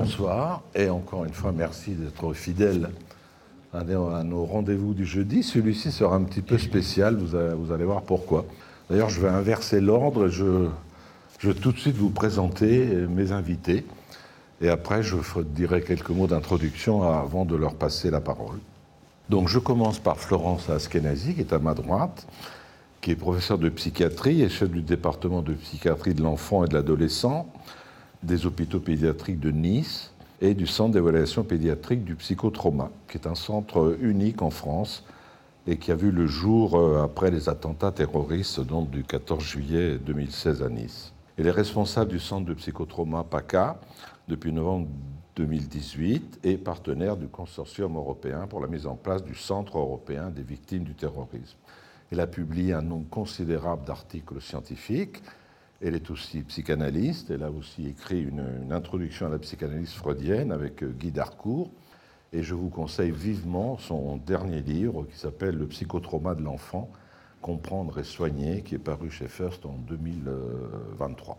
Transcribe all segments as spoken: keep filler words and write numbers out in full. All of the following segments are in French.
bonsoir et encore une fois merci d'être fidèle à nos rendez-vous du jeudi. Celui-ci sera un petit peu spécial, vous allez, vous allez voir pourquoi. D'ailleurs, je vais inverser l'ordre, je, je vais tout de suite vous présenter mes invités et après je dirai quelques mots d'introduction avant de leur passer la parole. Donc je commence par Florence Askenazi, qui est à ma droite, qui est professeure de psychiatrie et chef du département de psychiatrie de l'enfant et de l'adolescent des hôpitaux pédiatriques de Nice et du centre d'évaluation pédiatrique du psychotrauma, qui est un centre unique en France et qui a vu le jour après les attentats terroristes donc, du quatorze juillet deux mille seize à Nice. Elle est responsable du centre de psychotrauma PACA depuis novembre deux mille dix-huit et partenaire du consortium européen pour la mise en place du Centre européen des victimes du terrorisme. Elle a publié un nombre considérable d'articles scientifiques. Elle est aussi psychanalyste. Elle a aussi écrit une, une introduction à la psychanalyse freudienne avec Guy Darcourt. Et je vous conseille vivement son dernier livre qui s'appelle « Le psychotrauma de l'enfant, comprendre et soigner », qui est paru chez First en deux mille vingt-trois.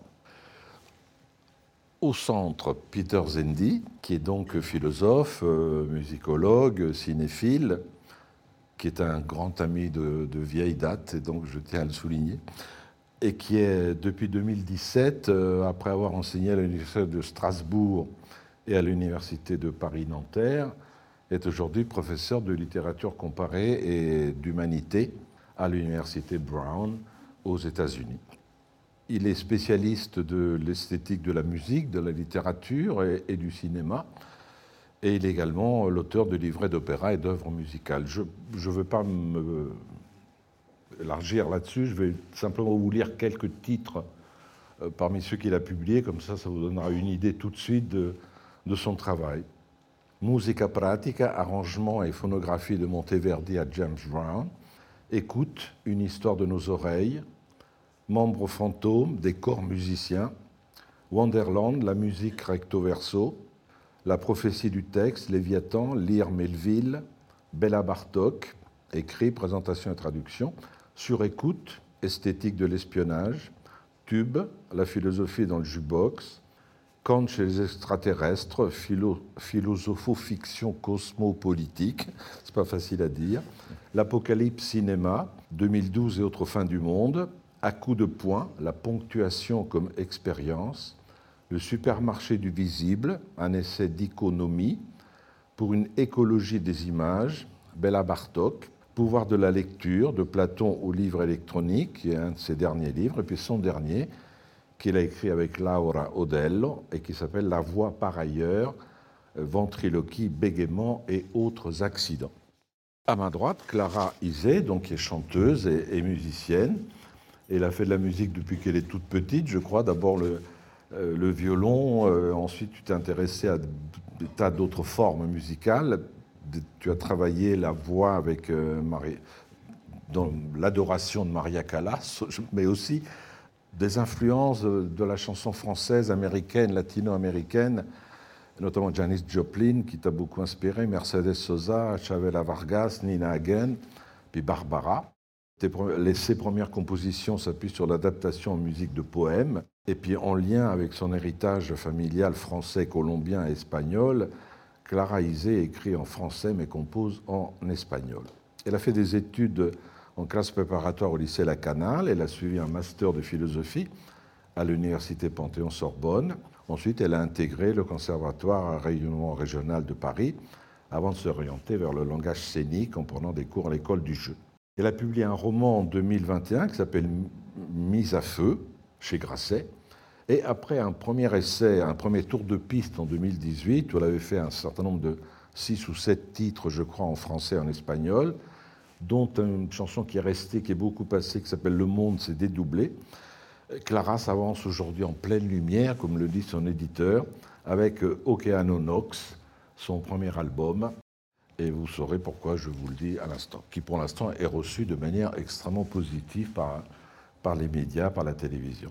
Au centre, Peter Zendy, qui est donc philosophe, musicologue, cinéphile, qui est un grand ami de, de vieille date, et donc je tiens à le souligner, et qui est, depuis deux mille dix-sept, euh, après avoir enseigné à l'Université de Strasbourg et à l'Université de Paris-Nanterre, est aujourd'hui professeur de littérature comparée et d'humanité à l'Université Brown aux États-Unis. Il est spécialiste de l'esthétique de la musique, de la littérature et, et du cinéma, et il est également l'auteur de livrets d'opéra et d'œuvres musicales. Je ne veux pas me élargir là-dessus, je vais simplement vous lire quelques titres euh, parmi ceux qu'il a publiés, comme ça, ça vous donnera une idée tout de suite de, de son travail. Musica pratica, arrangement et phonographie de Monteverdi à James Brown. Écoute, une histoire de nos oreilles. Membres fantômes, des corps musiciens. Wonderland, la musique recto-verso. La prophétie du texte, Léviathan, lire Melville. Béla Bartók, écrit, présentation et traduction. Sur écoute, esthétique de l'espionnage, Tube, la philosophie dans le jukebox, Kant chez les extraterrestres, philo, philosopho-fiction cosmopolitique, c'est pas facile à dire, l'Apocalypse cinéma, deux mille douze et autres fins du monde, à coups de poing, la ponctuation comme expérience, le supermarché du visible, un essai d'iconomie, pour une écologie des images, Béla Bartók, Pouvoir de la lecture, de Platon au livre électronique, qui est un de ses derniers livres, et puis son dernier, qu'il a écrit avec Laura Odello, et qui s'appelle La voix par ailleurs, ventriloquie, bégaiement et autres accidents. À ma droite, Clara Isé, donc, qui est chanteuse et, et musicienne. Elle a fait de la musique depuis qu'elle est toute petite, je crois. D'abord le, euh, le violon, euh, ensuite tu t'es intéressée à des tas d'autres formes musicales. Tu as travaillé la voix avec euh, Marie, dans l'adoration de Maria Callas, mais aussi des influences de la chanson française, américaine, latino-américaine, notamment Janis Joplin, qui t'a beaucoup inspiré, Mercedes Sosa, Chavela Vargas, Nina Hagen, puis Barbara. Tes, ses premières compositions s'appuient sur l'adaptation en musique de poèmes, et puis en lien avec son héritage familial français, colombien et espagnol, Clara Isé écrit en français mais compose en espagnol. Elle a fait des études en classe préparatoire au lycée La Canale. Elle a suivi un master de philosophie à l'université Panthéon-Sorbonne. Ensuite, elle a intégré le conservatoire à rayonnement régional de Paris avant de s'orienter vers le langage scénique en prenant des cours à l'école du jeu. Elle a publié un roman en deux mille vingt et un qui s'appelle Mise à feu chez Grasset. Et après un premier essai, un premier tour de piste en deux mille dix-huit, où elle avait fait un certain nombre de six ou sept titres, je crois, en français et en espagnol, dont une chanson qui est restée, qui est beaucoup passée, qui s'appelle « Le monde s'est dédoublé ». Clara s'avance aujourd'hui en pleine lumière, comme le dit son éditeur, avec Océano Nox, son premier album. Et vous saurez pourquoi je vous le dis à l'instant, qui pour l'instant est reçu de manière extrêmement positive par, par les médias, par la télévision.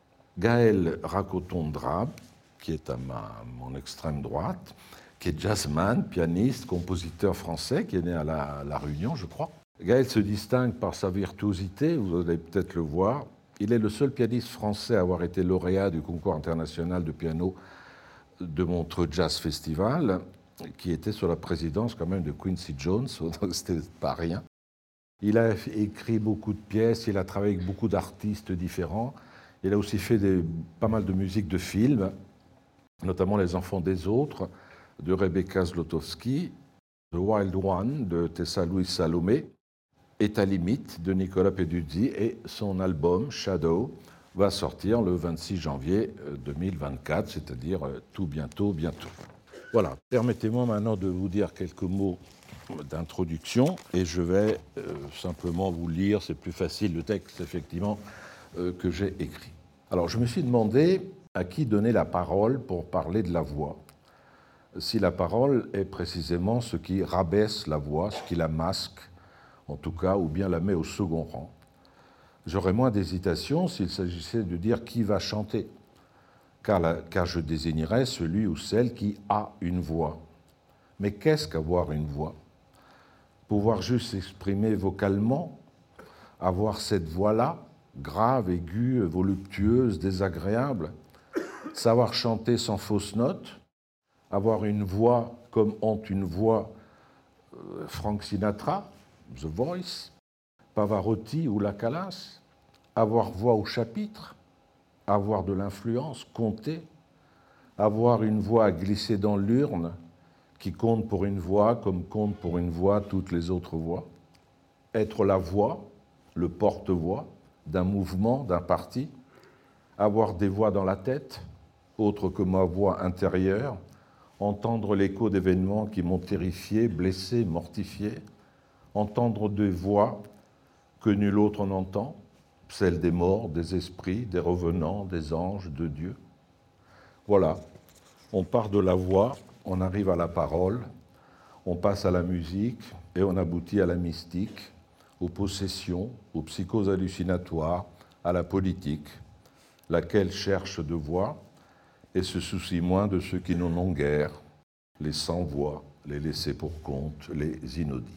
Gaël Racoton-Drap, qui est à ma, mon extrême droite, qui est jazzman, pianiste, compositeur français, qui est né à la, à la Réunion, je crois. Gaël se distingue par sa virtuosité, vous allez peut-être le voir. Il est le seul pianiste français à avoir été lauréat du concours international de piano de Montreux Jazz Festival, qui était sous la présidence quand même de Quincy Jones, donc c'était pas rien. Il a écrit beaucoup de pièces, il a travaillé avec beaucoup d'artistes différents. Il a aussi fait des, pas mal de musique de films, notamment Les Enfants des Autres, de Rebecca Zlotowski, The Wild One, de Tessa Louise Salomé, Et à limite, de Nicolas Peduzzi, et son album Shadow va sortir le vingt-six janvier deux mille vingt-quatre, c'est-à-dire tout bientôt, bientôt. Voilà, permettez-moi maintenant de vous dire quelques mots d'introduction, et je vais euh, simplement vous lire, c'est plus facile, le texte, effectivement, euh, que j'ai écrit. Alors, je me suis demandé à qui donner la parole pour parler de la voix. Si la parole est précisément ce qui rabaisse la voix, ce qui la masque, en tout cas, ou bien la met au second rang. J'aurais moins d'hésitation s'il s'agissait de dire qui va chanter, car, la, car je désignerais celui ou celle qui a une voix. Mais qu'est-ce qu'avoir une voix? Pouvoir juste s'exprimer vocalement, avoir cette voix-là, grave, aiguë, voluptueuse, désagréable, savoir chanter sans fausse note, avoir une voix comme ont une voix euh, Frank Sinatra, The Voice, Pavarotti ou La Calas, avoir voix au chapitre, avoir de l'influence, compter, avoir une voix à glisser dans l'urne qui compte pour une voix comme compte pour une voix toutes les autres voix, être la voix, le porte-voix d'un mouvement, d'un parti, avoir des voix dans la tête, autre que ma voix intérieure, entendre l'écho d'événements qui m'ont terrifié, blessé, mortifié, entendre des voix que nul autre n'entend, celles des morts, des esprits, des revenants, des anges, de Dieu. Voilà, on part de la voix, on arrive à la parole, on passe à la musique et on aboutit à la mystique, aux possessions, aux psychoses hallucinatoires, à la politique, laquelle cherche de voix et se soucie moins de ceux qui n'en ont guère, les sans-voix, les laissés pour compte, les inaudibles.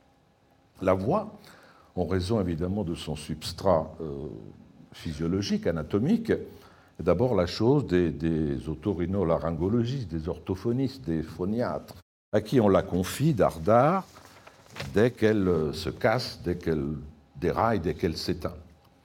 La voix, en raison évidemment de son substrat euh, physiologique, anatomique, est d'abord la chose des, des otorhinolaryngologistes, des orthophonistes, des phoniatres, à qui on la confie dardard dès qu'elle se casse, dès qu'elle déraille, dès qu'elle s'éteint.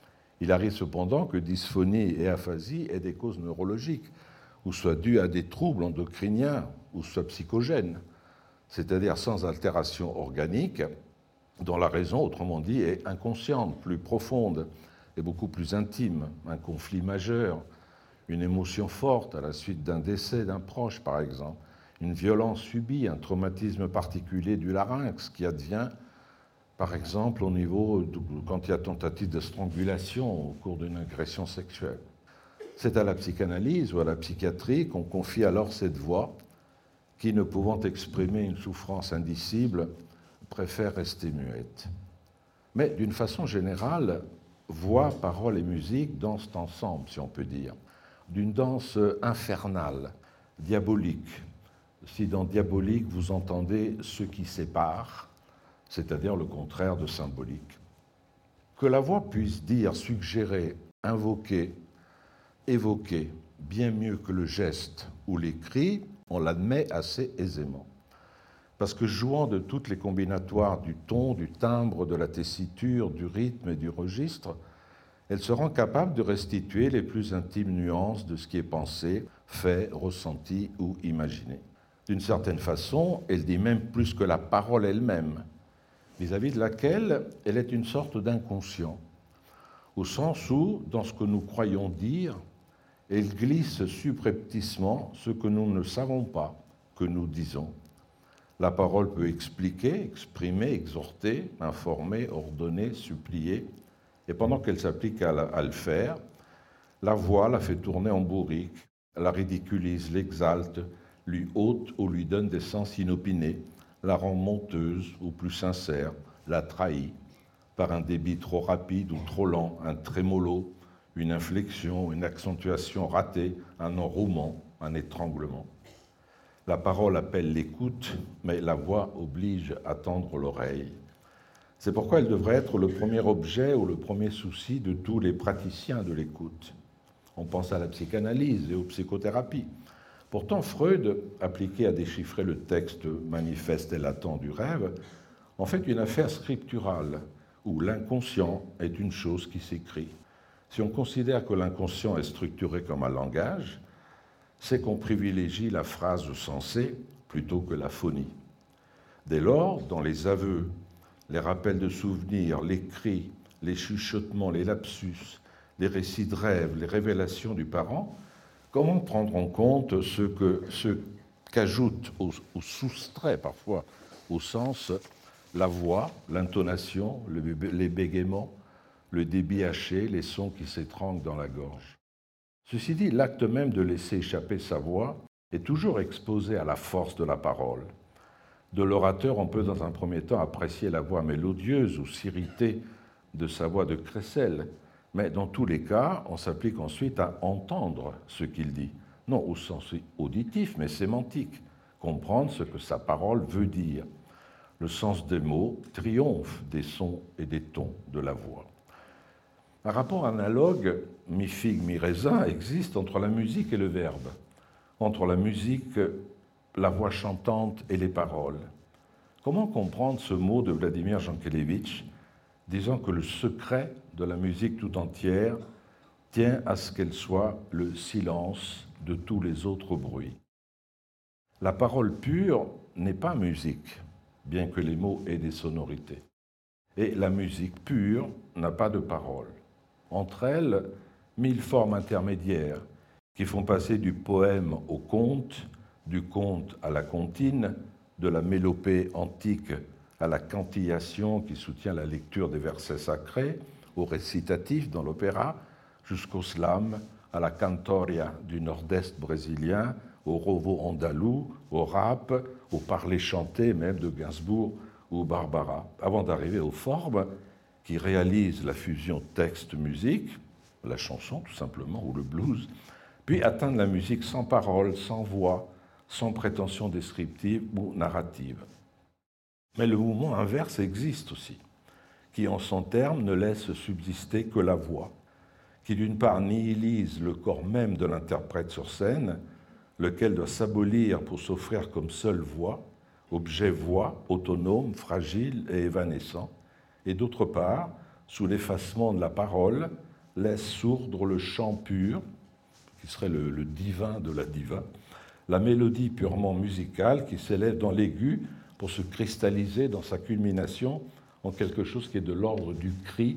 Il arrive cependant que dysphonie et aphasie aient des causes neurologiques, ou soient dues à des troubles endocriniens, ou soient psychogènes, c'est-à-dire sans altération organique, dont la raison, autrement dit, est inconsciente, plus profonde et beaucoup plus intime. Un conflit majeur, une émotion forte à la suite d'un décès d'un proche, par exemple, une violence subie, un traumatisme particulier du larynx qui advient, par exemple, au niveau de, quand il y a tentative de strangulation au cours d'une agression sexuelle. C'est à la psychanalyse ou à la psychiatrie qu'on confie alors cette voix qui, ne pouvant exprimer une souffrance indicible, préfère rester muette. Mais d'une façon générale, voix, paroles et musique dansent ensemble, si on peut dire, d'une danse infernale, diabolique. Si dans diabolique vous entendez ce qui sépare, c'est-à-dire le contraire de symbolique. Que la voix puisse dire, suggérer, invoquer, évoquer, bien mieux que le geste ou les cris, on l'admet assez aisément. Parce que jouant de toutes les combinatoires du ton, du timbre, de la tessiture, du rythme et du registre, elle se rend capable de restituer les plus intimes nuances de ce qui est pensé, fait, ressenti ou imaginé. D'une certaine façon, elle dit même plus que la parole elle-même, vis-à-vis de laquelle elle est une sorte d'inconscient, au sens où, dans ce que nous croyons dire, elle glisse subrepticement ce que nous ne savons pas que nous disons. La parole peut expliquer, exprimer, exhorter, informer, ordonner, supplier. Et pendant qu'elle s'applique à, à le faire, la voix la fait tourner en bourrique, la ridiculise, l'exalte, lui ôte ou lui donne des sens inopinés, la rend menteuse ou plus sincère, la trahit par un débit trop rapide ou trop lent, un trémolo, une inflexion, une accentuation ratée, un enrouement, un étranglement. La parole appelle l'écoute, mais la voix oblige à tendre l'oreille. C'est pourquoi elle devrait être le premier objet ou le premier souci de tous les praticiens de l'écoute. On pense à la psychanalyse et aux psychothérapies. Pourtant, Freud, appliqué à déchiffrer le texte manifeste et latent du rêve, en fait une affaire scripturale, où l'inconscient est une chose qui s'écrit. Si on considère que l'inconscient est structuré comme un langage, c'est qu'on privilégie la phrase sensée plutôt que la phonie. Dès lors, dans les aveux, les rappels de souvenirs, les cris, les chuchotements, les lapsus, les récits de rêves, les révélations du parent, comment prendre en compte ce que ce qu'ajoute ou, ou soustrait parfois au sens la voix, l'intonation, le, les bégaiements, le débit haché, les sons qui s'étranglent dans la gorge. Ceci dit, l'acte même de laisser échapper sa voix est toujours exposé à la force de la parole. De l'orateur, on peut dans un premier temps apprécier la voix mélodieuse ou s'irriter de sa voix de crécelle, mais dans tous les cas, on s'applique ensuite à entendre ce qu'il dit, non au sens auditif, mais sémantique, comprendre ce que sa parole veut dire. Le sens des mots triomphe des sons et des tons de la voix. Un rapport analogue, mi-figue, mi-raisin, existe entre la musique et le verbe, entre la musique, la voix chantante et les paroles. Comment comprendre ce mot de Vladimir Jankélévitch disant que le secret de la musique tout entière tient à ce qu'elle soit le silence de tous les autres bruits. La parole pure n'est pas musique, bien que les mots aient des sonorités. Et la musique pure n'a pas de parole. Entre elles, mille formes intermédiaires qui font passer du poème au conte, du conte à la comptine, de la mélopée antique à la cantillation qui soutient la lecture des versets sacrés, au récitatif dans l'opéra, jusqu'au slam, à la cantoria du nord-est brésilien, au rovo andalou, au rap, au parler chanté même de Gainsbourg ou Barbara, avant d'arriver aux formes qui réalisent la fusion texte-musique, la chanson tout simplement, ou le blues, puis atteindre la musique sans parole, sans voix, sans prétention descriptive ou narrative. Mais le mouvement inverse existe aussi, qui en son terme ne laisse subsister que la voix, qui d'une part nihilise le corps même de l'interprète sur scène, lequel doit s'abolir pour s'offrir comme seule voix, objet voix, autonome, fragile et évanescent, et d'autre part, sous l'effacement de la parole, laisse sourdre le chant pur, qui serait le, le divin de la diva, la mélodie purement musicale qui s'élève dans l'aigu pour se cristalliser dans sa culmination en quelque chose qui est de l'ordre du cri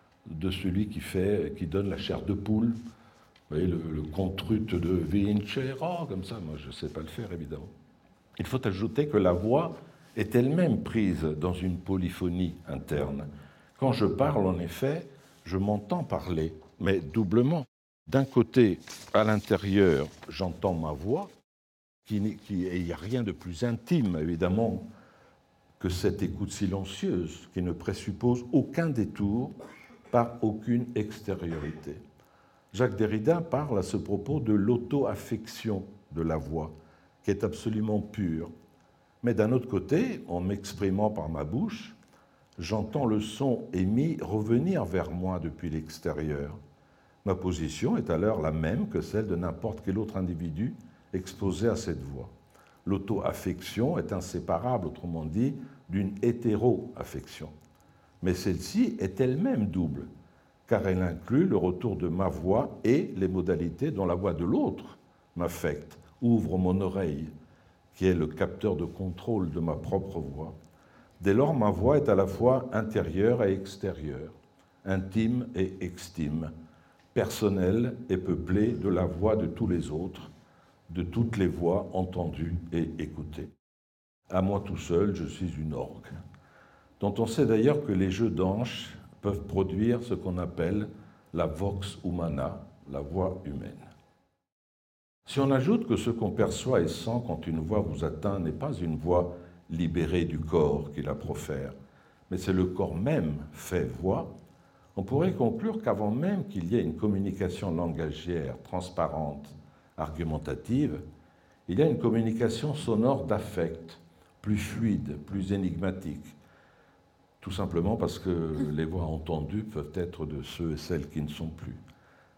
de celui qui, fait, qui donne la chair de poule. Vous voyez, le, le contrute de Vincero, comme ça, moi je ne sais pas le faire évidemment. Il faut ajouter que la voix est elle-même prise dans une polyphonie interne. Quand je parle, en effet, je m'entends parler, mais doublement. D'un côté, à l'intérieur, j'entends ma voix, qui, qui, et il n'y a rien de plus intime, évidemment, que cette écoute silencieuse, qui ne présuppose aucun détour par aucune extériorité. Jacques Derrida parle à ce propos de l'auto-affection de la voix, qui est absolument pure. Mais d'un autre côté, en m'exprimant par ma bouche, j'entends le son émis revenir vers moi depuis l'extérieur. Ma position est alors la même que celle de n'importe quel autre individu exposé à cette voix. L'auto-affection est inséparable, autrement dit, d'une hétéro-affection. Mais celle-ci est elle-même double, car elle inclut le retour de ma voix et les modalités dont la voix de l'autre m'affecte, ouvre mon oreille, qui est le capteur de contrôle de ma propre voix. Dès lors, ma voix est à la fois intérieure et extérieure, intime et extime, personnelle et peuplée de la voix de tous les autres, de toutes les voix entendues et écoutées. À moi tout seul, je suis une orgue, dont on sait d'ailleurs que les jeux d'anches peuvent produire ce qu'on appelle la vox humana, la voix humaine. Si on ajoute que ce qu'on perçoit et sent quand une voix vous atteint n'est pas une voix libérée du corps qui la profère, mais c'est le corps même fait voix, on pourrait conclure qu'avant même qu'il y ait une communication langagière transparente, argumentative, il y a une communication sonore d'affect, plus fluide, plus énigmatique, tout simplement parce que les voix entendues peuvent être de ceux et celles qui ne sont plus.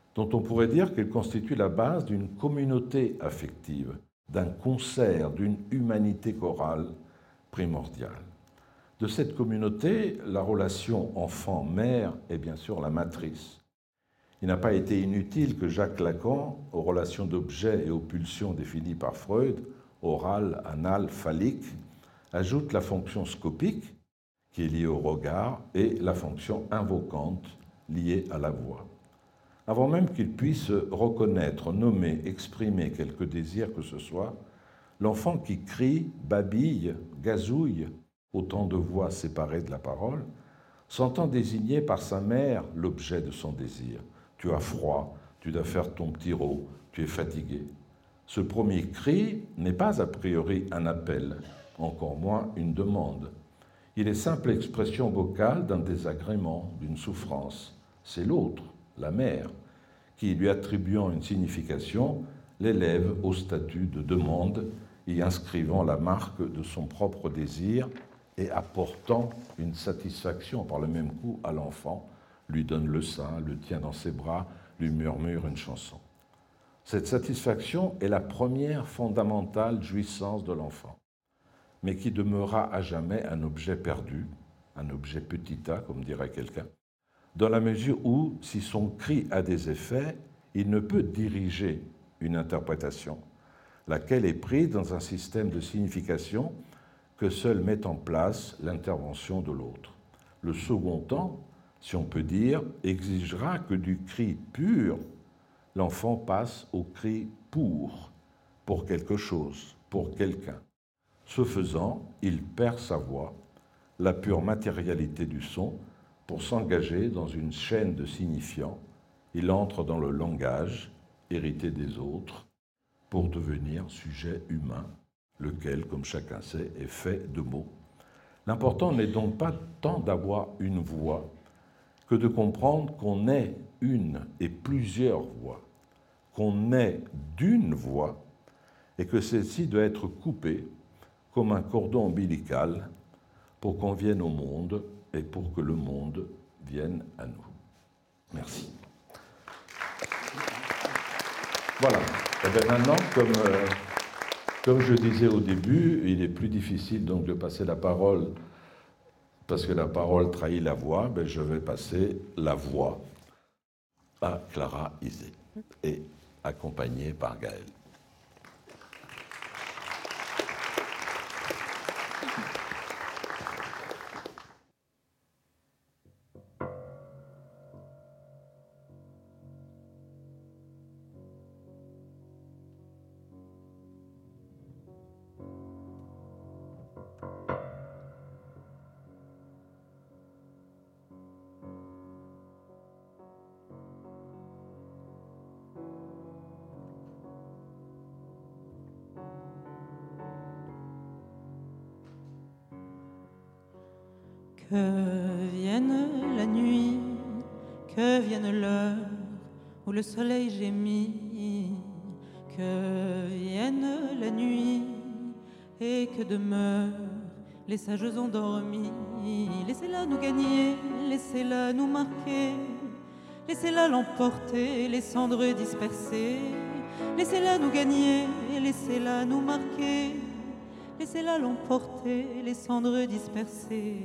dont on pourrait dire qu'elle constitue la base d'une communauté affective, d'un concert, d'une humanité chorale primordiale. De cette communauté, la relation enfant-mère est bien sûr la matrice. Il n'a pas été inutile que Jacques Lacan, aux relations d'objets et aux pulsions définies par Freud, orales, anales, phalliques, ajoute la fonction scopique, qui est liée au regard, et la fonction invocante, liée à la voix. Avant même qu'il puisse reconnaître, nommer, exprimer quelque désir que ce soit, l'enfant qui crie, babille, gazouille, autant de voix séparées de la parole, s'entend désigner par sa mère l'objet de son désir. Tu as froid, tu dois faire ton petit rot, tu es fatigué. Ce premier cri n'est pas a priori un appel, encore moins une demande. Il est simple expression vocale d'un désagrément, d'une souffrance. C'est l'autre, la mère, qui, lui attribuant une signification, l'élève au statut de demande, y inscrivant la marque de son propre désir et apportant une satisfaction par le même coup à l'enfant, lui donne le sein, le tient dans ses bras, lui murmure une chanson. Cette satisfaction est la première fondamentale jouissance de l'enfant, mais qui demeurera à jamais un objet perdu, un objet petit a, comme dirait quelqu'un, dans la mesure où, si son cri a des effets, il ne peut diriger une interprétation, laquelle est prise dans un système de signification que seul met en place l'intervention de l'autre. Le second temps, si on peut dire, exigera que du cri pur, l'enfant passe au cri pour, pour quelque chose, pour quelqu'un. Ce faisant, il perd sa voix, la pure matérialité du son, pour s'engager dans une chaîne de signifiants. Il entre dans le langage, hérité des autres, pour devenir sujet humain, lequel, comme chacun sait, est fait de mots. L'important n'est donc pas tant d'avoir une voix que de comprendre qu'on est une et plusieurs voix, qu'on est d'une voix et que celle-ci doit être coupée comme un cordon ombilical pour qu'on vienne au monde et pour que le monde vienne à nous. Merci. Voilà. Et bien maintenant, comme, euh, comme je disais au début, il est plus difficile donc de passer la parole, parce que la parole trahit la voix, ben je vais passer la voix à Clara Isé, et accompagnée par Gaël. Que vienne la nuit, que vienne l'heure où le soleil gémit, que vienne la nuit et que demeurent les sages endormis. Laissez-la nous gagner, laissez-la nous marquer, laissez-la l'emporter, les cendres dispersées. Laissez-la nous gagner, laissez-la nous marquer, laissez-la l'emporter, les cendres dispersées.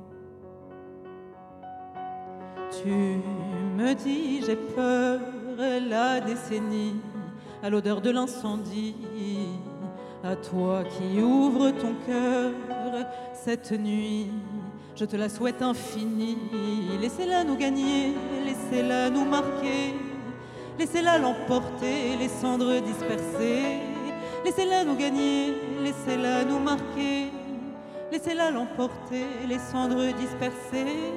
Tu me dis, j'ai peur, la décennie, à l'odeur de l'incendie. À toi qui ouvres ton cœur cette nuit, je te la souhaite infinie. Laissez-la nous gagner, laissez-la nous marquer, laissez-la l'emporter, les cendres dispersées. Laissez-la nous gagner, laissez-la nous marquer, laissez-la l'emporter, les cendres dispersées.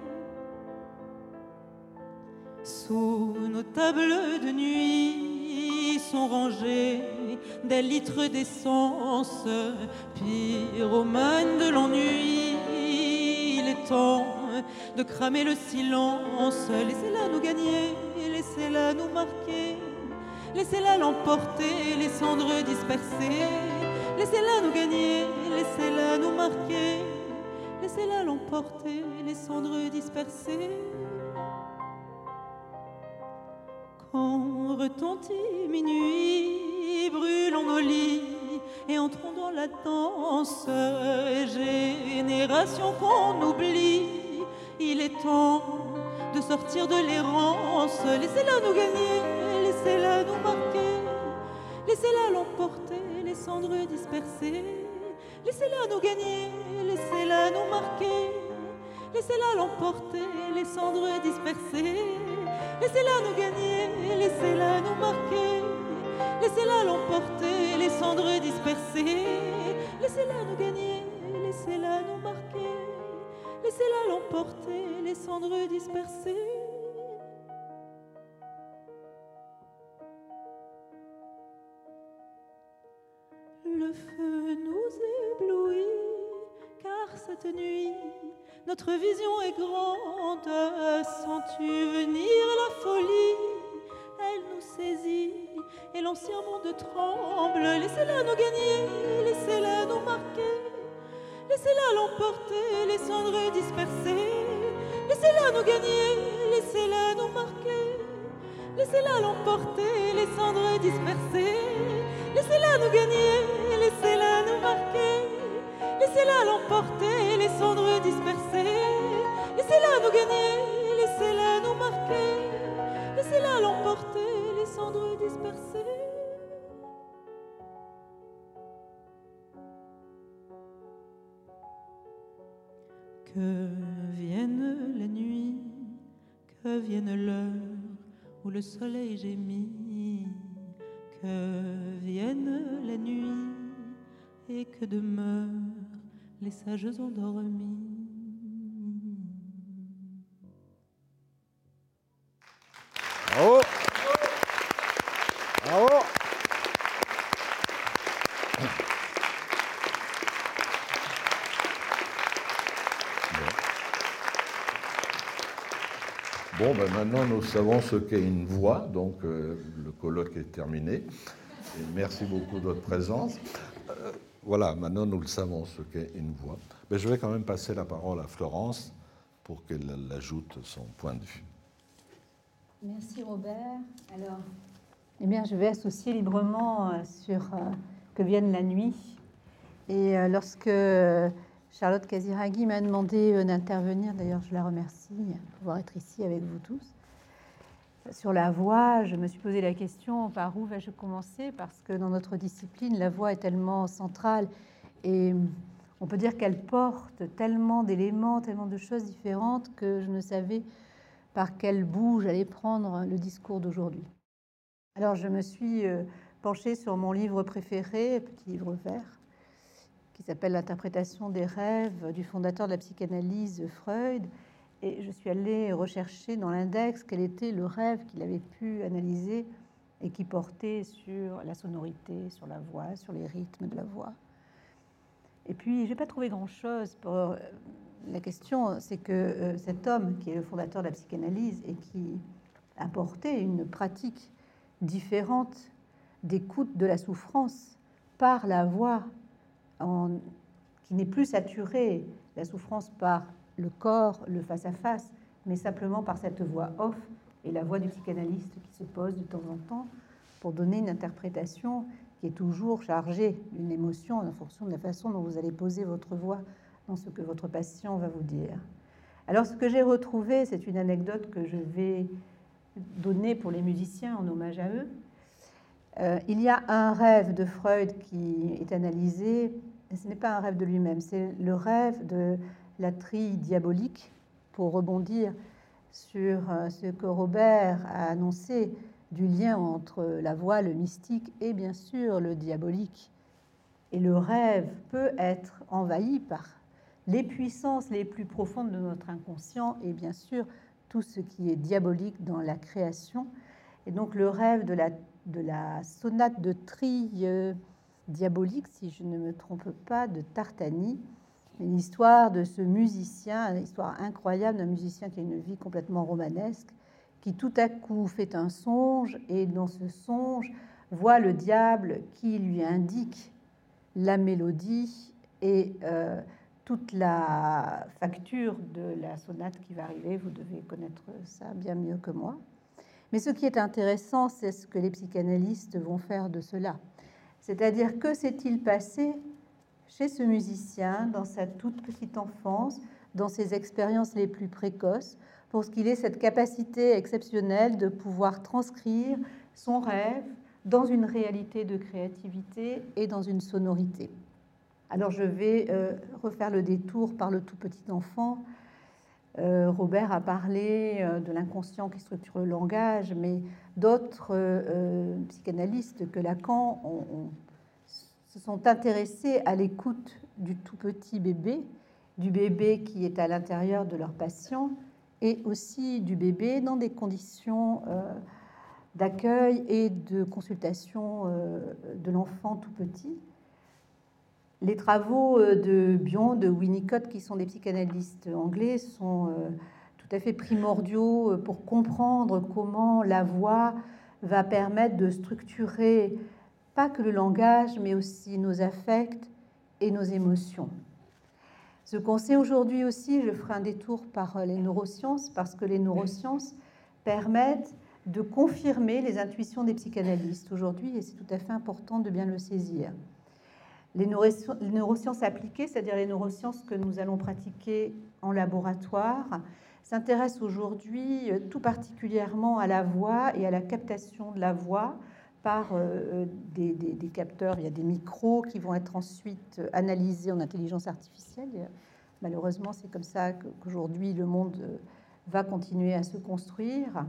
Sous nos tables de nuit sont rangés des litres d'essence, pyromane de l'ennui. Il est temps de cramer le silence. Laissez-la nous gagner, laissez-la nous marquer, laissez-la l'emporter, les cendres dispersées. Laissez-la nous gagner, laissez-la nous marquer, laissez-la l'emporter, les cendres dispersées. retentit minuit, brûlons nos lits et entrons dans la danse. Génération qu'on oublie, il est temps de sortir de l'errance. Laissez-la nous gagner, laissez-la nous marquer, laissez-la l'emporter, les cendres dispersées. Laissez-la nous gagner, laissez-la nous marquer, laissez-la l'emporter, les cendres dispersées. Laissez-la nous gagner, laissez-la nous marquer, laissez-la l'emporter, les cendres dispersées. Laissez-la nous gagner, laissez-la nous marquer, laissez-la l'emporter, les cendres dispersées. Le feu nous éblouit, car cette nuit, notre vision est grande. Sens-tu venir la folie? Elle nous saisit et l'ancien monde tremble. Laissez-la nous gagner, laissez-la nous marquer, laissez-la l'emporter, les cendres dispersées. Laissez-la nous gagner, laissez-la nous marquer, laissez-la l'emporter, les cendres dispersées. Laissez-la nous gagner, laissez-la nous marquer, laissez-la l'emporter, les cendres dispersées. Laissez-la nous gagner, laissez-la nous marquer, laissez-la l'emporter, les cendres dispersées. Que vienne la nuit, que vienne l'heure où le soleil gémit, que vienne la nuit et que demeurent les sages endormis. Bravo. Bravo. Bon, ben maintenant nous savons ce qu'est une voix, donc euh, le colloque est terminé. Et merci beaucoup de votre présence. Euh, voilà, maintenant nous le savons ce qu'est une voix. Mais je vais quand même passer la parole à Florence pour qu'elle ajoute son point de vue. Merci Robert. Alors, eh bien, je vais associer librement euh, sur euh, Que vienne la nuit. Et euh, lorsque Charlotte Casiraghi m'a demandé euh, d'intervenir, d'ailleurs je la remercie de pouvoir être ici avec vous tous, sur la voix, je me suis posé la question par où vais-je commencer, parce que dans notre discipline, la voix est tellement centrale et on peut dire qu'elle porte tellement d'éléments, tellement de choses différentes que je ne savais par quel bout j'allais prendre le discours d'aujourd'hui. Alors je me suis penchée sur mon livre préféré, petit livre vert, qui s'appelle L'interprétation des rêves du fondateur de la psychanalyse Freud, et je suis allée rechercher dans l'index quel était le rêve qu'il avait pu analyser et qui portait sur la sonorité, sur la voix, sur les rythmes de la voix. Et puis je n'ai pas trouvé grand-chose pour... La question, c'est que euh, cet homme, qui est le fondateur de la psychanalyse et qui a porté une pratique différente d'écoute de la souffrance par la voix, en, qui n'est plus saturée, la souffrance par le corps, le face-à-face, mais simplement par cette voix off et la voix du psychanalyste qui se pose de temps en temps pour donner une interprétation qui est toujours chargée d'une émotion en fonction de la façon dont vous allez poser votre voix dans ce que votre patient va vous dire. Alors, ce que j'ai retrouvé, c'est une anecdote que je vais donner pour les musiciens en hommage à eux. Euh, il y a un rêve de Freud qui est analysé, et ce n'est pas un rêve de lui-même, c'est le rêve de la trille diabolique, pour rebondir sur ce que Robert a annoncé du lien entre la voix, le mystique et bien sûr le diabolique. Et le rêve peut être envahi par les puissances les plus profondes de notre inconscient et bien sûr tout ce qui est diabolique dans la création. Et donc le rêve de la, de la sonate de trille euh, diabolique, si je ne me trompe pas, de Tartani, une histoire de ce musicien, une histoire incroyable d'un musicien qui a une vie complètement romanesque, qui tout à coup fait un songe et dans ce songe voit le diable qui lui indique la mélodie et euh, toute la facture de la sonate qui va arriver. Vous devez connaître ça bien mieux que moi. Mais ce qui est intéressant, c'est ce que les psychanalystes vont faire de cela. C'est-à-dire, que s'est-il passé chez ce musicien dans sa toute petite enfance, dans ses expériences les plus précoces, pour ce qu'il ait cette capacité exceptionnelle de pouvoir transcrire son rêve dans une réalité de créativité et dans une sonorité. Alors je vais euh, refaire le détour par le tout petit enfant. Euh, Robert a parlé euh, de l'inconscient qui structure le langage, mais d'autres euh, psychanalystes que Lacan ont, ont, se sont intéressés à l'écoute du tout petit bébé, du bébé qui est à l'intérieur de leur patient, et aussi du bébé dans des conditions euh, d'accueil et de consultation euh, de l'enfant tout petit. Les travaux de Bion, de Winnicott, qui sont des psychanalystes anglais, sont euh, tout à fait primordiaux pour comprendre comment la voix va permettre de structurer pas que le langage, mais aussi nos affects et nos émotions. Ce qu'on sait aujourd'hui aussi, je ferai un détour par les neurosciences, parce que les neurosciences permettent de confirmer les intuitions des psychanalystes aujourd'hui, et c'est tout à fait important de bien le saisir. Les neurosciences, les neurosciences appliquées, c'est-à-dire les neurosciences que nous allons pratiquer en laboratoire, s'intéressent aujourd'hui tout particulièrement à la voix et à la captation de la voix par euh, des, des, des capteurs. Il y a des micros qui vont être ensuite analysés en intelligence artificielle. Et malheureusement, c'est comme ça qu'aujourd'hui le monde va continuer à se construire.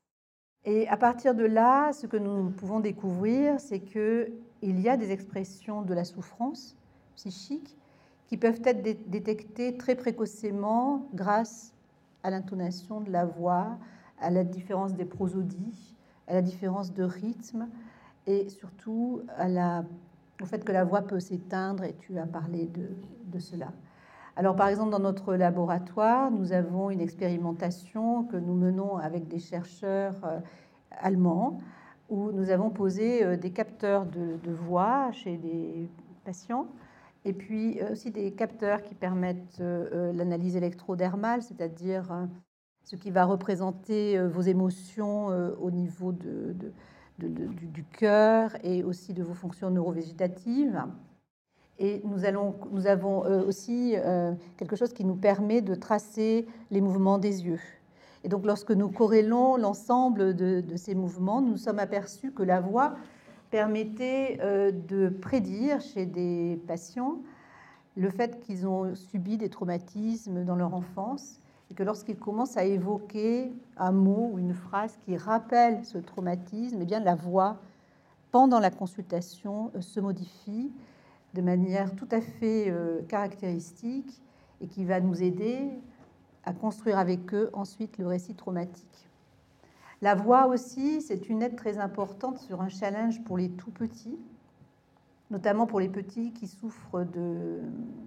Et à partir de là, ce que nous pouvons découvrir, c'est qu'il y a des expressions de la souffrance psychique qui peuvent être dé- détectées très précocement grâce à l'intonation de la voix, à la différence des prosodies, à la différence de rythme et surtout à la, au fait que la voix peut s'éteindre, et tu as parlé de, de cela. Alors, par exemple, dans notre laboratoire, nous avons une expérimentation que nous menons avec des chercheurs euh, allemands, où nous avons posé euh, des capteurs de, de voix chez des patients, et puis euh, aussi des capteurs qui permettent euh, l'analyse électrodermale, c'est-à-dire euh, ce qui va représenter euh, vos émotions euh, au niveau de, de, de, de, du, du cœur et aussi de vos fonctions neurovégétatives. Et nous, allons, nous avons euh, aussi euh, quelque chose qui nous permet de tracer les mouvements des yeux. Et donc, lorsque nous corrélons l'ensemble de, de ces mouvements, nous nous sommes aperçus que la voix permettait euh, de prédire chez des patients le fait qu'ils ont subi des traumatismes dans leur enfance, et que lorsqu'ils commencent à évoquer un mot ou une phrase qui rappelle ce traumatisme, eh bien, la voix, pendant la consultation, se modifie de manière tout à fait euh, caractéristique et qui va nous aider à construire avec eux ensuite le récit traumatique. La voix aussi, c'est une aide très importante sur un challenge pour les tout petits, notamment pour les petits qui souffrent de,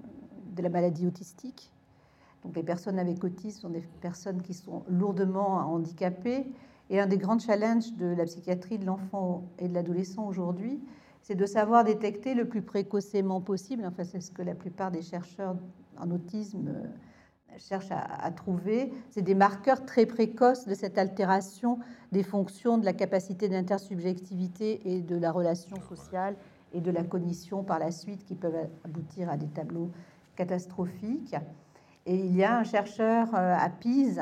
de la maladie autistique. Donc les personnes avec autisme sont des personnes qui sont lourdement handicapées, et un des grands challenges de la psychiatrie de l'enfant et de l'adolescent aujourd'hui, c'est de savoir détecter le plus précocement possible, enfin c'est ce que la plupart des chercheurs en autisme cherchent à, à trouver, c'est des marqueurs très précoces de cette altération des fonctions de la capacité d'intersubjectivité et de la relation sociale et de la cognition par la suite, qui peuvent aboutir à des tableaux catastrophiques. Et il y a un chercheur à Pise,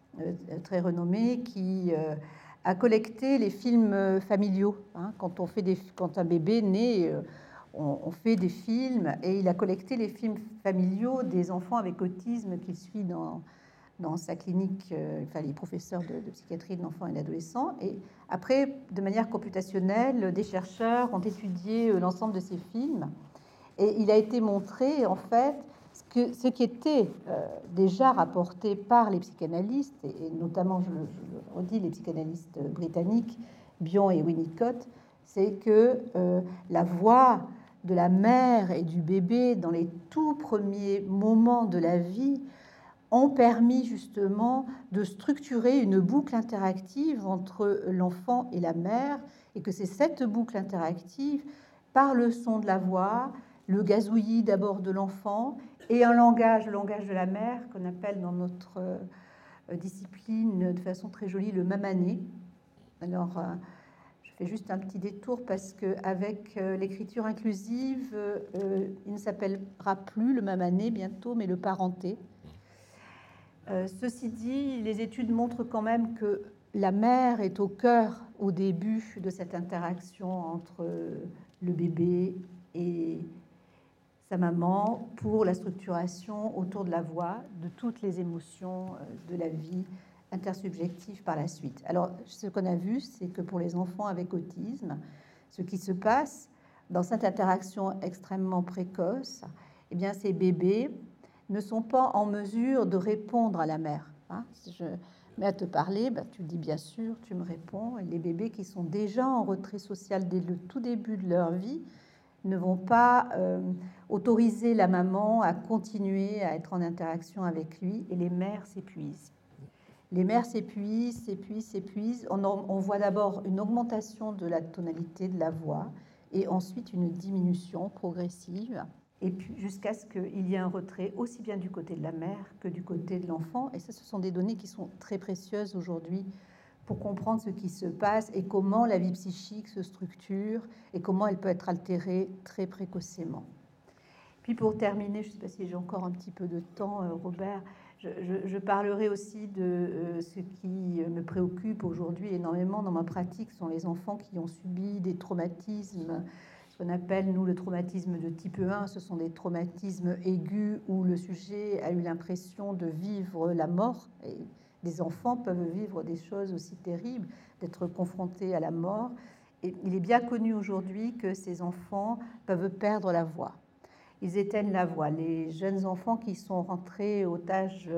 très renommé, qui a collecté les films familiaux. Hein, quand, on fait des, quand un bébé naît, on, on fait des films, et il a collecté les films familiaux des enfants avec autisme qu'il suit dans, dans sa clinique, euh, enfin les professeurs de, de psychiatrie de l'enfant et de l'adolescent. Et après, de manière computationnelle, des chercheurs ont étudié l'ensemble de ces films, et il a été montré en fait ce, que, ce qui était euh, déjà rapporté par les psychanalystes, et, et notamment, je le, je le redis, les psychanalystes britanniques, Bion et Winnicott, c'est que euh, la voix de la mère et du bébé dans les tout premiers moments de la vie ont permis justement de structurer une boucle interactive entre l'enfant et la mère, et que c'est cette boucle interactive, par le son de la voix, le gazouillis d'abord de l'enfant, et un langage, le langage de la mère, qu'on appelle dans notre euh, discipline de façon très jolie le mamané, Alors, euh, je fais juste un petit détour parce qu'avec euh, l'écriture inclusive, euh, il ne s'appellera plus le mamané bientôt, mais le parenté. Euh, ceci dit, les études montrent quand même que la mère est au cœur, au début de cette interaction entre le bébé et sa maman pour la structuration autour de la voix de toutes les émotions de la vie intersubjective par la suite. Alors, ce qu'on a vu, c'est que pour les enfants avec autisme, ce qui se passe dans cette interaction extrêmement précoce, eh bien, ces bébés ne sont pas en mesure de répondre à la mère. Hein. Si je mets à te parler, ben, tu dis bien sûr, tu me réponds. Et les bébés qui sont déjà en retrait social dès le tout début de leur vie ne vont pas euh, autoriser la maman à continuer à être en interaction avec lui, et les mères s'épuisent. Les mères s'épuisent, s'épuisent, s'épuisent. On, on voit d'abord une augmentation de la tonalité de la voix, et ensuite une diminution progressive, et puis jusqu'à ce qu'il y ait un retrait aussi bien du côté de la mère que du côté de l'enfant. Et ça, ce sont des données qui sont très précieuses aujourd'hui pour comprendre ce qui se passe et comment la vie psychique se structure et comment elle peut être altérée très précocement. Puis pour terminer, je ne sais pas si j'ai encore un petit peu de temps, Robert, je, je, je parlerai aussi de euh, ce qui me préoccupe aujourd'hui énormément dans ma pratique, sont les enfants qui ont subi des traumatismes, ce qu'on appelle, nous, le traumatisme de type un. Ce sont des traumatismes aigus où le sujet a eu l'impression de vivre la mort. Et des enfants peuvent vivre des choses aussi terribles, d'être confrontés à la mort. Et il est bien connu aujourd'hui que ces enfants peuvent perdre la voix. Ils éteignent la voix. Les jeunes enfants qui sont rentrés otages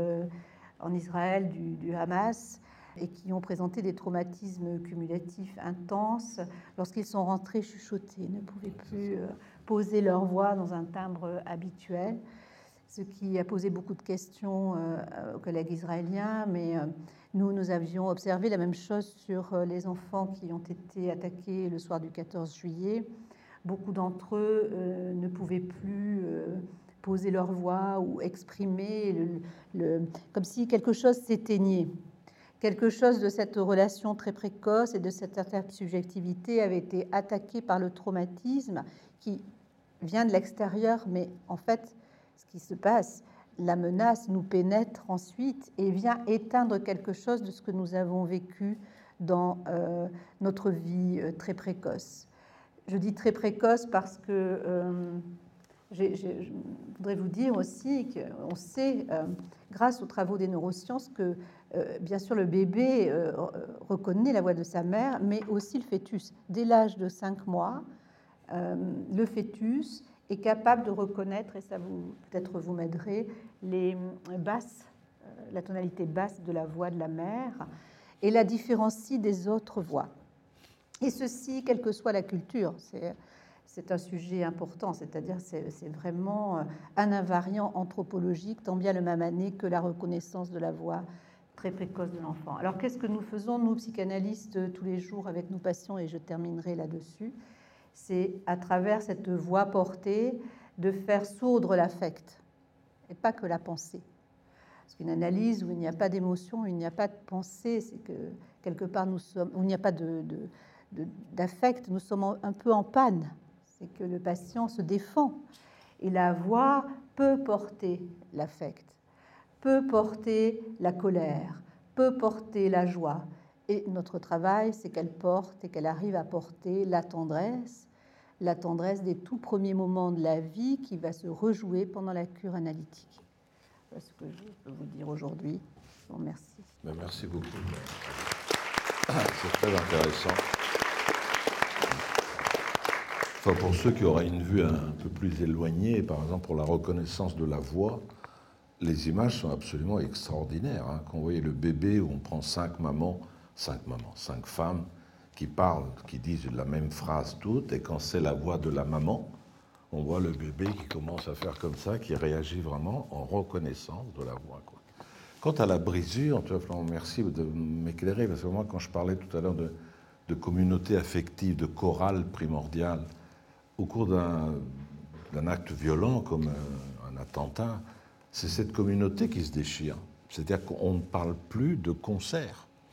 en Israël du, du Hamas et qui ont présenté des traumatismes cumulatifs intenses, lorsqu'ils sont rentrés, chuchotaient, ne pouvaient plus poser leur voix dans un timbre habituel, ce qui a posé beaucoup de questions aux collègues israéliens, mais nous, nous avions observé la même chose sur les enfants qui ont été attaqués le soir du quatorze juillet. Beaucoup d'entre eux euh, ne pouvaient plus euh, poser leur voix ou exprimer, le, le, comme si quelque chose s'éteignait. Quelque chose de cette relation très précoce et de cette intersubjectivité avait été attaqué par le traumatisme qui vient de l'extérieur, mais en fait, ce qui se passe, la menace nous pénètre ensuite et vient éteindre quelque chose de ce que nous avons vécu dans euh, notre vie euh, très précoce. Je dis très précoce parce que euh, j'ai, j'ai, je voudrais vous dire aussi qu'on sait, euh, grâce aux travaux des neurosciences, que euh, bien sûr le bébé euh, reconnaît la voix de sa mère, mais aussi le fœtus. Dès l'âge de cinq mois, euh, le fœtus est capable de reconnaître, et ça vous peut-être vous m'aiderez, les basses, euh, la tonalité basse de la voix de la mère, et la différencie des autres voix. Et ceci, quelle que soit la culture, c'est, c'est un sujet important, c'est-à-dire c'est, c'est vraiment un invariant anthropologique, tant bien le mamané que la reconnaissance de la voix très précoce de l'enfant. Alors qu'est-ce que nous faisons, nous, psychanalystes, tous les jours avec nos patients, et je terminerai là-dessus, c'est à travers cette voix portée de faire sourdre l'affect, et pas que la pensée. Parce qu'une analyse où il n'y a pas d'émotion, où il n'y a pas de pensée, c'est que quelque part nous sommes, où il n'y a pas de... de d'affect, nous sommes un peu en panne. C'est que le patient se défend. Et la voix peut porter l'affect, peut porter la colère, peut porter la joie. Et notre travail, c'est qu'elle porte et qu'elle arrive à porter la tendresse, la tendresse des tout premiers moments de la vie qui va se rejouer pendant la cure analytique. Voilà ce que je peux vous dire aujourd'hui. Je vous remercie. Ben, merci beaucoup. C'est très intéressant. Enfin, pour ceux qui auraient une vue un peu plus éloignée, par exemple pour la reconnaissance de la voix, les images sont absolument extraordinaires. Hein. Quand vous voyez le bébé où on prend cinq mamans, cinq mamans, cinq femmes qui parlent, qui disent la même phrase toutes, et quand c'est la voix de la maman, on voit le bébé qui commence à faire comme ça, qui réagit vraiment en reconnaissance de la voix, quoi. Quant à la brisure, tu vois, merci de m'éclairer, parce que moi, quand je parlais tout à l'heure de, de communauté affective, de chorale primordiale, au cours d'un, d'un acte violent comme un, un attentat, c'est cette communauté qui se déchire. C'est-à-dire qu'on ne parle plus de concert.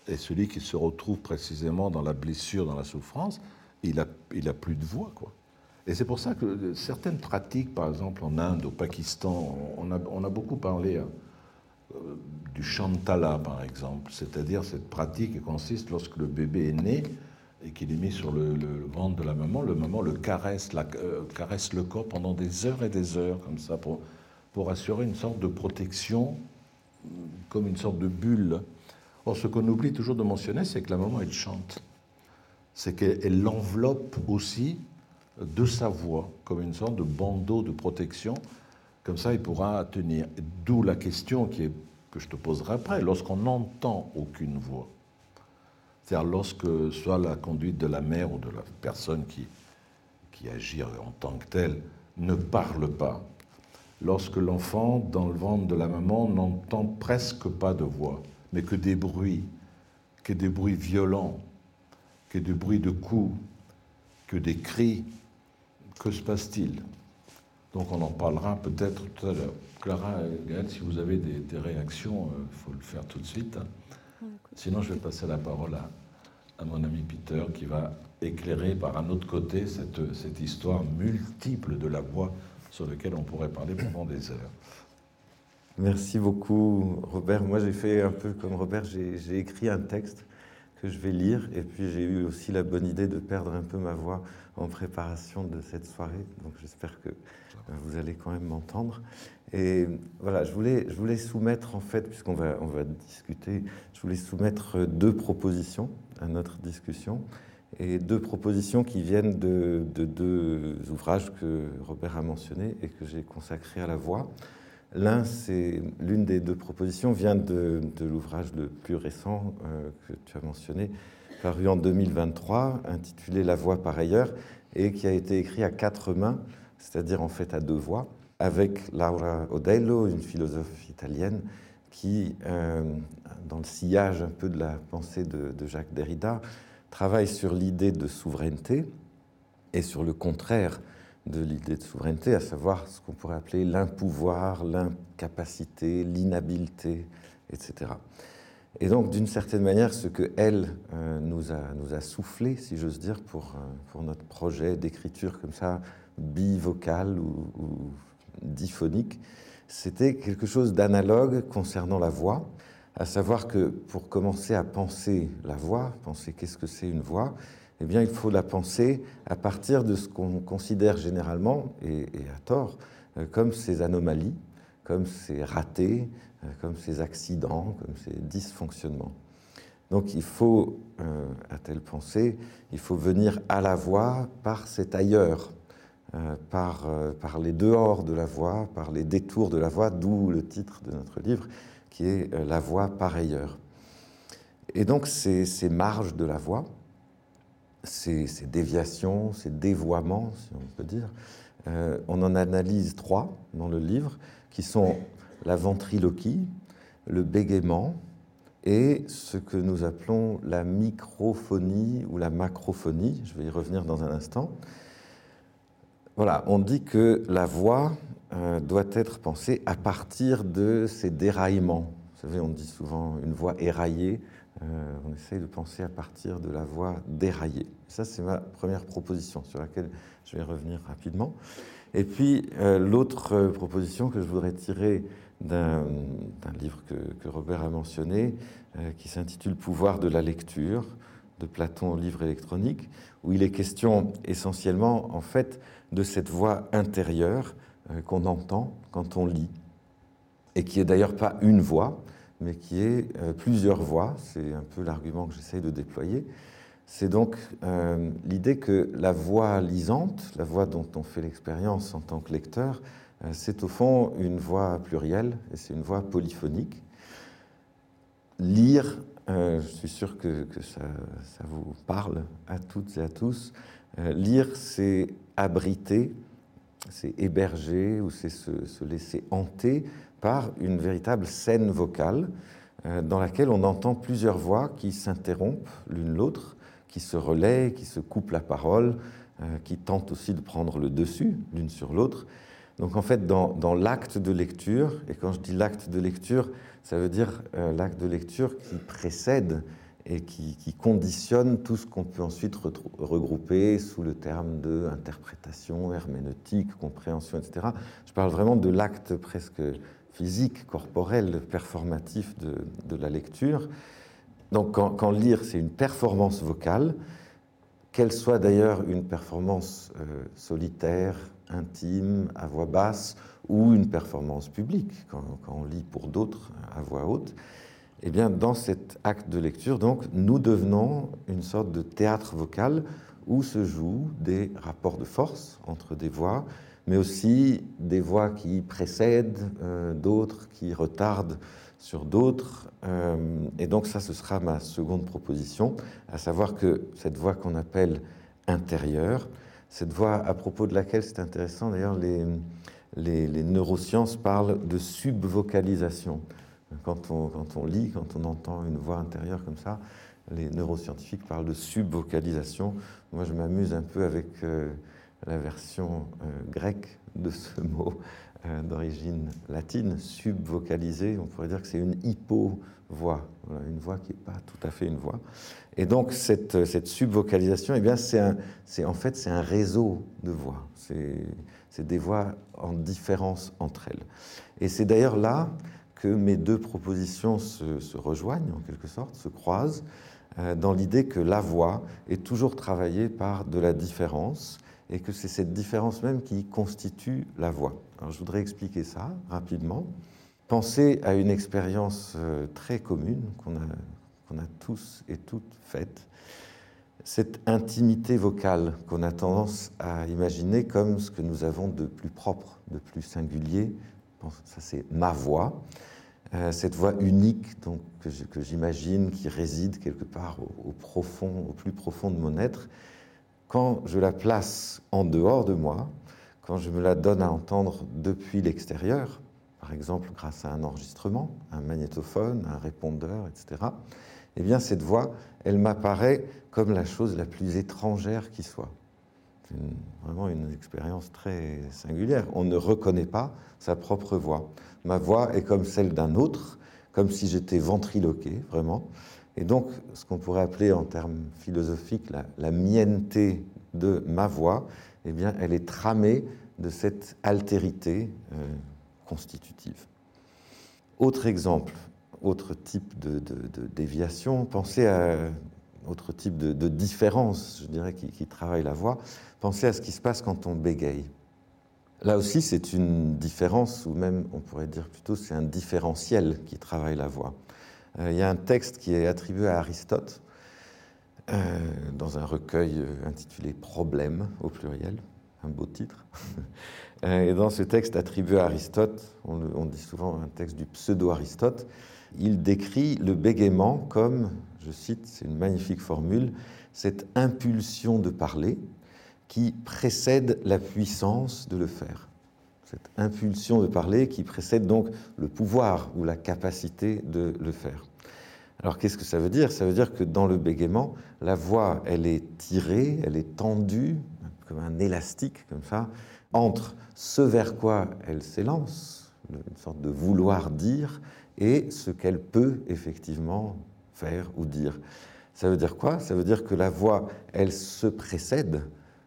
Et celui qui se retrouve précisément dans la blessure, dans la souffrance, il n'a il a plus de voix, quoi. Et c'est pour ça que certaines pratiques, par exemple en Inde, au Pakistan, on a, on a beaucoup parlé euh, du chantala, par exemple, c'est-à-dire cette pratique qui consiste lorsque le bébé est né et qu'il est mis sur le, le ventre de la maman, le maman le caresse, la, euh, caresse le corps pendant des heures et des heures, comme ça, pour, pour assurer une sorte de protection, comme une sorte de bulle. Or, ce qu'on oublie toujours de mentionner, c'est que la maman, elle chante. C'est qu'elle l'enveloppe aussi de sa voix, comme une sorte de bandeau de protection. Comme ça, il pourra tenir. D'où la question qui est, que je te poserai après. Lorsqu'on n'entend aucune voix, c'est-à-dire lorsque soit la conduite de la mère ou de la personne qui, qui agit en tant que telle ne parle pas, lorsque l'enfant, dans le ventre de la maman, n'entend presque pas de voix, mais que des bruits, que des bruits violents, que des bruits de coups, que des cris, que se passe-t-il? Donc on en parlera peut-être tout à l'heure. Clara et Gaëlle, si vous avez des, des réactions, il euh, faut le faire tout de suite. Sinon, je vais passer la parole à, à mon ami Peter, qui va éclairer par un autre côté cette, cette histoire multiple de la voix sur laquelle on pourrait parler pendant des heures. Merci beaucoup, Robert. Moi, j'ai fait un peu comme Robert, j'ai, j'ai écrit un texte que je vais lire, et puis j'ai eu aussi la bonne idée de perdre un peu ma voix en préparation de cette soirée, donc j'espère que vous allez quand même m'entendre. Et voilà, je voulais, je voulais soumettre, en fait, puisqu'on va, on va discuter, je voulais soumettre deux propositions à notre discussion, et deux propositions qui viennent de, de deux ouvrages que Robert a mentionnés et que j'ai consacrés à la voix. L'un, c'est l'une des deux propositions vient de, de l'ouvrage le plus récent euh, que tu as mentionné, paru en deux mille vingt-trois, intitulé La voix par ailleurs, et qui a été écrit à quatre mains, c'est-à-dire en fait à deux voix, avec Laura Odello, une philosophe italienne, qui, euh, dans le sillage un peu de la pensée de, de Jacques Derrida, travaille sur l'idée de souveraineté et sur le contraire de l'idée de souveraineté, à savoir ce qu'on pourrait appeler l'impouvoir, l'incapacité, l'inhabileté, et cetera. Et donc, d'une certaine manière, ce qu'elle euh, nous, a, nous a soufflé, si j'ose dire, pour, euh, pour notre projet d'écriture comme ça, bivocale ou, ou diphonique, c'était quelque chose d'analogue concernant la voix, à savoir que pour commencer à penser la voix, penser qu'est-ce que c'est une voix, eh bien, il faut la penser à partir de ce qu'on considère généralement, et, et à tort, euh, comme ces anomalies, comme ces ratés, euh, comme ces accidents, comme ces dysfonctionnements. Donc il faut, euh, a-t-elle pensé, il faut venir à la voix par cet ailleurs, euh, par, euh, par les dehors de la voix, par les détours de la voix, d'où le titre de notre livre, qui est euh, « La voix par ailleurs ». Et donc ces, ces marges de la voix, Ces, ces déviations, ces dévoiements, si on peut dire. Euh, on en analyse trois dans le livre, qui sont la ventriloquie, le bégaiement et ce que nous appelons la microphonie ou la macrophonie. Je vais y revenir dans un instant. Voilà, on dit que la voix euh, doit être pensée à partir de ces déraillements. Vous savez, on dit souvent une voix éraillée. Euh, on essaye de penser à partir de la voix déraillée. Ça, c'est ma première proposition sur laquelle je vais revenir rapidement. Et puis, euh, l'autre proposition que je voudrais tirer d'un, d'un livre que, que Robert a mentionné, euh, qui s'intitule « Pouvoir de la lecture » de Platon au livre électronique, où il est question essentiellement, en fait, de cette voix intérieure euh, qu'on entend quand on lit, et qui est d'ailleurs pas une voix, mais qui est euh, plusieurs voix. C'est un peu l'argument que j'essaye de déployer. C'est donc euh, l'idée que la voix lisante, la voix dont on fait l'expérience en tant que lecteur, euh, c'est au fond une voix plurielle, et c'est une voix polyphonique. Lire, euh, je suis sûr que, que ça, ça vous parle à toutes et à tous, euh, lire, c'est abriter, c'est héberger, ou c'est se, se laisser hanter par une véritable scène vocale euh, dans laquelle on entend plusieurs voix qui s'interrompent l'une l'autre, qui se relaient, qui se coupent la parole, euh, qui tentent aussi de prendre le dessus l'une sur l'autre. Donc en fait, dans, dans l'acte de lecture, et quand je dis l'acte de lecture, ça veut dire euh, l'acte de lecture qui précède et qui, qui conditionne tout ce qu'on peut ensuite regrouper sous le terme d'interprétation, herméneutique, compréhension, et cetera. Je parle vraiment de l'acte presque physique, corporel, performatif de, de la lecture. Donc quand, quand lire, c'est une performance vocale, qu'elle soit d'ailleurs une performance euh, solitaire, intime, à voix basse, ou une performance publique, quand, quand on lit pour d'autres à voix haute, eh bien, dans cet acte de lecture, donc, nous devenons une sorte de théâtre vocal où se jouent des rapports de force entre des voix, mais aussi des voix qui précèdent euh, d'autres, qui retardent sur d'autres. Euh, et donc ça, ce sera ma seconde proposition, à savoir que cette voix qu'on appelle intérieure, cette voix à propos de laquelle c'est intéressant, d'ailleurs, les, les, les neurosciences parlent de subvocalisation. Quand on, quand on lit, quand on entend une voix intérieure comme ça, les neuroscientifiques parlent de subvocalisation. Moi, je m'amuse un peu avec euh, la version euh, grecque de ce mot euh, d'origine latine, subvocaliser. On pourrait dire que c'est une hypo-voix, voilà, une voix qui n'est pas tout à fait une voix. Et donc, cette, cette subvocalisation, eh bien, c'est un, c'est, en fait, c'est un réseau de voix. C'est, c'est des voix en différence entre elles. Et c'est d'ailleurs là que mes deux propositions se, se rejoignent, en quelque sorte, se croisent, euh, dans l'idée que la voix est toujours travaillée par de la différence, et que c'est cette différence même qui constitue la voix. Alors, je voudrais expliquer ça rapidement. Pensez à une expérience euh, très commune qu'on a, qu'on a tous et toutes faite, cette intimité vocale qu'on a tendance à imaginer comme ce que nous avons de plus propre, de plus singulier. Ça, c'est ma voix, euh, cette voix unique donc, que, je, que j'imagine qui réside quelque part au, au, profond, au plus profond de mon être. Quand je la place en dehors de moi, quand je me la donne à entendre depuis l'extérieur, par exemple grâce à un enregistrement, un magnétophone, un répondeur, et cetera, eh bien cette voix, elle m'apparaît comme la chose la plus étrangère qui soit. C'est une, vraiment une expérience très singulière. On ne reconnaît pas sa propre voix. Ma voix est comme celle d'un autre, comme si j'étais ventriloqué, vraiment. Et donc, ce qu'on pourrait appeler en termes philosophiques la, la mienneté de ma voix, eh bien, elle est tramée de cette altérité euh, constitutive. Autre exemple, autre type de, de, de déviation, pensez à autre type de, de différence, je dirais, qui, qui travaille la voix. Pensez à ce qui se passe quand on bégaye. Là aussi, c'est une différence, ou même, on pourrait dire plutôt, c'est un différentiel qui travaille la voix. Euh, il y a un texte qui est attribué à Aristote, euh, dans un recueil intitulé « Problèmes » au pluriel, un beau titre. Et dans ce texte attribué à Aristote, on, on dit souvent un texte du pseudo-Aristote, il décrit le bégaiement comme, je cite, c'est une magnifique formule, cette impulsion de parler qui précède la puissance de le faire. Cette impulsion de parler qui précède donc le pouvoir ou la capacité de le faire. Alors qu'est-ce que ça veut dire ? Ça veut dire que dans le bégaiement, la voix, elle est tirée, elle est tendue, comme un élastique, comme ça, entre ce vers quoi elle s'élance, une sorte de vouloir dire, et ce qu'elle peut effectivement faire ou dire. Ça veut dire quoi ? Ça veut dire que la voix, elle se précède,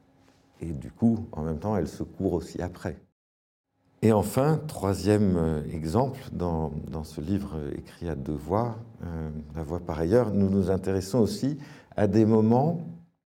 et du coup, en même temps, elle se court aussi après. Et enfin, troisième exemple, dans, dans ce livre écrit à deux voix, euh, la voix par ailleurs, nous nous intéressons aussi à des moments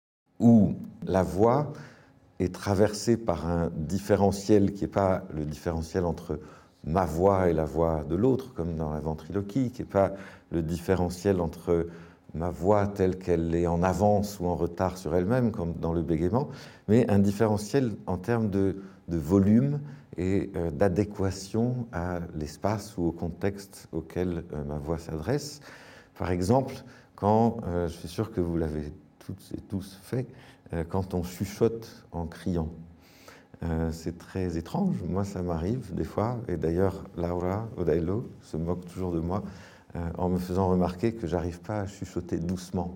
où la voix est traversée par un différentiel qui n'est pas le différentiel entre ma voix et la voix de l'autre, comme dans la ventriloquie, qui n'est pas le différentiel entre ma voix telle qu'elle est en avance ou en retard sur elle-même, comme dans le bégaiement, mais un différentiel en termes de, de volume et euh, d'adéquation à l'espace ou au contexte auquel euh, ma voix s'adresse. Par exemple, quand, euh, je suis sûr que vous l'avez toutes et tous fait, euh, quand on chuchote en criant. Euh, c'est très étrange, moi ça m'arrive des fois, et d'ailleurs Laura Odailo se moque toujours de moi euh, en me faisant remarquer que j'arrive pas à chuchoter doucement.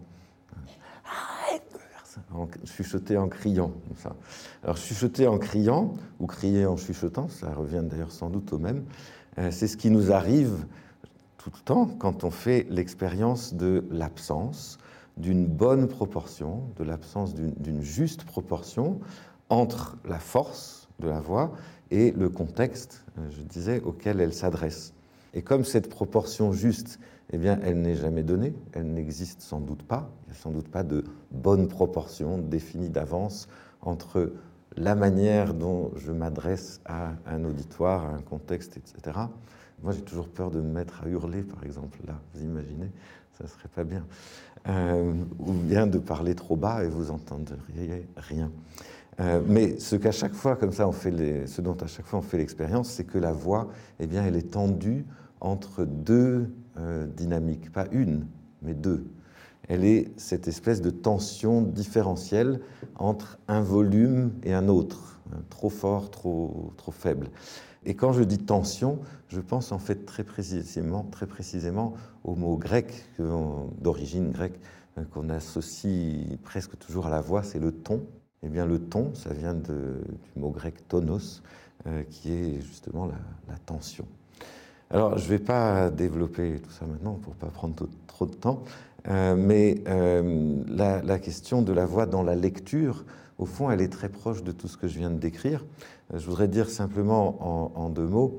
En, chuchoter en criant. Comme ça. Alors chuchoter en criant, ou crier en chuchotant, ça revient d'ailleurs sans doute au même, euh, c'est ce qui nous arrive tout le temps quand on fait l'expérience de l'absence d'une bonne proportion, de l'absence d'une, d'une juste proportion entre la force de la voix et le contexte, je disais, auquel elle s'adresse. Et comme cette proportion juste, eh bien, elle n'est jamais donnée, elle n'existe sans doute pas, il n'y a sans doute pas de bonne proportion définie d'avance entre la manière dont je m'adresse à un auditoire, à un contexte, et cetera. Moi, j'ai toujours peur de me mettre à hurler, par exemple, là, vous imaginez, ça ne serait pas bien. Euh, ou bien de parler trop bas et vous entendriez rien. Euh, mais ce qu'à chaque fois, comme ça, on fait les, ce dont à chaque fois on fait l'expérience, c'est que la voix, eh bien, elle est tendue entre deux euh, dynamiques, pas une, mais deux. Elle est cette espèce de tension différentielle entre un volume et un autre, hein, trop fort, trop, trop faible. Et quand je dis tension, je pense en fait très précisément, très précisément au mot grec, d'origine grecque, qu'on associe presque toujours à la voix, c'est le ton. Eh bien, le ton, ça vient de, du mot grec tonos, euh, qui est justement la, la tension. Alors, je ne vais pas développer tout ça maintenant pour ne pas prendre trop, trop de temps, euh, mais euh, la, la question de la voix dans la lecture, au fond, elle est très proche de tout ce que je viens de décrire. Euh, je voudrais dire simplement en, en deux mots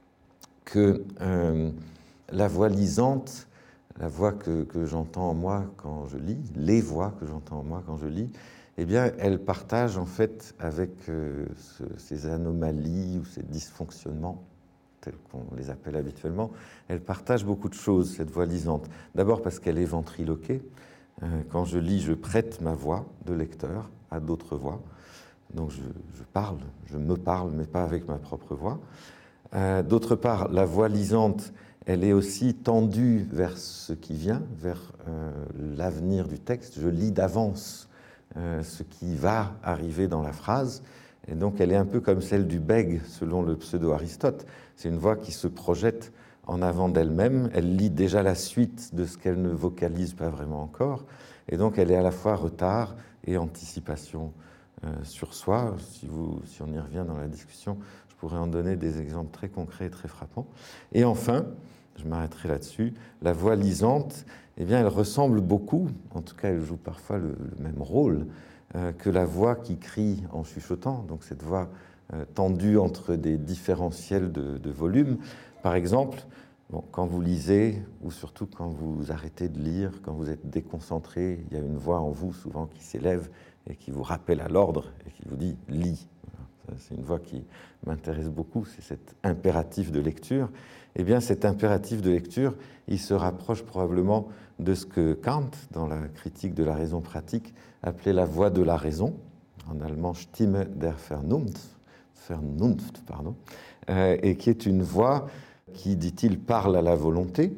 que euh, la voix lisante, la voix que, que j'entends en moi quand je lis, les voix que j'entends en moi quand je lis, eh bien, elles partagent en fait avec euh, ce, ces anomalies ou ces dysfonctionnements, tels qu'on les appelle habituellement, elles partagent beaucoup de choses, cette voix lisante. D'abord parce qu'elle est ventriloquée. Euh, quand je lis, je prête ma voix de lecteur à d'autres voix. Donc je, je parle, je me parle, mais pas avec ma propre voix. Euh, d'autre part, la voix lisante, elle est aussi tendue vers ce qui vient, vers euh, l'avenir du texte. Je lis d'avance euh, ce qui va arriver dans la phrase. Et donc, elle est un peu comme celle du bègue, selon le pseudo-Aristote. C'est une voix qui se projette en avant d'elle-même. Elle lit déjà la suite de ce qu'elle ne vocalise pas vraiment encore. Et donc, elle est à la fois retard et anticipation euh, sur soi. Si, vous, si on y revient dans la discussion, je pourrais en donner des exemples très concrets et très frappants. Et enfin, je m'arrêterai là-dessus, la voix lisante, eh bien, elle ressemble beaucoup, en tout cas, elle joue parfois le, le même rôle, euh, que la voix qui crie en chuchotant, donc cette voix euh, tendue entre des différentiels de, de volume. Par exemple, bon, quand vous lisez, ou surtout quand vous arrêtez de lire, quand vous êtes déconcentré, il y a une voix en vous souvent qui s'élève et qui vous rappelle à l'ordre et qui vous dit « lis ». C'est une voix qui m'intéresse beaucoup, c'est cet impératif de lecture. Eh bien, cet impératif de lecture, il se rapproche probablement de ce que Kant, dans la critique de la raison pratique, appelait la voix de la raison, en allemand Stimme der Vernunft, Vernunft pardon, euh, et qui est une voix qui, dit-il, parle à la volonté,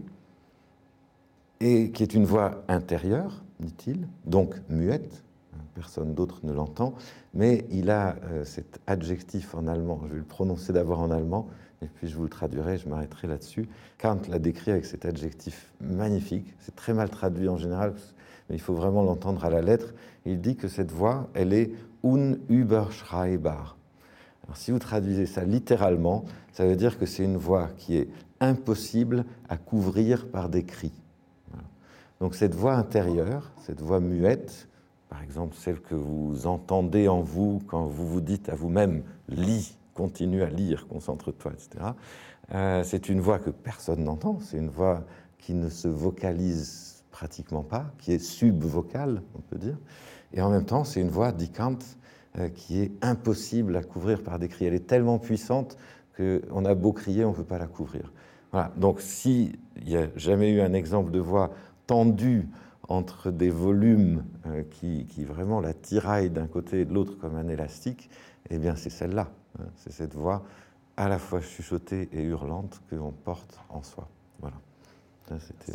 et qui est une voix intérieure, dit-il, donc muette, personne d'autre ne l'entend, mais il a euh, cet adjectif en allemand, je vais le prononcer d'abord en allemand, et puis je vous le traduirai, je m'arrêterai là-dessus. Kant l'a décrit avec cet adjectif magnifique, c'est très mal traduit en général, mais il faut vraiment l'entendre à la lettre. Il dit que cette voix, elle est unüberschreibar. Alors si vous traduisez ça littéralement, ça veut dire que c'est une voix qui est impossible à couvrir par des cris. Voilà. Donc cette voix intérieure, cette voix muette, par exemple celle que vous entendez en vous quand vous vous dites à vous-même « lis », continue à lire, concentre-toi, et cetera. Euh, c'est une voix que personne n'entend, c'est une voix qui ne se vocalise pratiquement pas, qui est subvocale, on peut dire. Et en même temps, c'est une voix, dit Kant, euh, qui est impossible à couvrir par des cris. Elle est tellement puissante qu'on a beau crier, on ne peut pas la couvrir. Voilà. Donc, s'il n'y a jamais eu un exemple de voix tendue entre des volumes euh, qui, qui vraiment la tiraillent d'un côté et de l'autre comme un élastique, eh bien, c'est celle-là. C'est cette voix à la fois chuchotée et hurlante que l'on porte en soi. Voilà. Ça, c'était...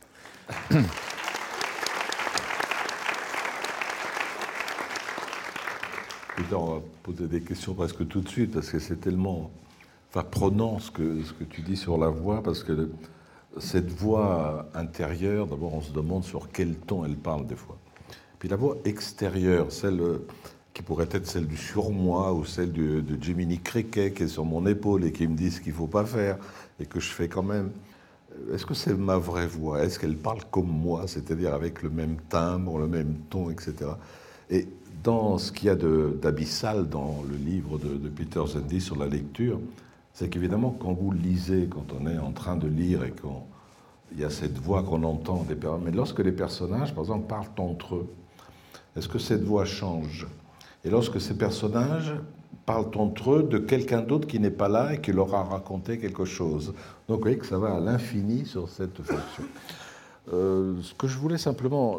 Peter, on va poser des questions presque tout de suite, parce que c'est tellement enfin, prenant ce que, ce que tu dis sur la voix, parce que le, cette voix intérieure, d'abord on se demande sur quel ton elle parle des fois. Puis la voix extérieure, celle qui pourrait être celle du surmoi ou celle du, de Jiminy Cricket qui est sur mon épaule et qui me dit ce qu'il ne faut pas faire et que je fais quand même. est-ce que c'est ma vraie voix? Est-ce qu'elle parle comme moi, c'est-à-dire avec le même timbre, le même ton, et cetera. Et dans ce qu'il y a de, d'abyssal dans le livre de, de Peter Zendy sur la lecture, c'est qu'évidemment, quand vous lisez, quand on est en train de lire et qu'il y a cette voix qu'on entend, des, mais lorsque les personnages, par exemple, parlent entre eux, est-ce que cette voix change? Et lorsque ces personnages parlent entre eux de quelqu'un d'autre qui n'est pas là et qui leur a raconté quelque chose. Donc vous voyez que ça va à l'infini sur cette fonction. Euh, ce que je voulais simplement,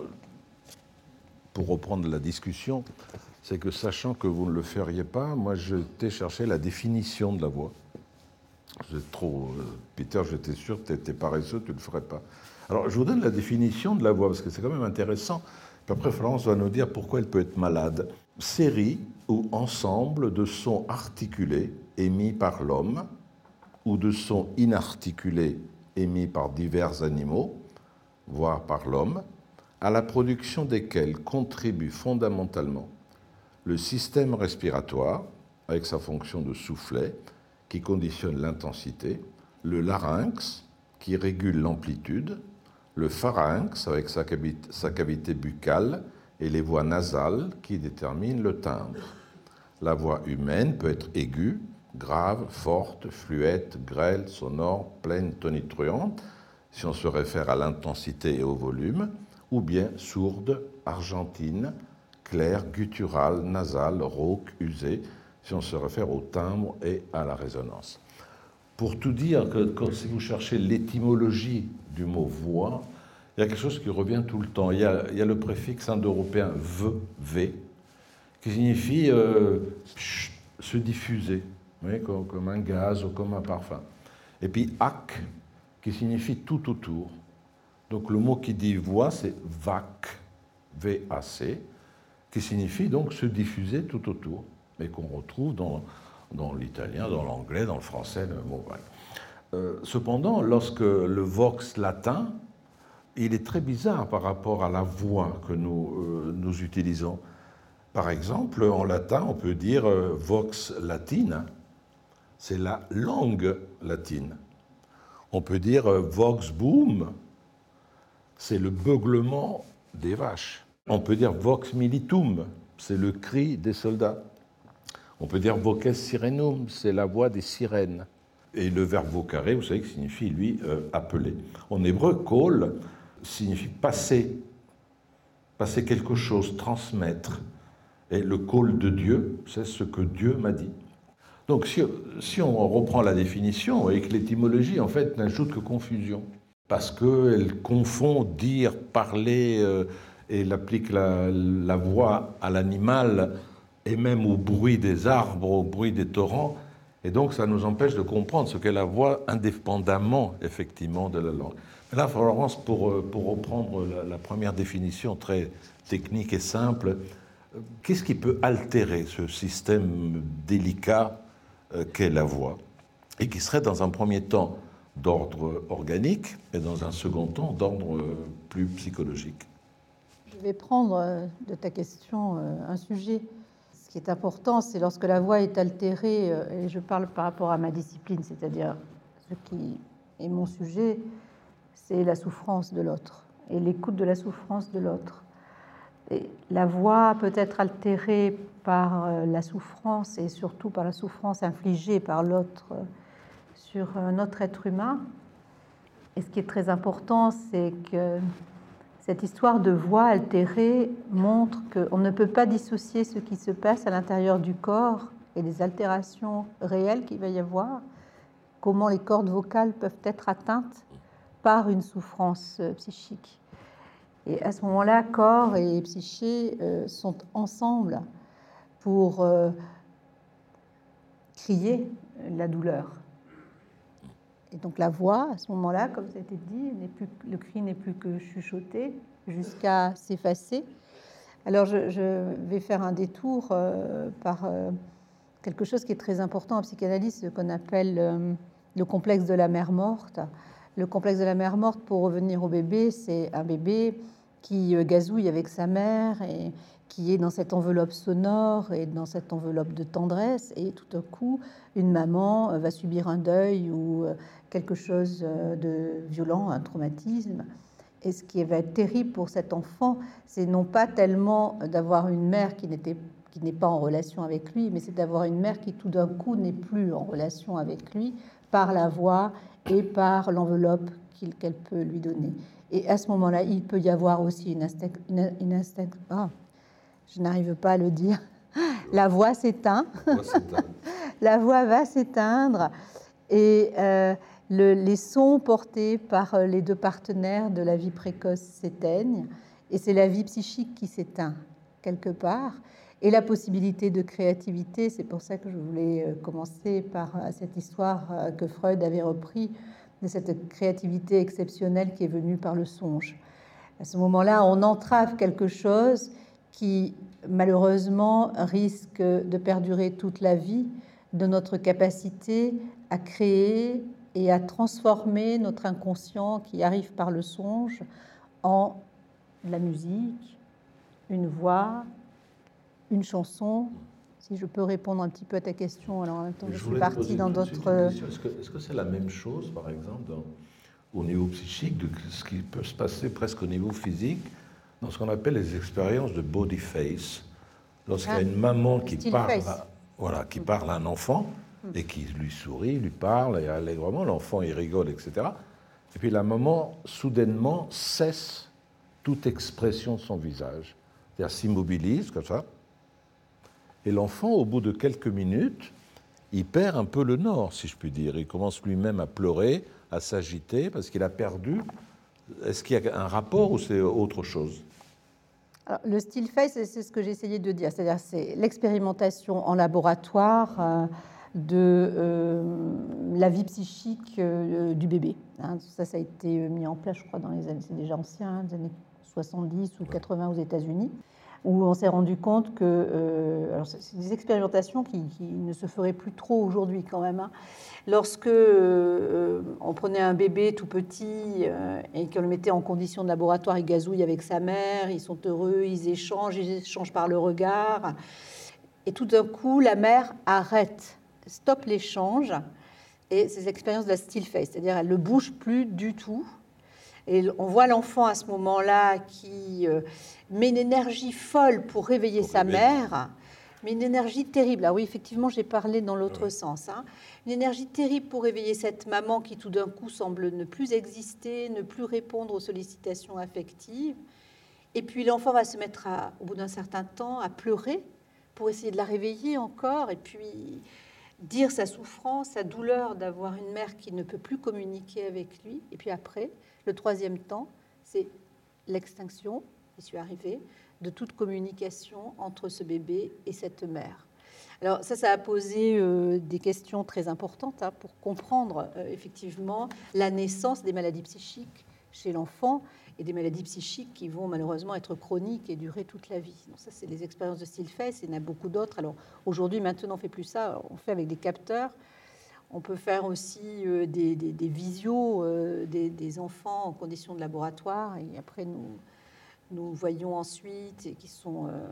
pour reprendre la discussion, c'est que sachant que vous ne le feriez pas, moi je t'ai cherché la définition de la voix. Vous êtes trop... Euh, Peter, j'étais sûr que tu étais paresseux, tu ne le ferais pas. Alors je vous donne la définition de la voix, parce que c'est quand même intéressant. Puis après, Florence va nous dire pourquoi elle peut être malade. Série ou ensemble de sons articulés émis par l'homme ou de sons inarticulés émis par divers animaux, voire par l'homme, à la production desquels contribue fondamentalement le système respiratoire, avec sa fonction de soufflet, qui conditionne l'intensité, le larynx, qui régule l'amplitude, le pharynx, avec sa cavité, sa cavité buccale, et les voies nasales qui déterminent le timbre. La voix humaine peut être aiguë, grave, forte, fluette, grêle, sonore, pleine, tonitruante, si on se réfère à l'intensité et au volume, ou bien sourde, argentine, claire, gutturale, nasale, rauque, usée, si on se réfère au timbre et à la résonance. Pour tout dire, que, que si vous cherchez l'étymologie du mot voix, il y a quelque chose qui revient tout le temps. Il y a, il y a le préfixe indo-européen v, v, qui signifie euh, psh, se diffuser, oui, comme, comme un gaz ou comme un parfum. Et puis ac, qui signifie tout autour. Donc le mot qui dit voix, c'est vac, V A C, qui signifie donc se diffuser tout autour, mais qu'on retrouve dans, dans l'italien, dans l'anglais, dans le français, le mot vac. Euh, cependant, lorsque le vox latin, il est très bizarre par rapport à la voix que nous, euh, nous utilisons. Par exemple, en latin, on peut dire euh, vox latina, c'est la langue latine. On peut dire euh, vox boom, c'est le beuglement des vaches. On peut dire vox militum, c'est le cri des soldats. On peut dire voces sirenum, c'est la voix des sirènes. Et le verbe vocare, vous savez, que signifie, lui, euh, appeler. En hébreu, call signifie passer, passer quelque chose, transmettre. Et le call de Dieu, c'est ce que Dieu m'a dit. Donc, si, si on reprend la définition, vous voyez que l'étymologie, en fait, n'ajoute que confusion. Parce qu'elle confond dire, parler, euh, et elle applique la, la voix à l'animal, et même au bruit des arbres, au bruit des torrents. Et donc, ça nous empêche de comprendre ce qu'est la voix indépendamment, effectivement, de la langue. Mais là, Florence, pour, pour reprendre la, la première définition très technique et simple, qu'est-ce qui peut altérer ce système délicat euh, qu'est la voix, et qui serait, dans un premier temps, d'ordre organique, et dans un second temps, d'ordre plus psychologique? Je vais prendre de ta question un sujet. Ce qui est important, c'est lorsque la voix est altérée, et je parle par rapport à ma discipline, c'est-à-dire ce qui est mon sujet, c'est la souffrance de l'autre, et l'écoute de la souffrance de l'autre. Et la voix peut être altérée par la souffrance, et surtout par la souffrance infligée par l'autre sur un autre être humain. Et ce qui est très important, c'est que cette histoire de voix altérée montre qu'on ne peut pas dissocier ce qui se passe à l'intérieur du corps et les altérations réelles qu'il va y avoir, comment les cordes vocales peuvent être atteintes par une souffrance psychique. Et à ce moment-là, corps et psyché euh, sont ensemble pour euh, crier la douleur. Et donc la voix, à ce moment-là, comme ça a été dit, n'est plus, le cri n'est plus que chuchoté jusqu'à s'effacer. Alors je, je vais faire un détour euh, par euh, quelque chose qui est très important en psychanalyse, ce qu'on appelle euh, le complexe de la mère morte. Le complexe de la mère morte, pour revenir au bébé, c'est un bébé qui gazouille avec sa mère et qui est dans cette enveloppe sonore et dans cette enveloppe de tendresse, et tout à coup, une maman va subir un deuil ou quelque chose de violent, un traumatisme. Et ce qui va être terrible pour cet enfant, c'est non pas tellement d'avoir une mère qui n'était qui n'est pas en relation avec lui, mais c'est d'avoir une mère qui tout d'un coup n'est plus en relation avec lui par la voix et par l'enveloppe qu'il, qu'elle peut lui donner. Et à ce moment-là, il peut y avoir aussi une instinct, une, une instinct, oh, je n'arrive pas à le dire. La voix s'éteint. La voix va s'éteindre et euh, le, les sons portés par les deux partenaires de la vie précoce s'éteignent et c'est la vie psychique qui s'éteint quelque part. Et la possibilité de créativité, c'est pour ça que je voulais commencer par cette histoire que Freud avait repris, de cette créativité exceptionnelle qui est venue par le songe. À ce moment-là, on entrave quelque chose qui, malheureusement, risque de perdurer toute la vie, de notre capacité à créer et à transformer notre inconscient qui arrive par le songe en la musique, une voix, une chanson. Si je peux répondre un petit peu à ta question, alors en même temps je, je suis partie dans d'autres... Est-ce que est-ce que c'est la même chose, par exemple, dans, au niveau psychique, de ce qui peut se passer presque au niveau physique, dans ce qu'on appelle les expériences de body face, lorsqu'il ah, y a une maman qui parle, à, voilà, qui parle à un enfant et qui lui sourit, lui parle, et allègrement, l'enfant il rigole, et cetera. Et puis la maman, soudainement, cesse toute expression de son visage, c'est-à-dire s'immobilise comme ça. Et l'enfant, au bout de quelques minutes, il perd un peu le nord, si je puis dire. Il commence lui-même à pleurer, à s'agiter, parce qu'il a perdu. Est-ce qu'il y a un rapport ou c'est autre chose? Alors, le still face, c'est ce que j'essayais de dire. C'est-à-dire c'est l'expérimentation en laboratoire euh, de euh, la vie psychique euh, du bébé. Hein. Ça, ça a été mis en place, je crois, dans les années, c'est déjà ancien, hein, des années soixante-dix ou quatre-vingts aux États-Unis, où on s'est rendu compte que, euh, alors c'est des expérimentations qui, qui ne se feraient plus trop aujourd'hui quand même. Hein. Lorsque euh, on prenait un bébé tout petit euh, et qu'on le mettait en condition de laboratoire, il gazouille avec sa mère, ils sont heureux, ils échangent, ils échangent par le regard, et tout d'un coup, la mère arrête, stoppe l'échange, et ces expériences de la still face, c'est-à-dire elle ne bouge plus du tout. Et on voit l'enfant à ce moment-là qui euh, met une énergie folle pour réveiller pour sa réveiller. mère, mais une énergie terrible. Ah oui, effectivement, j'ai parlé dans l'autre ouais. sens. Hein. Une énergie terrible pour réveiller cette maman qui, tout d'un coup, semble ne plus exister, ne plus répondre aux sollicitations affectives. Et puis l'enfant va se mettre, à, au bout d'un certain temps, à pleurer pour essayer de la réveiller encore, et puis dire sa souffrance, sa douleur d'avoir une mère qui ne peut plus communiquer avec lui. Et puis après, le troisième temps, c'est l'extinction, j'y suis arrivée, de toute communication entre ce bébé et cette mère. Alors ça, ça a posé euh, des questions très importantes hein, pour comprendre euh, effectivement la naissance des maladies psychiques chez l'enfant et des maladies psychiques qui vont malheureusement être chroniques et durer toute la vie. Donc ça, c'est les expériences de still face, il y en a beaucoup d'autres. Alors aujourd'hui, maintenant, on ne fait plus ça, on fait avec des capteurs. On peut faire aussi euh, des, des, des visios euh, des, des enfants en conditions de laboratoire, et après nous, nous voyons ensuite et qui sont euh,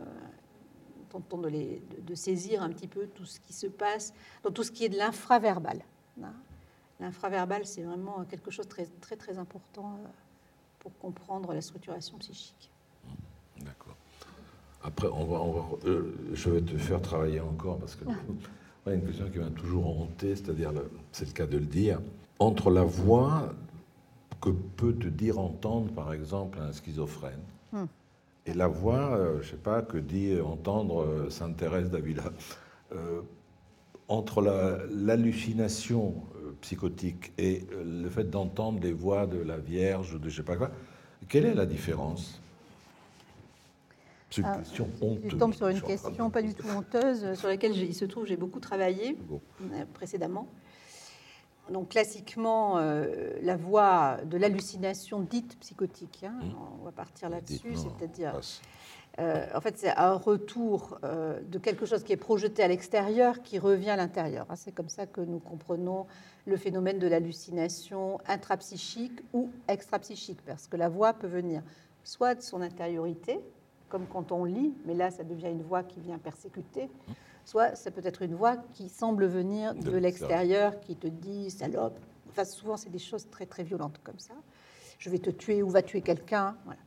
tentons de, les, de, de saisir un petit peu tout ce qui se passe dans tout ce qui est de l'infraverbal. Hein. L'infraverbal, c'est vraiment quelque chose de très très très important euh, pour comprendre la structuration psychique. D'accord. Après, on va, on va euh, je vais te faire travailler encore parce que. Il y a une question qui m'a toujours hanté, c'est-à-dire, le, c'est le cas de le dire, entre la voix que peut te dire entendre, par exemple, un schizophrène, hum. et la voix, euh, je ne sais pas, que dit entendre euh, Sainte Thérèse d'Avila. Euh, entre la, l'hallucination euh, psychotique et euh, le fait d'entendre des voix de la Vierge, de je ne sais pas quoi, quelle est la différence ? C'est une ah, question honteuse. Je tombe sur une question pas du tout honteuse, sur laquelle il se trouve j'ai beaucoup travaillé bon. précédemment. Donc classiquement, euh, la voie de l'hallucination dite psychotique, hein, mmh. on va partir là-dessus, c'est-à-dire, euh, en fait, c'est un retour euh, de quelque chose qui est projeté à l'extérieur, qui revient à l'intérieur. Hein, c'est comme ça que nous comprenons le phénomène de l'hallucination intrapsychique ou extrapsychique, parce que la voix peut venir soit de son intériorité, comme quand on lit, mais là ça devient une voix qui vient persécuter, soit ça peut être une voix qui semble venir de l'extérieur, qui te dit salope. Enfin, souvent c'est des choses très très violentes comme ça. Je vais te tuer ou va tuer quelqu'un. Voilà.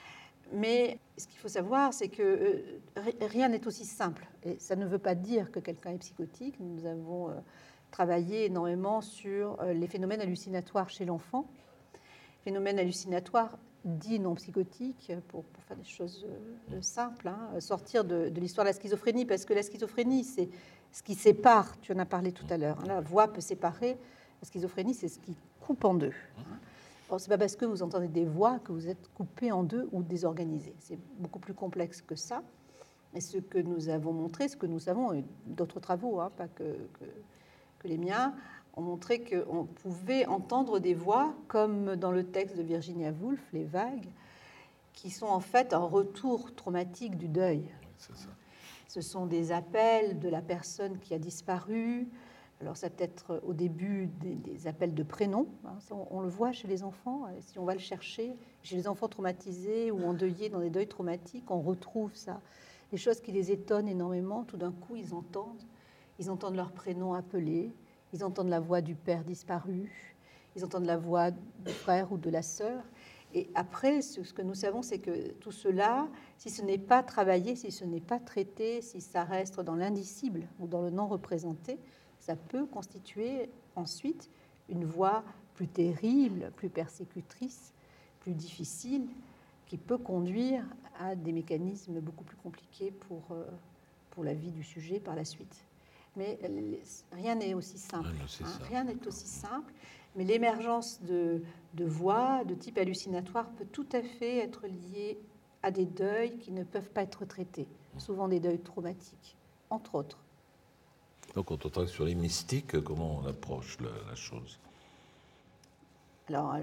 Mais ce qu'il faut savoir, c'est que euh, rien n'est aussi simple. Et ça ne veut pas dire que quelqu'un est psychotique. Nous avons euh, travaillé énormément sur euh, les phénomènes hallucinatoires chez l'enfant. Phénomènes hallucinatoires dits non psychotiques, pour, pour faire des choses euh, simples, hein, sortir de, de l'histoire de la schizophrénie, parce que la schizophrénie, c'est ce qui sépare. Tu en as parlé tout à l'heure. Hein, la voix peut séparer. La schizophrénie, c'est ce qui coupe en deux. Hein. Ce n'est pas parce que vous entendez des voix que vous êtes coupé en deux ou désorganisé. C'est beaucoup plus complexe que ça. Et ce que nous avons montré, ce que nous savons, et d'autres travaux, hein, pas que, que, que les miens, ont montré qu'on pouvait entendre des voix, comme dans le texte de Virginia Woolf, Les Vagues, qui sont en fait un retour traumatique du deuil. C'est ça. Ce sont des appels de la personne qui a disparu. Alors, ça peut être au début des, des appels de prénoms. Hein, ça, on, on le voit chez les enfants. Si on va le chercher, chez les enfants traumatisés ou endeuillés dans des deuils traumatiques, on retrouve ça. Les choses qui les étonnent énormément, tout d'un coup, ils entendent. Ils entendent leur prénom appelé. Ils entendent la voix du père disparu. Ils entendent la voix du frère ou de la sœur. Et après, ce, ce que nous savons, c'est que tout cela, si ce n'est pas travaillé, si ce n'est pas traité, si ça reste dans l'indicible ou dans le non représenté, ça peut constituer ensuite une voie plus terrible, plus persécutrice, plus difficile, qui peut conduire à des mécanismes beaucoup plus compliqués pour, pour la vie du sujet par la suite. Mais rien n'est aussi simple. Ah, c'est hein, ça. Rien n'est aussi simple. Mais l'émergence de, de voix de type hallucinatoire peut tout à fait être liée à des deuils qui ne peuvent pas être traités, souvent des deuils traumatiques, entre autres. Donc, quand on travaille sur les mystiques, comment on approche la, la chose? Alors, euh,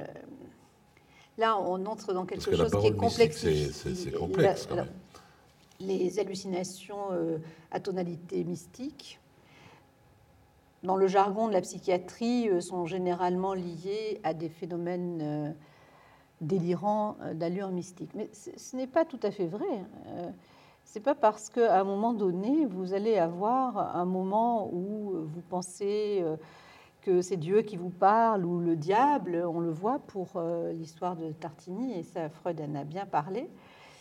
là, on entre dans quelque Parce que la chose qui est parole mystique, complexe. c'est- c'est- c'est complexe, quand même. Les hallucinations euh, à tonalité mystique, dans le jargon de la psychiatrie, euh, sont généralement liées à des phénomènes euh, délirants euh, d'allure mystique. Mais c- ce n'est pas tout à fait vrai. Euh, C'est pas parce qu'à un moment donné, vous allez avoir un moment où vous pensez que c'est Dieu qui vous parle ou le diable. On le voit pour l'histoire de Tartini, et ça, Freud en a bien parlé.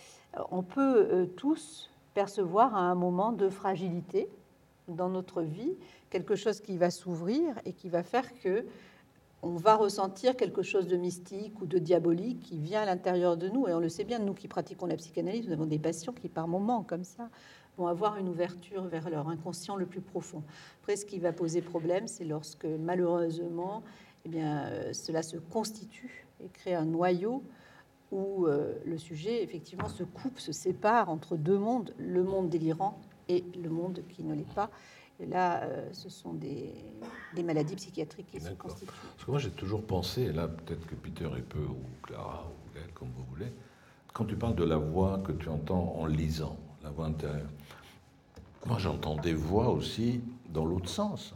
On peut tous percevoir à un moment de fragilité dans notre vie, quelque chose qui va s'ouvrir et qui va faire que on va ressentir quelque chose de mystique ou de diabolique qui vient à l'intérieur de nous. Et on le sait bien, nous qui pratiquons la psychanalyse, nous avons des patients qui, par moments, comme ça, vont avoir une ouverture vers leur inconscient le plus profond. Après, ce qui va poser problème, c'est lorsque, malheureusement, eh bien, euh, cela se constitue et crée un noyau où euh, le sujet, effectivement, se coupe, se sépare entre deux mondes, le monde délirant et le monde qui ne l'est pas. Et là, euh, ce sont des, des maladies psychiatriques qui se D'accord. constituent. Parce que moi, j'ai toujours pensé, et là, peut-être que Peter et peu, ou Clara, ou Gaël, comme vous voulez, quand tu parles de la voix que tu entends en lisant, la voix intérieure, moi, j'entends des voix aussi dans l'autre sens.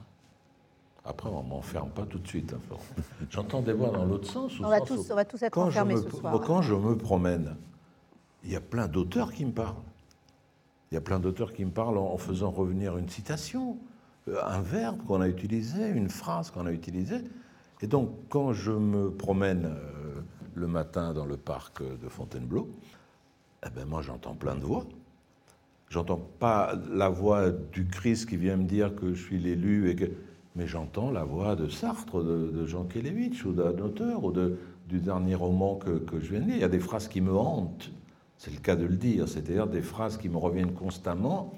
Après, on ne m'enferme pas tout de suite. Hein, j'entends des voix dans l'autre sens. On va, tous, on va tous être quand enfermés me, ce soir. Quand je me promène, il y a plein d'auteurs qui me parlent. Il y a plein d'auteurs qui me parlent en faisant revenir une citation, un verbe qu'on a utilisé, une phrase qu'on a utilisée. Et donc, quand je me promène euh, le matin dans le parc de Fontainebleau, eh ben moi, j'entends plein de voix. J'entends pas la voix du Christ qui vient me dire que je suis l'élu, et que... mais j'entends la voix de Sartre, de, de Jean Kelevitch, ou d'un auteur, ou de, du dernier roman que, que je viens de lire. Il y a des phrases qui me hantent. C'est le cas de le dire, c'est-à-dire des phrases qui me reviennent constamment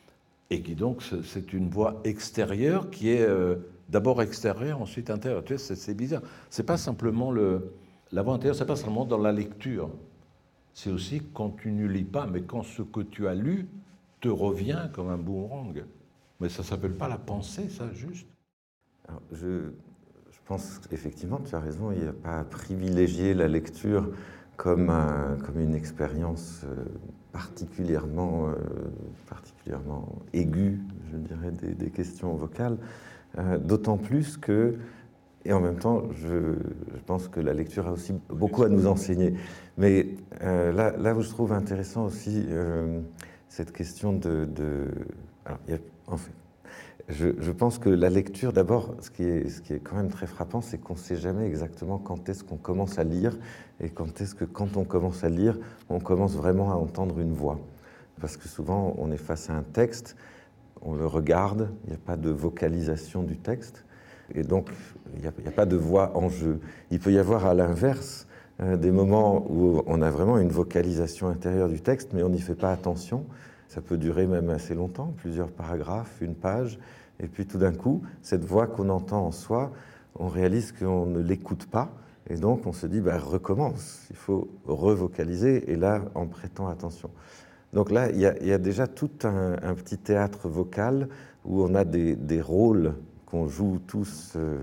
et qui donc, c'est une voix extérieure qui est euh, d'abord extérieure, ensuite intérieure. Tu sais, c'est bizarre. C'est pas simplement le... La voix intérieure, c'est pas seulement dans la lecture. C'est aussi quand tu ne lis pas, mais quand ce que tu as lu te revient comme un boomerang. Mais ça s'appelle pas la pensée, ça, juste? Alors, je, je pense qu'effectivement, tu as raison, il n'y a pas à privilégier la lecture comme, un, comme une expérience euh, particulièrement, euh, particulièrement aiguë, je dirais, des, des questions vocales, euh, d'autant plus que, et en même temps, je, je pense que la lecture a aussi beaucoup à nous enseigner. Mais euh, là, là où je trouve intéressant aussi euh, cette question de... de alors, il y a, en fait, je, je pense que la lecture, d'abord, ce qui est, ce qui est quand même très frappant, c'est qu'on ne sait jamais exactement quand est-ce qu'on commence à lire et quand est-ce que, quand on commence à lire, on commence vraiment à entendre une voix. Parce que souvent, on est face à un texte, on le regarde, il n'y a pas de vocalisation du texte, et donc il n'y a, a pas de voix en jeu. Il peut y avoir à l'inverse euh, des moments où on a vraiment une vocalisation intérieure du texte, mais on n'y fait pas attention. Ça peut durer même assez longtemps, plusieurs paragraphes, une page, et puis tout d'un coup, cette voix qu'on entend en soi, on réalise qu'on ne l'écoute pas, et donc on se dit, bah, recommence, il faut revocaliser, et là, en prêtant attention. Donc là, il y a, il y a déjà tout un, un petit théâtre vocal où on a des, des rôles qu'on joue tous, euh,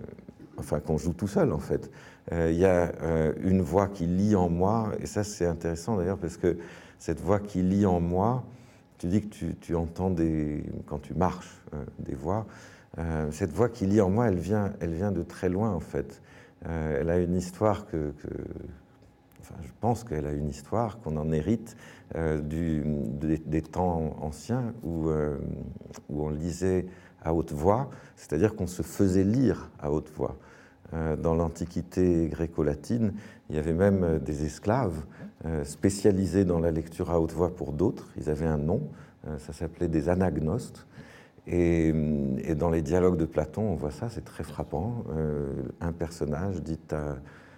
enfin qu'on joue tout seul en fait. Euh, il y a euh, une voix qui lit en moi, et ça c'est intéressant d'ailleurs parce que cette voix qui lit en moi, tu dis que tu, tu entends des, quand tu marches euh, des voix, euh, cette voix qui lit en moi, elle vient, elle vient de très loin en fait. Euh, elle a une histoire que, que enfin je pense qu'elle a une histoire, qu'on en hérite euh, du, des, des temps anciens où, euh, où on lisait à haute voix, c'est-à-dire qu'on se faisait lire à haute voix. Euh, dans l'Antiquité gréco-latine, il y avait même des esclaves euh, spécialisés dans la lecture à haute voix pour d'autres. Ils avaient un nom, euh, ça s'appelait des anagnostes. Et, et dans les dialogues de Platon, on voit ça, c'est très frappant. Euh, un personnage dit à,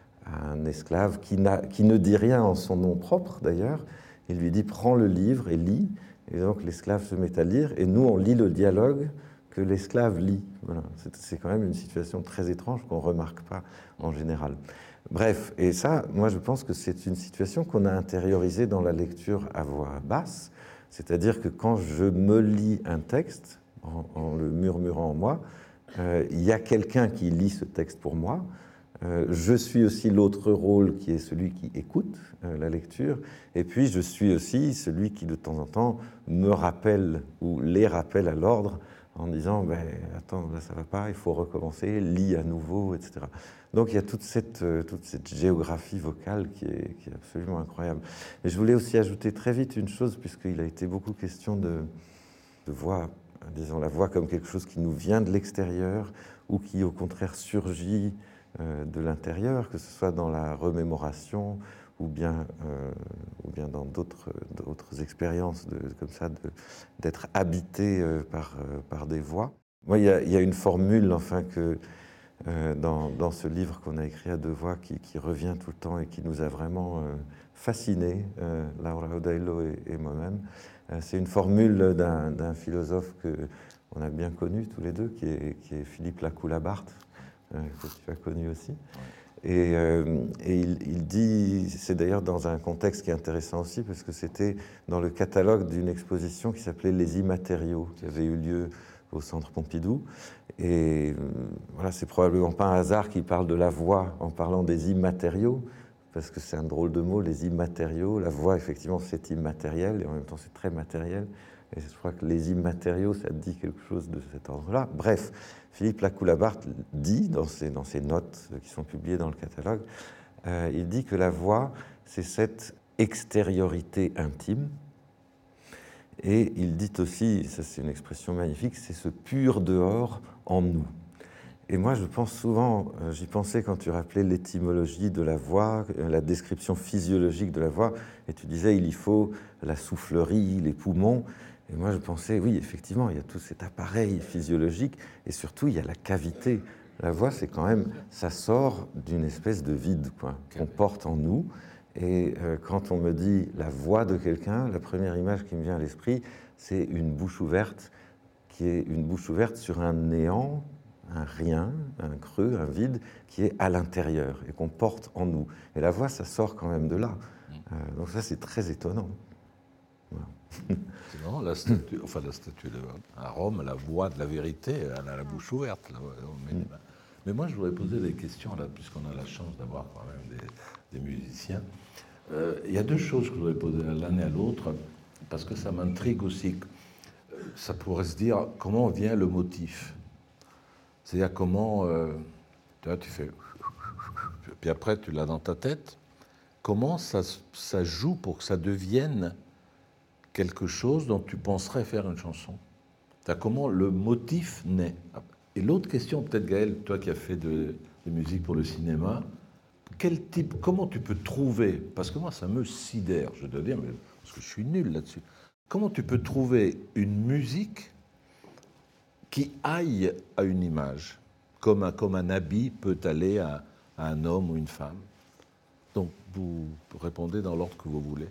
à un esclave qui, n'a, qui ne dit rien en son nom propre d'ailleurs, il lui dit « prends le livre et lis ». Et donc l'esclave se met à lire, et nous on lit le dialogue que l'esclave lit. Voilà. C'est, c'est quand même une situation très étrange qu'on ne remarque pas en général. Bref, et ça, moi je pense que c'est une situation qu'on a intériorisée dans la lecture à voix basse, c'est-à-dire que quand je me lis un texte, en, en le murmurant en moi, euh, il y a quelqu'un qui lit ce texte pour moi. Euh, je suis aussi l'autre rôle qui est celui qui écoute euh, la lecture, et puis je suis aussi celui qui de temps en temps me rappelle ou les rappelle à l'ordre en disant ben, « attends, là ça va pas, il faut recommencer, lis à nouveau, et cetera » Donc il y a toute cette, euh, toute cette géographie vocale qui est, qui est absolument incroyable. Et je voulais aussi ajouter très vite une chose, puisqu'il a été beaucoup question de, de voix, disons la voix comme quelque chose qui nous vient de l'extérieur ou qui au contraire surgit euh, de l'intérieur, que ce soit dans la remémoration ou bien, euh, ou bien dans d'autres, d'autres expériences de, comme ça, de, d'être habité euh, par, euh, par des voix. Moi, il y a, il y a une formule, enfin, que euh, dans, dans ce livre qu'on a écrit à deux voix, qui, qui revient tout le temps et qui nous a vraiment euh, fascinés, euh, Laura Odailo et, et moi-même. Euh, c'est une formule d'un, d'un philosophe qu'on a bien connu tous les deux, qui est, qui est Philippe Lacoue-Labarthe, euh, que tu as connu aussi. Et, euh, et il, il dit, c'est d'ailleurs dans un contexte qui est intéressant aussi, parce que c'était dans le catalogue d'une exposition qui s'appelait Les Immatériaux, qui avait eu lieu au Centre Pompidou. Et euh, voilà, c'est probablement pas un hasard qu'il parle de la voix en parlant des immatériaux, parce que c'est un drôle de mot, les immatériaux. La voix, effectivement, c'est immatériel, et en même temps, c'est très matériel. Et je crois que les immatériaux, ça dit quelque chose de cet ordre-là. Bref, Philippe Lacoue-Labarthe dit, dans ses, dans ses notes qui sont publiées dans le catalogue, euh, il dit que la voix, c'est cette extériorité intime. Et il dit aussi, ça c'est une expression magnifique, c'est ce pur dehors en nous. Et moi, je pense souvent, j'y pensais quand tu rappelais l'étymologie de la voix, la description physiologique de la voix, et tu disais, il y faut la soufflerie, les poumons. Et moi, je pensais, oui, effectivement, il y a tout cet appareil physiologique, et surtout, il y a la cavité. La voix, c'est quand même, ça sort d'une espèce de vide, quoi, qu'on porte en nous. Et euh, quand on me dit la voix de quelqu'un, la première image qui me vient à l'esprit, c'est une bouche ouverte, qui est une bouche ouverte sur un néant, un rien, un creux, un vide, qui est à l'intérieur et qu'on porte en nous. Et la voix, ça sort quand même de là. Euh, donc ça, c'est très étonnant. Voilà. C'est marrant, la statue, enfin la statue de, à Rome, la voix de la vérité, elle a la bouche ouverte. Là, mais, mm. mais moi, je voudrais poser des questions, là, puisqu'on a la chance d'avoir quand même des, des musiciens. Euh, il y a deux choses que je voudrais poser l'un et à l'autre, parce que ça m'intrigue aussi. Ça pourrait se dire, comment vient le motif ? C'est-à-dire comment, euh, tu vois, tu fais... Puis après, tu l'as dans ta tête, comment ça, ça joue pour que ça devienne quelque chose dont tu penserais faire une chanson? T'as comment le motif naît? Et l'autre question, peut-être Gaël, toi qui as fait de, de musique pour le cinéma, quel type, comment tu peux trouver, parce que moi ça me sidère, je dois dire, mais, parce que je suis nul là-dessus, comment tu peux trouver une musique qui aille à une image, comme un, comme un habit peut aller à, à un homme ou une femme? Donc vous répondez dans l'ordre que vous voulez.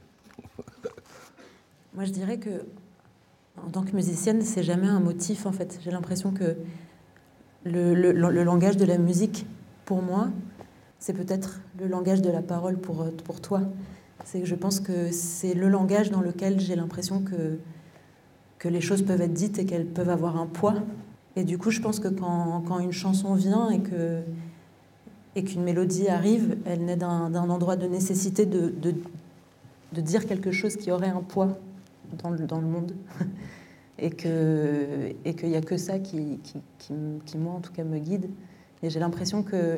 Moi je dirais que en tant que musicienne, c'est jamais un motif en fait. J'ai l'impression que le, le, le langage de la musique, pour moi, c'est peut-être le langage de la parole pour, pour toi. C'est que je pense que c'est le langage dans lequel j'ai l'impression que, que les choses peuvent être dites et qu'elles peuvent avoir un poids. Et du coup, je pense que quand, quand une chanson vient et, que, et qu'une mélodie arrive, elle naît d'un, d'un endroit de nécessité de, de, de dire quelque chose qui aurait un poids dans le, dans le monde. Et que, et qu'il n'y a que ça qui, qui, qui, qui, moi, en tout cas, me guide. Et j'ai l'impression que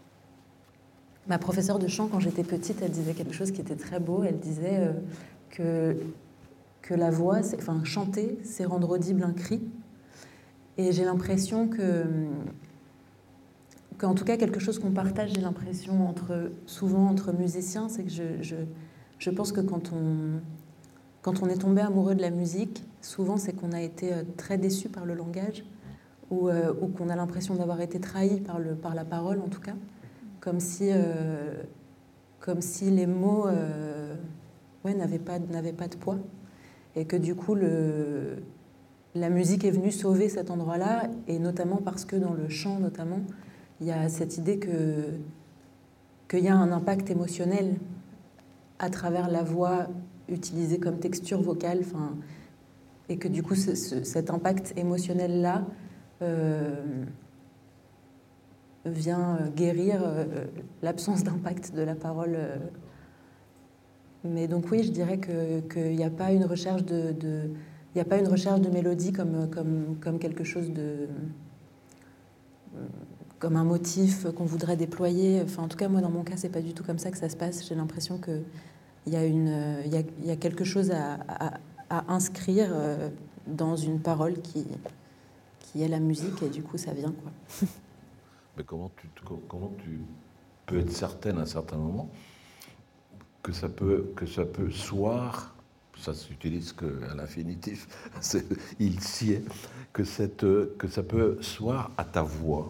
ma professeure de chant, quand j'étais petite, elle disait quelque chose qui était très beau. Elle disait euh, que, que la voix, c'est, enfin, chanter, c'est rendre audible un cri. Et j'ai l'impression que, qu'en tout cas, quelque chose qu'on partage, j'ai l'impression, entre, souvent entre musiciens, c'est que je, je, je pense que quand on, quand on est tombé amoureux de la musique, souvent, c'est qu'on a été très déçu par le langage ou, euh, ou qu'on a l'impression d'avoir été trahi par, le, par la parole, en tout cas. Comme si, euh, comme si les mots euh, ouais, n'avaient pas, n'avaient pas de poids. Et que du coup, le, la musique est venue sauver cet endroit-là, et notamment parce que dans le chant, notamment, il y a cette idée que, qu'il y a un impact émotionnel à travers la voix utilisée comme texture vocale, enfin, et que du coup, ce, ce, cet impact émotionnel-là euh, vient guérir euh, l'absence d'impact de la parole. Euh. Mais donc oui, je dirais que qu'il n'y a pas une recherche de, de il n'y a pas une recherche de mélodie comme comme comme quelque chose de comme un motif qu'on voudrait déployer. Enfin, en tout cas, moi, dans mon cas, c'est pas du tout comme ça que ça se passe. J'ai l'impression que il y a une il y a, il y a quelque chose à, à, à inscrire euh, dans une parole qui qui est la musique, et du coup, ça vient, quoi. Mais comment tu, comment tu peux être certaine à un certain moment que ça peut, que ça peut soir, ça s'utilise qu'à l'infinitif, c'est, il s'y est, que, cette, que ça peut soir à ta voix,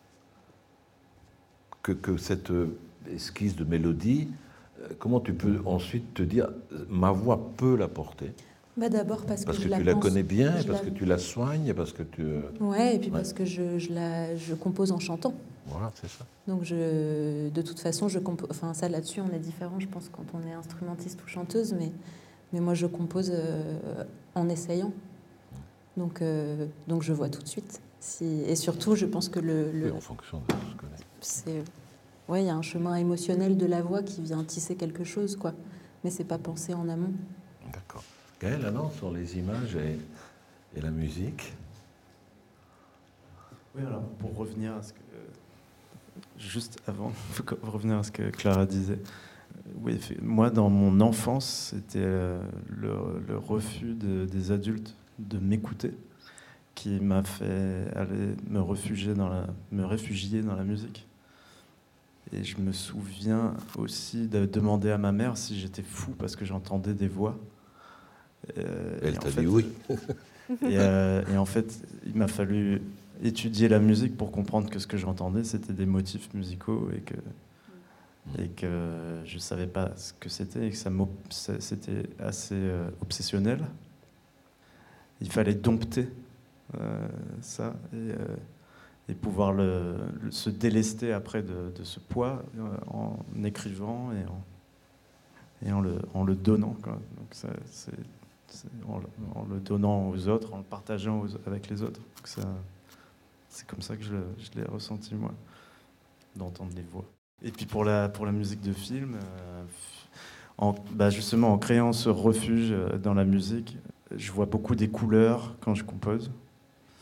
que, que cette esquisse de mélodie, comment tu peux ensuite te dire, ma voix peut la porter? Bah d'abord parce que, parce que je tu la, la connais bien, je parce la... que tu la soignes, parce que tu... Ouais, et puis ouais. parce que je, je, la, je compose en chantant. Voilà, c'est ça. Donc je, de toute façon, je compose... Enfin, ça, là-dessus, on est différent, je pense, quand on est instrumentiste ou chanteuse, mais, mais moi, je compose euh, en essayant. Donc, euh, donc je vois tout de suite. Si... Et surtout, je pense que le... le... Oui, en fonction de ce que je connais. C'est... Ouais, il y a un chemin émotionnel de la voix qui vient tisser quelque chose, quoi. Mais c'est pas pensé en amont. D'accord. Gaël, alors, sur les images et, et la musique? Oui, alors, pour revenir à ce que... Juste avant, pour revenir à ce que Clara disait. Oui, moi, dans mon enfance, c'était le, le refus de, des adultes de m'écouter qui m'a fait aller me réfugier dans la, me réfugier dans la musique. Et je me souviens aussi de demander à ma mère si j'étais fou parce que j'entendais des voix. Euh, Elle t'a dit oui. Et, euh, et en fait, il m'a fallu étudier la musique pour comprendre que ce que j'entendais, c'était des motifs musicaux et que, et que je ne savais pas ce que c'était et que ça c'était assez euh, obsessionnel. Il fallait dompter euh, ça et, euh, et pouvoir le, le, se délester après de, de ce poids euh, en écrivant et en, et en, le, en le donnant, quoi. Donc ça, c'est, c'est en, en le donnant aux autres, en le partageant aux, avec les autres. Donc ça, c'est comme ça que je, je l'ai ressenti, moi, d'entendre les voix. Et puis pour la, pour la musique de film, euh, en, bah justement en créant ce refuge dans la musique, je vois beaucoup des couleurs quand je compose.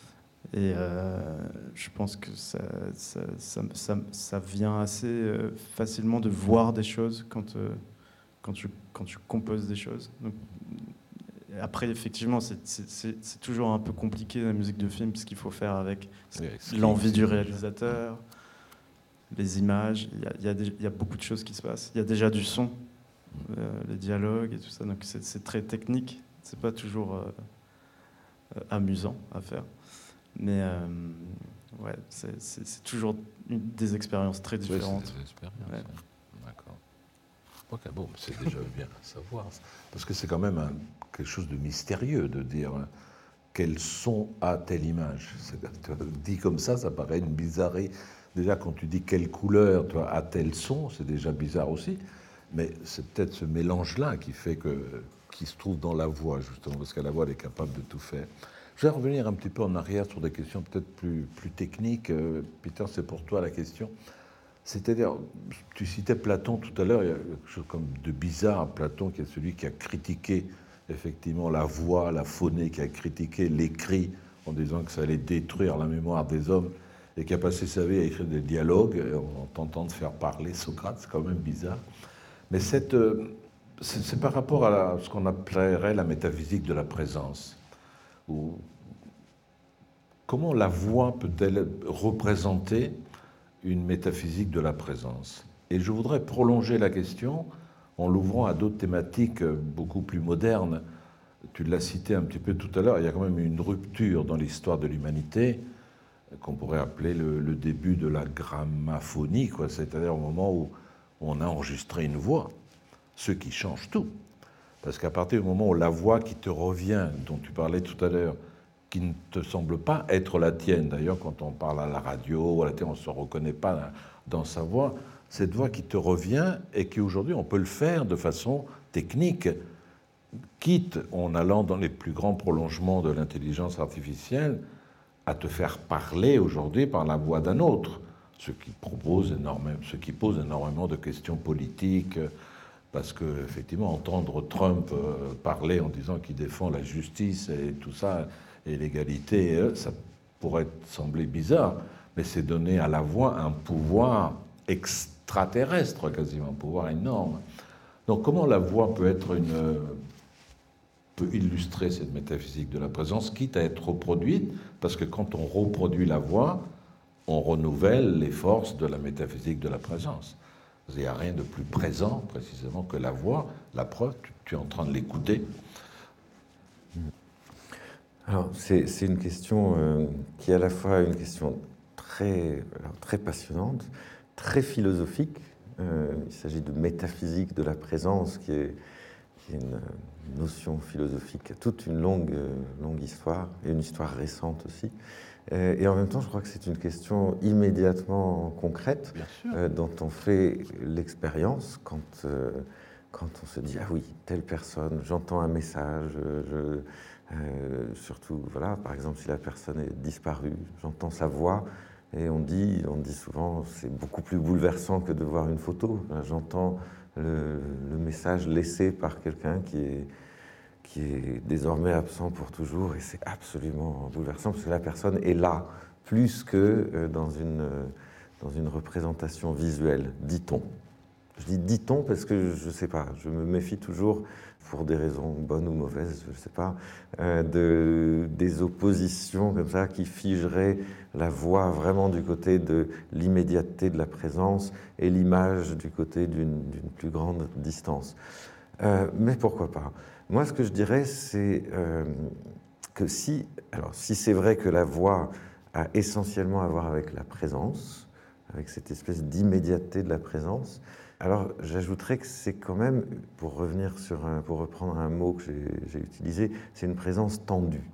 Et euh, je pense que ça, ça, ça, ça, ça vient assez euh, facilement de voir des choses quand, euh, quand, tu, quand tu composes des choses. Donc, après, effectivement, c'est, c'est, c'est, c'est toujours un peu compliqué la musique de film, parce qu'il faut faire avec Oui, l'envie du réalisateur, les images, il y a, il y a des, il y a beaucoup de choses qui se passent. Il y a déjà du son, euh, les dialogues et tout ça, donc c'est, c'est très technique, c'est pas toujours euh, euh, amusant à faire. Mais euh, ouais, c'est, c'est, c'est toujours une, des expériences très différentes. Oui, c'est des expériences. Ouais. D'accord. Ok, bon, c'est déjà bien à savoir. Parce que c'est quand même un, quelque chose de mystérieux de dire quel son a telle image. C'est, dit comme ça, ça paraît une bizarrerie. Déjà, quand tu dis quelle couleur toi, a tel son, c'est déjà bizarre aussi. Mais c'est peut-être ce mélange-là qui fait que, qui se trouve dans la voix, justement, parce que la voix, elle est capable de tout faire. Je vais revenir un petit peu en arrière sur des questions peut-être plus, plus techniques. Euh, Peter, c'est pour toi la question. C'est-à-dire, tu citais Platon tout à l'heure, il y a quelque chose comme de bizarre à Platon, qui est celui qui a critiqué effectivement la voix, la phonée, qui a critiqué l'écrit en disant que ça allait détruire la mémoire des hommes et qui a passé sa vie à écrire des dialogues en tentant de faire parler Socrate, c'est quand même bizarre. Mais cette, c'est, c'est par rapport à la, ce qu'on appellerait la métaphysique de la présence. Ou comment la voix peut-elle représenter une métaphysique de la présence? Et je voudrais prolonger la question en l'ouvrant à d'autres thématiques beaucoup plus modernes. Tu l'as cité un petit peu tout à l'heure, il y a quand même une rupture dans l'histoire de l'humanité qu'on pourrait appeler le, le début de la grammaphonie, quoi. C'est-à-dire au moment où on a enregistré une voix, ce qui change tout. Parce qu'à partir du moment où la voix qui te revient, dont tu parlais tout à l'heure, qui ne te semble pas être la tienne, d'ailleurs quand on parle à la radio ou à la télé, on ne se reconnaît pas dans sa voix, cette voix qui te revient et qui aujourd'hui on peut le faire de façon technique, quitte en allant dans les plus grands prolongements de l'intelligence artificielle, à te faire parler aujourd'hui par la voix d'un autre, ce qui propose énormément, ce qui pose énormément de questions politiques. Parce que, effectivement, entendre Trump euh, parler en disant qu'il défend la justice et tout ça, et l'égalité, euh, ça pourrait sembler bizarre, mais c'est donner à la voix un pouvoir extraterrestre, quasiment, un pouvoir énorme. Donc, comment la voix peut être une, euh, peut illustrer cette métaphysique de la présence, quitte à être reproduite, parce que quand on reproduit la voix, on renouvelle les forces de la métaphysique de la présence. Il n'y a rien de plus présent, précisément, que la voix. La preuve, tu, tu es en train de l'écouter. Alors, c'est, c'est une question euh, qui est à la fois une question très, alors, très passionnante, très philosophique. Euh, il s'agit de métaphysique de la présence, qui est, qui est une notion philosophique qui a toute une longue, longue histoire, et une histoire récente aussi. Et en même temps, je crois que c'est une question immédiatement concrète euh, dont on fait l'expérience quand, euh, quand on se dit « Ah oui, telle personne, j'entends un message, je, euh, surtout, voilà, par exemple, si la personne est disparue, j'entends sa voix, et on dit, on dit souvent c'est beaucoup plus bouleversant que de voir une photo. J'entends le, le message laissé par quelqu'un qui est... qui est désormais absent pour toujours, et c'est absolument bouleversant, parce que la personne est là, plus que dans une, dans une représentation visuelle, dit-on. Je dis dit-on parce que je ne sais pas, je me méfie toujours, pour des raisons bonnes ou mauvaises, je ne sais pas, euh, de, des oppositions comme ça qui figeraient la voix vraiment du côté de l'immédiateté de la présence et l'image du côté d'une, d'une plus grande distance. Euh, mais pourquoi pas ? Moi, ce que je dirais, c'est euh, que si, alors, si c'est vrai que la voix a essentiellement à voir avec la présence, avec cette espèce d'immédiateté de la présence, alors j'ajouterais que c'est quand même, pour revenir sur un, pour reprendre un mot que j'ai, j'ai utilisé, c'est une présence tendue.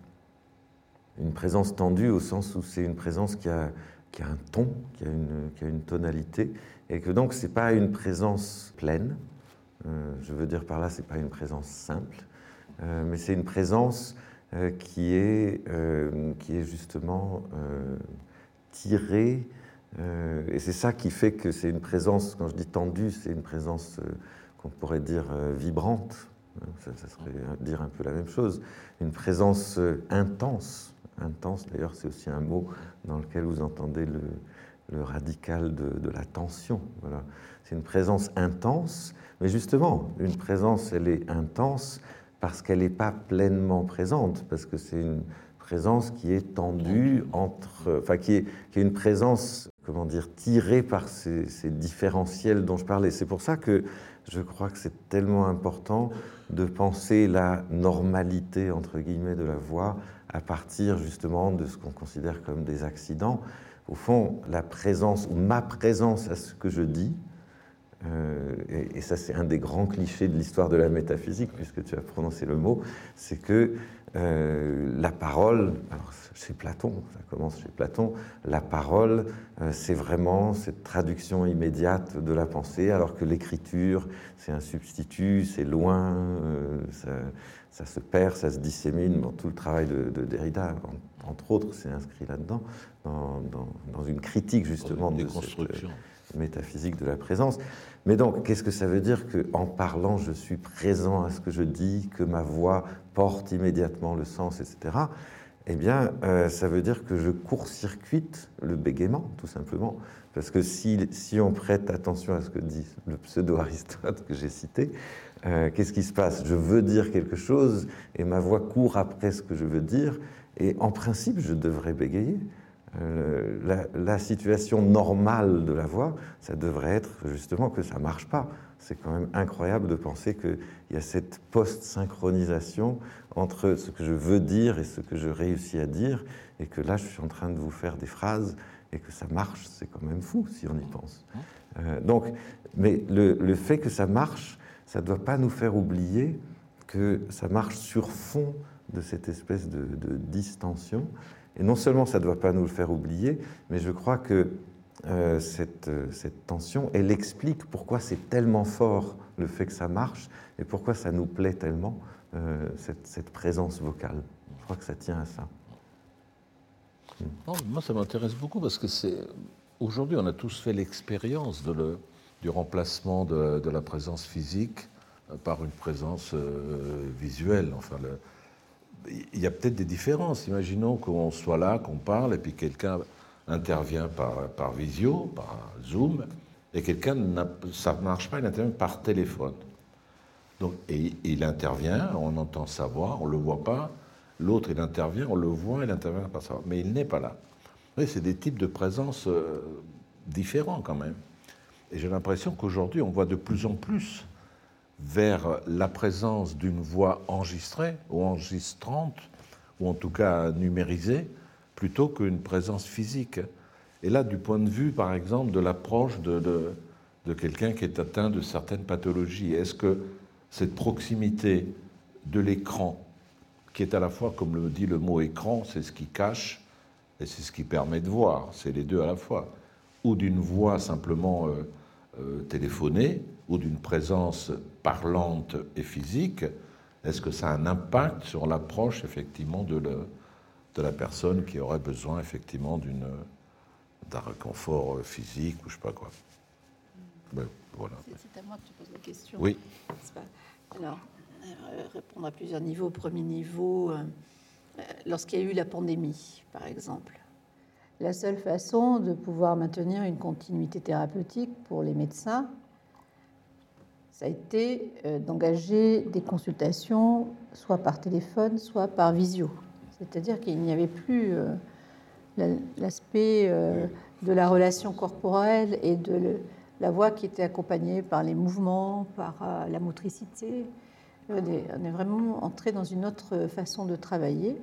Une présence tendue au sens où c'est une présence qui a, qui a un ton, qui a une, qui a une tonalité, et que donc c'est pas une présence pleine. Euh, je veux dire par là, c'est pas une présence simple, euh, mais c'est une présence euh, qui, est, euh, qui est justement euh, tirée, euh, et c'est ça qui fait que c'est une présence, quand je dis tendue, c'est une présence euh, qu'on pourrait dire euh, vibrante, ça, ça serait dire un peu la même chose, une présence euh, intense, Intense, d'ailleurs, c'est aussi un mot dans lequel vous entendez le, le radical de, de la tension. Voilà. C'est une présence intense, mais justement, une présence, elle est intense parce qu'elle n'est pas pleinement présente, parce que c'est une présence qui est tendue entre, enfin, qui est, qui est une présence, comment dire, tirée par ces, ces différentiels dont je parlais. C'est pour ça que je crois que c'est tellement important de penser la normalité, entre guillemets, de la voix à partir justement de ce qu'on considère comme des accidents. Au fond, la présence, ou ma présence à ce que je dis, euh, et, et ça c'est un des grands clichés de l'histoire de la métaphysique, puisque tu as prononcé le mot, c'est que euh, la parole, alors chez Platon, ça commence chez Platon, la parole, euh, c'est vraiment cette traduction immédiate de la pensée, alors que l'écriture, c'est un substitut, c'est loin, euh, ça, ça se perd, ça se dissémine. Bon, tout le travail de, de Derrida, en, entre autres, c'est inscrit là-dedans, dans, dans, dans une critique justement de cette euh, métaphysique de la présence. Mais donc, qu'est-ce que ça veut dire qu'en parlant, je suis présent à ce que je dis, que ma voix porte immédiatement le sens, et cetera. Eh bien, euh, ça veut dire que je court-circuite le bégaiement, tout simplement. Parce que si, si on prête attention à ce que dit le pseudo-Aristote que j'ai cité, euh, qu'est-ce qui se passe? Je veux dire quelque chose et ma voix court après ce que je veux dire, et en principe, je devrais bégayer. Euh, la, la situation normale de la voix, ça devrait être justement que ça ne marche pas. C'est quand même incroyable de penser qu'il y a cette post-synchronisation entre ce que je veux dire et ce que je réussis à dire, et que là, je suis en train de vous faire des phrases et que ça marche, c'est quand même fou si on y pense. Euh, donc, mais le, le fait que ça marche, ça ne doit pas nous faire oublier que ça marche sur fond de cette espèce de, de distension. Et non seulement ça ne doit pas nous le faire oublier, mais je crois que euh, cette, cette tension, elle explique pourquoi c'est tellement fort le fait que ça marche et pourquoi ça nous plaît tellement, euh, cette, cette présence vocale. Je crois que ça tient à ça. Non, moi, ça m'intéresse beaucoup parce que c'est aujourd'hui, on a tous fait l'expérience de le, du remplacement de, de la présence physique par une présence euh, visuelle. Enfin, le, il y a peut-être des différences. Imaginons qu'on soit là, qu'on parle, et puis quelqu'un intervient par, par visio, par Zoom, et quelqu'un, ça ne marche pas, il intervient par téléphone. Donc, et il intervient, on entend sa voix, on ne le voit pas. L'autre, il intervient, on le voit, il intervient par sa voix, mais il n'est pas là. Oui, c'est des types de présence euh, différents quand même. Et j'ai l'impression qu'aujourd'hui, on voit de plus en plus vers la présence d'une voix enregistrée ou enregistrante, ou en tout cas numérisée, plutôt qu'une présence physique. Et là, du point de vue, par exemple, de l'approche de, de, de quelqu'un qui est atteint de certaines pathologies, est-ce que cette proximité de l'écran, qui est à la fois, comme le dit le mot écran, c'est ce qui cache et c'est ce qui permet de voir, c'est les deux à la fois, ou d'une voix simplement euh, euh, téléphonée, ou d'une présence parlante et physique, est-ce que ça a un impact sur l'approche, effectivement, de, le, de la personne qui aurait besoin, effectivement, d'une, d'un réconfort physique ou je ne sais pas quoi. Ben, voilà. C'est à moi que tu poses la question. Oui. Alors, euh, répondre à plusieurs niveaux. Premier niveau, euh, lorsqu'il y a eu la pandémie, par exemple, la seule façon de pouvoir maintenir une continuité thérapeutique pour les médecins, ça a été euh, d'engager des consultations, soit par téléphone, soit par visio. C'est-à-dire qu'il n'y avait plus euh, l'aspect euh, de la relation corporelle et de le, la voix qui était accompagnée par les mouvements, par euh, la motricité. On est, on est vraiment entré dans une autre façon de travailler.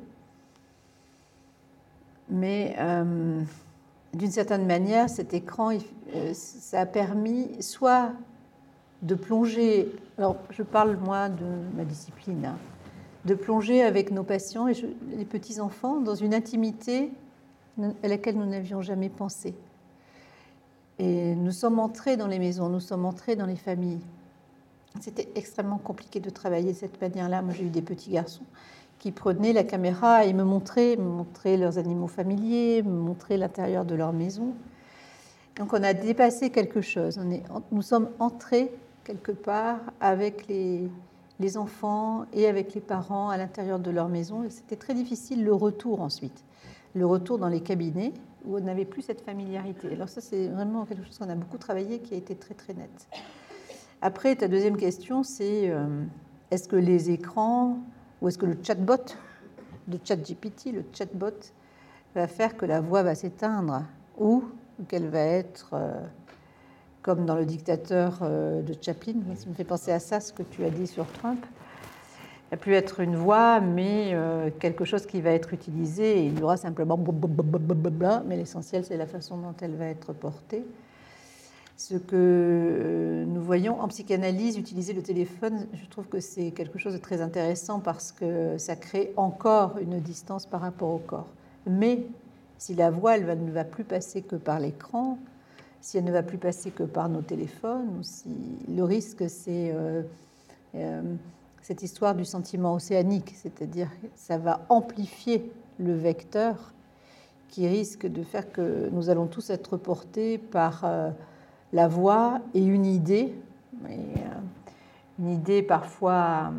Mais euh, d'une certaine manière, cet écran, euh, ça a permis soit de plonger, alors je parle moi de ma discipline, hein, de plonger avec nos patients et je, les petits-enfants dans une intimité à laquelle nous n'avions jamais pensé. Et nous sommes entrés dans les maisons, nous sommes entrés dans les familles. C'était extrêmement compliqué de travailler de cette manière-là. Moi, j'ai eu des petits garçons qui prenaient la caméra et me montraient, me montraient leurs animaux familiers, me montraient l'intérieur de leur maison. Donc, on a dépassé quelque chose. On est, nous sommes entrés quelque part avec les, les enfants et avec les parents à l'intérieur de leur maison. Et c'était très difficile le retour ensuite, le retour dans les cabinets où on n'avait plus cette familiarité. Alors ça, c'est vraiment quelque chose qu'on a beaucoup travaillé, qui a été très très net. Après, ta deuxième question, c'est euh, est-ce que les écrans ou est-ce que le chatbot, le ChatGPT, le chatbot, va faire que la voix va s'éteindre ou qu'elle va être, euh, comme dans Le Dictateur euh, de Chaplin, ça me fait penser à ça, ce que tu as dit sur Trump. Elle peut être une voix, mais euh, quelque chose qui va être utilisé, et il y aura simplement blablabla, mais l'essentiel, c'est la façon dont elle va être portée. Ce que euh, nous voyons en psychanalyse, utiliser le téléphone, je trouve que c'est quelque chose de très intéressant parce que ça crée encore une distance par rapport au corps. Mais si la voix, elle va, ne va plus passer que par l'écran, si elle ne va plus passer que par nos téléphones, ou si le risque, c'est euh, euh, cette histoire du sentiment océanique, c'est-à-dire que ça va amplifier le vecteur qui risque de faire que nous allons tous être portés par euh, la voix et une idée, et, euh, une idée parfois euh,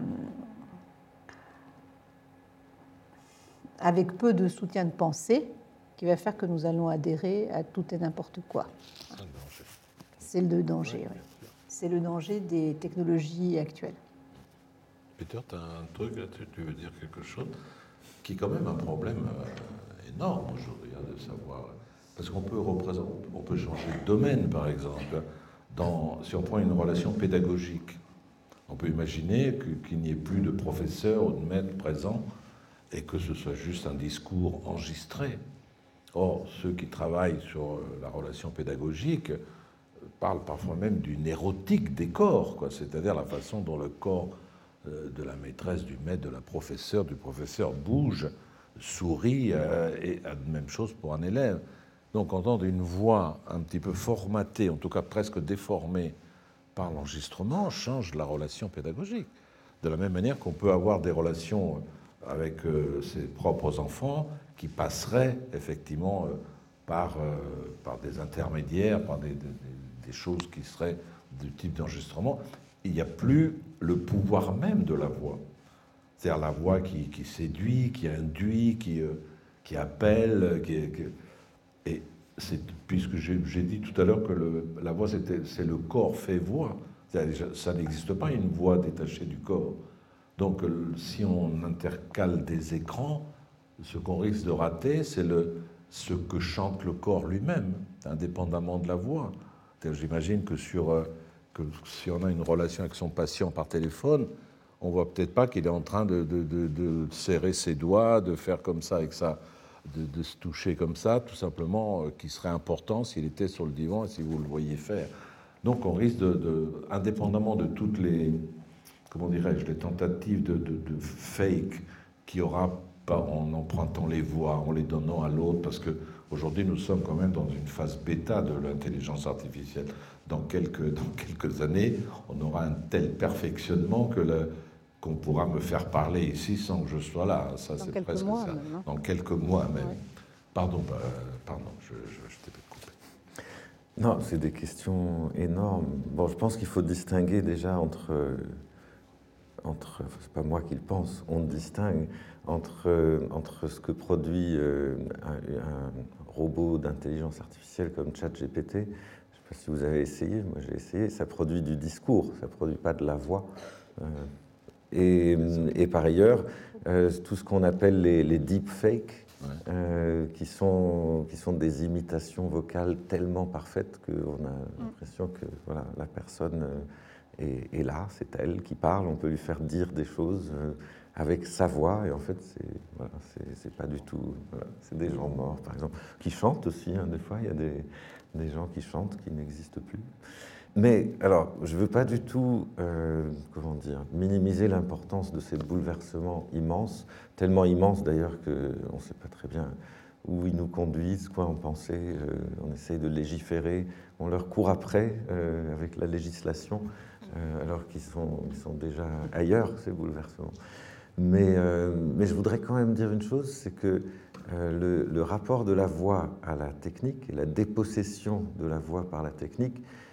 avec peu de soutien de pensée, qui va faire que nous allons adhérer à tout et n'importe quoi. C'est le danger, oui. C'est le danger des technologies actuelles. Peter, tu as un truc là-dessus, tu veux dire quelque chose qui est quand même un problème euh, énorme aujourd'hui, hein, de savoir. Parce qu'on peut représenter, on peut changer de domaine, par exemple. Dans, si on prend une relation pédagogique, on peut imaginer que, qu'il n'y ait plus de professeurs ou de maîtres présents et que ce soit juste un discours enregistré. Or, ceux qui travaillent sur la relation pédagogique parlent parfois même d'une érotique des corps, quoi, c'est-à-dire la façon dont le corps de la maîtresse, du maître, de la professeure, du professeur bouge, sourit, euh, et la même chose pour un élève. Donc entendre une voix un petit peu formatée, en tout cas presque déformée par l'enregistrement, change la relation pédagogique. De la même manière qu'on peut avoir des relations avec euh, ses propres enfants qui passeraient effectivement euh, par, euh, par des intermédiaires, par des, des, des choses qui seraient du type d'enregistrement. Il n'y a plus le pouvoir même de la voix. C'est-à-dire la voix qui, qui séduit, qui induit, qui, euh, qui appelle, qui, qui... Et c'est, puisque j'ai, j'ai dit tout à l'heure que le, la voix, c'était, c'est le corps fait voix. Ça n'existe pas une voix détachée du corps. Donc, si on intercale des écrans, ce qu'on risque de rater, c'est le, ce que chante le corps lui-même, indépendamment de la voix. J'imagine que, sur, que si on a une relation avec son patient par téléphone, on ne voit peut-être pas qu'il est en train de, de, de, de serrer ses doigts, de faire comme ça avec ça. De, de se toucher comme ça, tout simplement, euh, qui serait important s'il était sur le divan et si vous le voyiez faire. Donc on risque, de, de, indépendamment de toutes les, comment dirais-je, les tentatives de, de, de fake qu'il y aura en empruntant les voix, en les donnant à l'autre, parce qu'aujourd'hui nous sommes quand même dans une phase bêta de l'intelligence artificielle. Dans quelques, dans quelques années, on aura un tel perfectionnement que le, qu'on pourra me faire parler ici sans que je sois là. Ça, dans c'est quelques presque mois ça. même. Hein. Dans quelques mois même. Ouais. Pardon, bah, pardon, je, je, je t'ai coupé. Non, c'est des questions énormes. Bon, je pense qu'il faut distinguer déjà entre, entre, c'est pas moi qui le pense, on distingue entre, entre ce que produit un, un robot d'intelligence artificielle comme ChatGPT. Je ne sais pas si vous avez essayé, moi j'ai essayé, ça produit du discours, ça ne produit pas de la voix. Euh, Et, et par ailleurs, euh, tout ce qu'on appelle les, les deepfakes, ouais. euh, qui, sont, qui sont des imitations vocales tellement parfaites qu'on a l'impression que voilà, la personne est, est là, c'est elle qui parle, on peut lui faire dire des choses euh, avec sa voix, et en fait, c'est, voilà, c'est, c'est pas du tout... Voilà, c'est des gens morts, par exemple, qui chantent aussi, hein, des fois, il y a des, des gens qui chantent qui n'existent plus. Mais, alors, je ne veux pas du tout, euh, comment dire, minimiser l'importance de ces bouleversements immenses, tellement immenses d'ailleurs qu'on ne sait pas très bien où ils nous conduisent, quoi en penser, euh, on essaye de légiférer, on leur court après euh, avec la législation, euh, alors qu'ils sont, ils sont déjà ailleurs, ces bouleversements. Mais, euh, mais je voudrais quand même dire une chose, c'est que euh, le, le rapport de la voix à la technique, et la dépossession de la voix par la technique,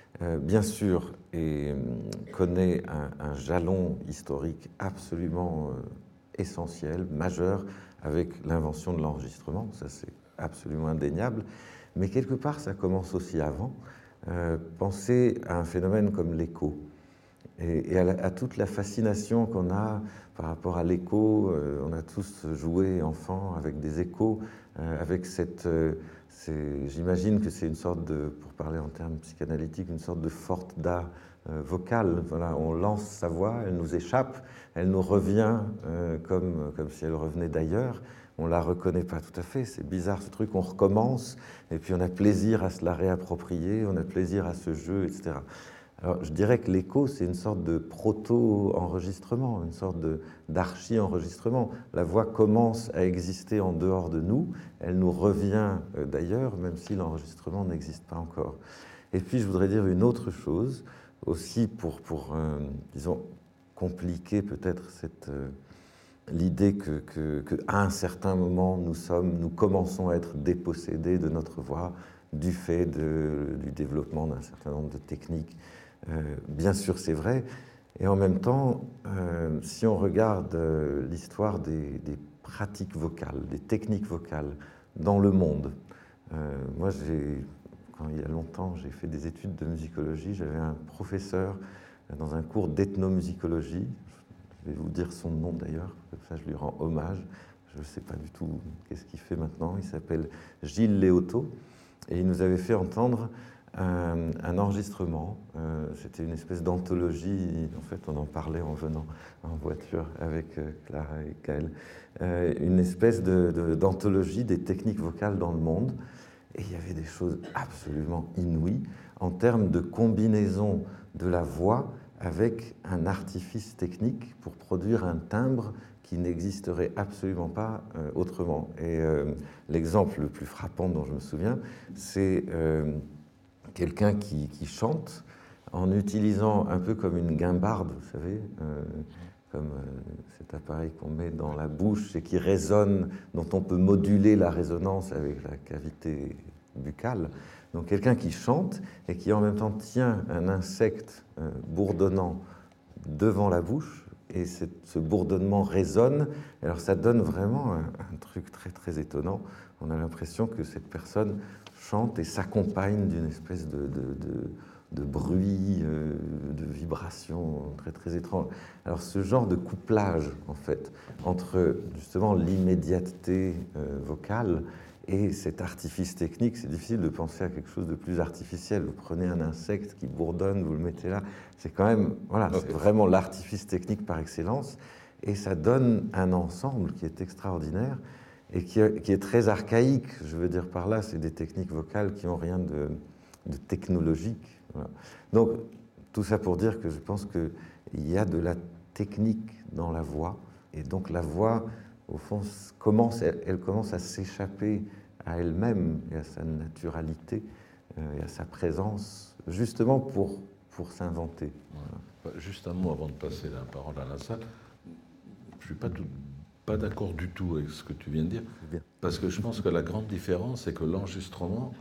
euh, bien sûr, et, connaît un, un jalon historique absolument euh, essentiel, majeur, avec l'invention de l'enregistrement, ça c'est absolument indéniable, mais quelque part ça commence aussi avant. Euh, pensez à un phénomène comme l'écho, et, et à, la, à toute la fascination qu'on a par rapport à l'écho. Euh, on a tous joué enfant avec des échos, euh, avec cette... Euh, j'imagine que c'est une sorte de, pour parler en termes psychanalytiques, une sorte de forte-da euh, vocale. Voilà, on lance sa voix, elle nous échappe, elle nous revient euh, comme, comme si elle revenait d'ailleurs. On ne la reconnaît pas tout à fait, c'est bizarre ce truc, on recommence, et puis on a plaisir à se la réapproprier, on a plaisir à ce jeu, et cetera. Alors, je dirais que l'écho, c'est une sorte de proto-enregistrement, une sorte d'archi-enregistrement. La voix commence à exister en dehors de nous, elle nous revient euh, d'ailleurs, même si l'enregistrement n'existe pas encore. Et puis, je voudrais dire une autre chose, aussi pour, pour euh, disons, compliquer peut-être cette... Euh, l'idée que, que, que, à un certain moment, nous sommes, nous commençons à être dépossédés de notre voix du fait de, du développement d'un certain nombre de techniques. Euh, bien sûr, c'est vrai. Et en même temps, euh, si on regarde euh, l'histoire des, des pratiques vocales, des techniques vocales dans le monde, euh, moi, j'ai, quand il y a longtemps, j'ai fait des études de musicologie. J'avais un professeur dans un cours d'ethnomusicologie. Je vais vous dire son nom d'ailleurs, comme ça je lui rends hommage. Je ne sais pas du tout qu'est-ce qu'il fait maintenant. Il s'appelle Gilles Léoto et il nous avait fait entendre un, un enregistrement. Euh, c'était une espèce d'anthologie. En fait, on en parlait en venant en voiture avec euh, Clara et Gaël. Euh, une espèce de, de, d'anthologie des techniques vocales dans le monde. Et il y avait des choses absolument inouïes en termes de combinaison de la voix avec un artifice technique pour produire un timbre qui n'existerait absolument pas euh, autrement. Et euh, l'exemple le plus frappant dont je me souviens, c'est euh, quelqu'un qui, qui chante en utilisant un peu comme une guimbarde, vous savez, euh, comme euh, cet appareil qu'on met dans la bouche et qui résonne, dont on peut moduler la résonance avec la cavité buccale. Donc quelqu'un qui chante et qui en même temps tient un insecte euh, bourdonnant devant la bouche, et ce bourdonnement résonne. Alors ça donne vraiment un, un truc très très étonnant. On a l'impression que cette personne chante et s'accompagne d'une espèce de, de, de, de bruit, euh, de vibration très très étrange. Alors ce genre de couplage en fait entre justement l'immédiateté euh, vocale et cet artifice technique, c'est difficile de penser à quelque chose de plus artificiel. Vous prenez un insecte qui bourdonne, vous le mettez là, c'est quand même, voilà, c'est vraiment l'artifice technique par excellence, et ça donne un ensemble qui est extraordinaire et qui, qui est très archaïque. Je veux dire par là, c'est des techniques vocales qui n'ont rien de, de technologique. Voilà. Donc, tout ça pour dire que je pense qu'il y a de la technique dans la voix, et donc la voix, au fond, commence, elle, elle commence à s'échapper à elle-même et à sa naturalité euh, et à sa présence, justement pour, pour s'inventer. Voilà. Juste un mot avant de passer la parole à la salle. Je ne suis pas, tout, pas d'accord du tout avec ce que tu viens de dire, bien. Parce que je pense que la grande différence, c'est que l'enregistrement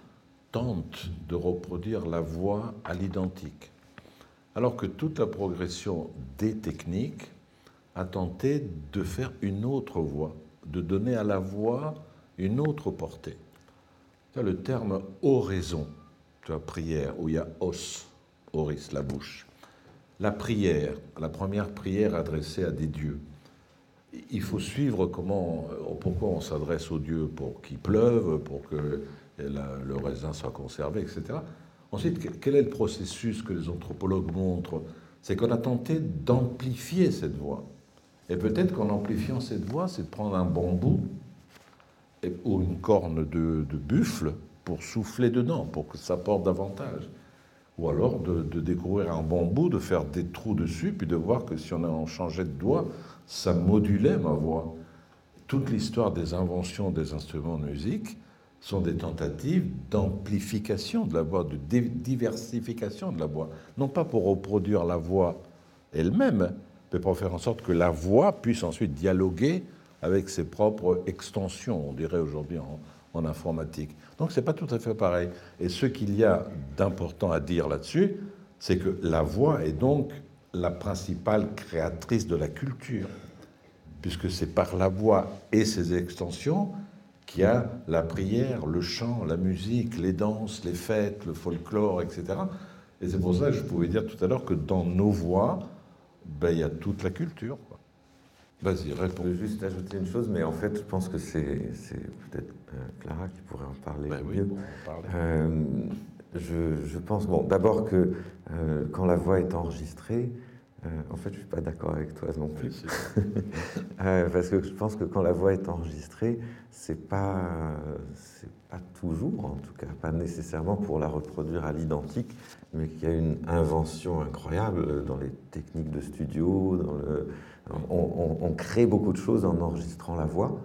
tente de reproduire la voix à l'identique, alors que toute la progression des techniques a tenté de faire une autre voix, de donner à la voix une autre portée. Tu as le terme oraison, tu as prière, où il y a os, oris, la bouche. La prière, la première prière adressée à des dieux. Il faut suivre comment, pourquoi on s'adresse aux dieux pour qu'il pleuve, pour que la, le raisin soit conservé, et cetera. Ensuite, quel est le processus que les anthropologues montrent? C'est qu'on a tenté d'amplifier cette voix. Et peut-être qu'en amplifiant cette voix, c'est de prendre un bambou et, ou une corne de, de buffle pour souffler dedans, pour que ça porte davantage. Ou alors de, de découvrir un bambou, de faire des trous dessus, puis de voir que si on en changeait de doigt, ça modulait ma voix. Toute l'histoire des inventions des instruments de musique sont des tentatives d'amplification de la voix, de diversification de la voix. Non pas pour reproduire la voix elle-même, mais pour faire en sorte que la voix puisse ensuite dialoguer avec ses propres extensions, on dirait aujourd'hui en, en informatique. Donc c'est pas tout à fait pareil. Et ce qu'il y a d'important à dire là-dessus, c'est que la voix est donc la principale créatrice de la culture, puisque c'est par la voix et ses extensions qu'il y a la prière, le chant, la musique, les danses, les fêtes, le folklore, et cetera. Et c'est pour ça que je pouvais dire tout à l'heure que dans nos voix, ben, il y a toute la culture. Quoi. Vas-y, réponds. Je veux juste ajouter une chose, mais en fait, je pense que c'est, c'est peut-être euh, Clara qui pourrait en parler ben mieux. Oui, bon, on va parler. Euh, je, je pense, bon, d'abord que euh, quand la voix est enregistrée, euh, en fait, je ne suis pas d'accord avec toi non plus. Oui, euh, parce que je pense que quand la voix est enregistrée, c'est pas, c'est pas toujours, en tout cas, pas nécessairement pour la reproduire à l'identique, mais qu'il y a une invention incroyable dans les techniques de studio, dans le, on, on, on crée beaucoup de choses en enregistrant la voix.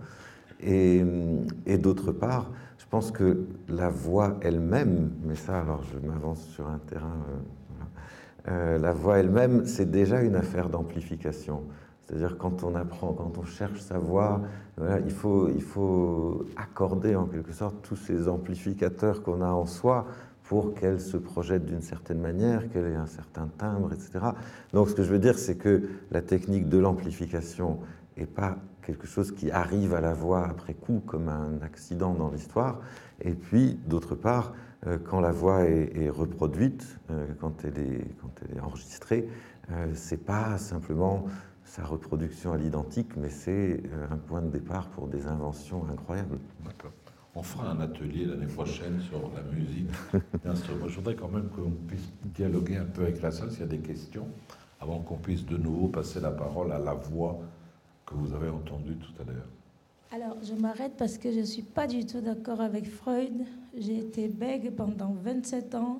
Et, et d'autre part, je pense que la voix elle-même, mais ça, alors je m'avance sur un terrain... Euh, voilà. Euh, la voix elle-même, c'est déjà une affaire d'amplification. C'est-à-dire quand on apprend, quand on cherche sa voix, voilà, il faut, il faut accorder en quelque sorte tous ces amplificateurs qu'on a en soi pour qu'elle se projette d'une certaine manière, qu'elle ait un certain timbre, et cetera. Donc ce que je veux dire, c'est que la technique de l'amplification n'est pas quelque chose qui arrive à la voix après coup, comme un accident dans l'histoire. Et puis, d'autre part, euh, quand la voix est, est reproduite, euh, quand, elle est, quand elle est enregistrée, euh, c'est pas simplement sa reproduction à l'identique, mais c'est euh, un point de départ pour des inventions incroyables. D'accord. On fera un atelier l'année prochaine sur la musique d'instruments. Je voudrais quand même qu'on puisse dialoguer un peu avec la salle s'il y a des questions, avant qu'on puisse de nouveau passer la parole à la voix que vous avez entendue tout à l'heure. Alors, je m'arrête parce que je ne suis pas du tout d'accord avec Freud. J'ai été bègue pendant vingt-sept ans.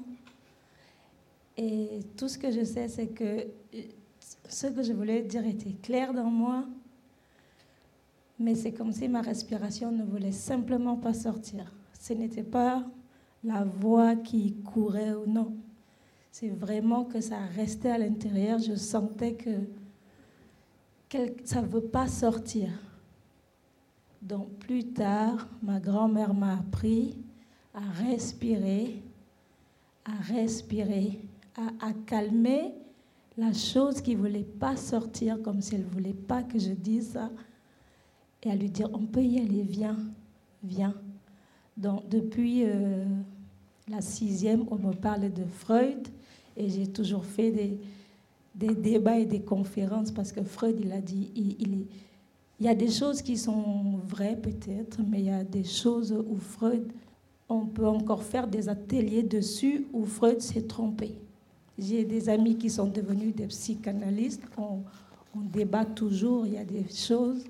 Et tout ce que je sais, c'est que ce que je voulais dire était clair dans moi. Mais c'est comme si ma respiration ne voulait simplement pas sortir. Ce n'était pas la voix qui courait ou non. C'est vraiment que ça restait à l'intérieur. Je sentais que, que ça ne veut pas sortir. Donc plus tard, ma grand-mère m'a appris à respirer, à respirer, à, à calmer la chose qui ne voulait pas sortir, comme si elle ne voulait pas que je dise ça, et à lui dire, on peut y aller, viens, viens. Donc depuis euh, la sixième, on me parle de Freud, et j'ai toujours fait des, des débats et des conférences, parce que Freud, il a dit, il, il est... Il y a des choses qui sont vraies peut-être, mais il y a des choses où Freud, on peut encore faire des ateliers dessus où Freud s'est trompé. J'ai des amis qui sont devenus des psychanalystes, on, on débat toujours, il y a des choses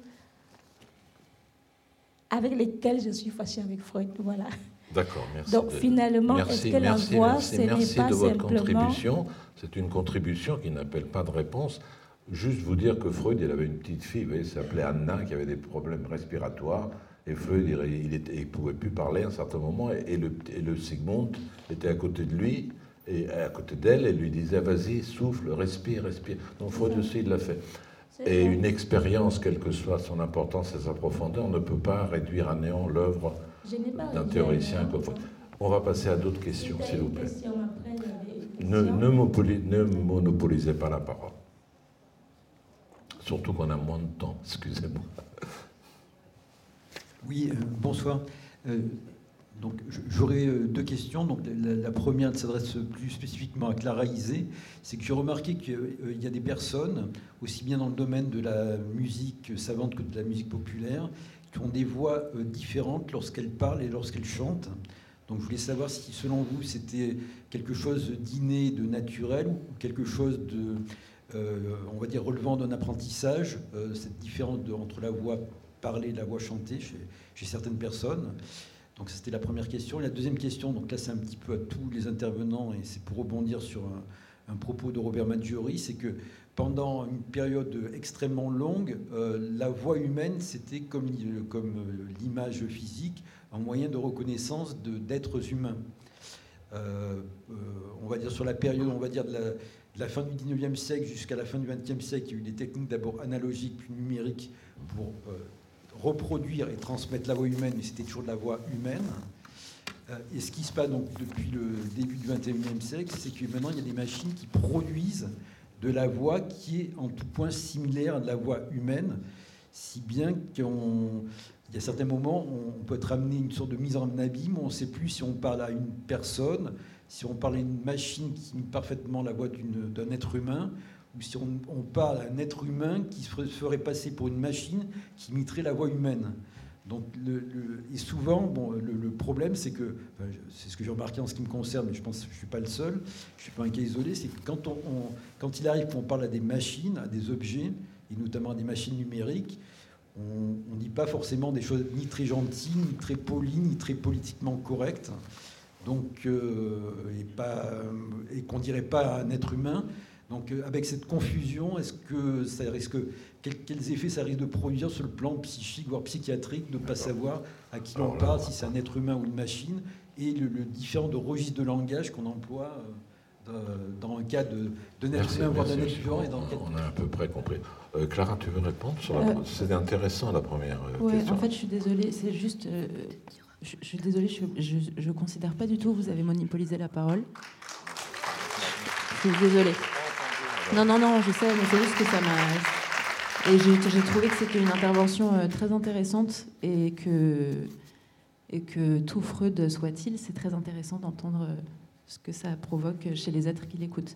avec lesquelles je suis fâchée avec Freud, voilà. D'accord, merci. Donc de... finalement, merci, est-ce que merci, la voix, merci, ce n'est merci pas de votre simplement... contribution. C'est une contribution qui n'appelle pas de réponse. Juste vous dire que Freud, il avait une petite fille, vous voyez, s'appelait Anna, qui avait des problèmes respiratoires. Et Freud, il ne pouvait plus parler à un certain moment. Et, et, le, et le Sigmund était à côté de lui, et à côté d'elle, et lui disait, vas-y, souffle, respire, respire. Donc Freud aussi, il l'a fait. Et une expérience, quelle que soit son importance et sa profondeur, ne peut pas réduire à néant l'œuvre d'un théoricien comme Freud. On va passer à d'autres questions, s'il vous plaît. Ne, ne, ne monopolisez pas la parole. Surtout qu'on a moins de temps, excusez-moi. Oui, euh, bonsoir. Euh, donc, j'aurais deux questions. Donc, la, la première s'adresse plus spécifiquement à Clara Isé. C'est que j'ai remarqué qu'il euh, y a des personnes, aussi bien dans le domaine de la musique savante que de la musique populaire, qui ont des voix euh, différentes lorsqu'elles parlent et lorsqu'elles chantent. Donc, je voulais savoir si, selon vous, c'était quelque chose d'inné, de naturel, ou quelque chose de... Euh, on va dire relevant d'un apprentissage, euh, cette différence de, entre la voix parlée et la voix chantée chez, chez certaines personnes. Donc ça, c'était la première question. Et la deuxième question, donc là c'est un petit peu à tous les intervenants, et c'est pour rebondir sur un, un propos de Robert Maggiori, c'est que pendant une période extrêmement longue, euh, la voix humaine, c'était comme, comme l'image physique, un moyen de reconnaissance de, d'êtres humains. Euh, euh, on va dire sur la période, on va dire de la... De la fin du dix-neuvième siècle jusqu'à la fin du vingtième siècle, il y a eu des techniques d'abord analogiques puis numériques pour euh, reproduire et transmettre la voix humaine, mais c'était toujours de la voix humaine. Euh, et ce qui se passe donc depuis le début du vingt et unième siècle, c'est que maintenant il y a des machines qui produisent de la voix qui est en tout point similaire à de la voix humaine, si bien qu'on, il y a certains moments, on peut être amené à une sorte de mise en abîme, on ne sait plus si on parle à une personne, si on parle à une machine qui imite parfaitement la voix d'une, d'un être humain, ou si on, on parle à un être humain qui se ferait passer pour une machine qui imiterait la voix humaine. Donc, le, le, et souvent, bon, le, le problème, c'est que, enfin, c'est ce que j'ai remarqué en ce qui me concerne, mais je pense que je ne suis pas le seul, je ne suis pas un cas isolé, c'est que quand, on, on, quand il arrive qu'on parle à des machines, à des objets, et notamment à des machines numériques, on ne dit pas forcément des choses ni très gentilles, ni très polies, ni très politiquement correctes, donc, euh, et, pas, et qu'on ne dirait pas à un être humain. Donc, euh, avec cette confusion, est-ce que ça risque, quels, quels effets ça risque de produire sur le plan psychique, voire psychiatrique, de ne pas savoir à qui l'on parle, si c'est un être humain ou une machine, et le, le différent de registre de langage qu'on emploie euh, de, dans le cas de, de être humain, voire d'un être vivant. Et dans le cas de... On a à peu près compris. Euh, Clara, tu veux répondre sur la... euh, C'était intéressant la première euh, ouais, question. En fait, je suis désolée, c'est juste... Euh, je, je suis désolée, je ne considère pas du tout que vous avez monopolisé la parole. Je suis désolée. Non, non, non, je sais, mais c'est juste que ça m'a... Et j'ai, j'ai trouvé que c'était une intervention euh, très intéressante et que, et que tout Freud soit-il, c'est très intéressant d'entendre euh, ce que ça provoque chez les êtres qui l'écoutent.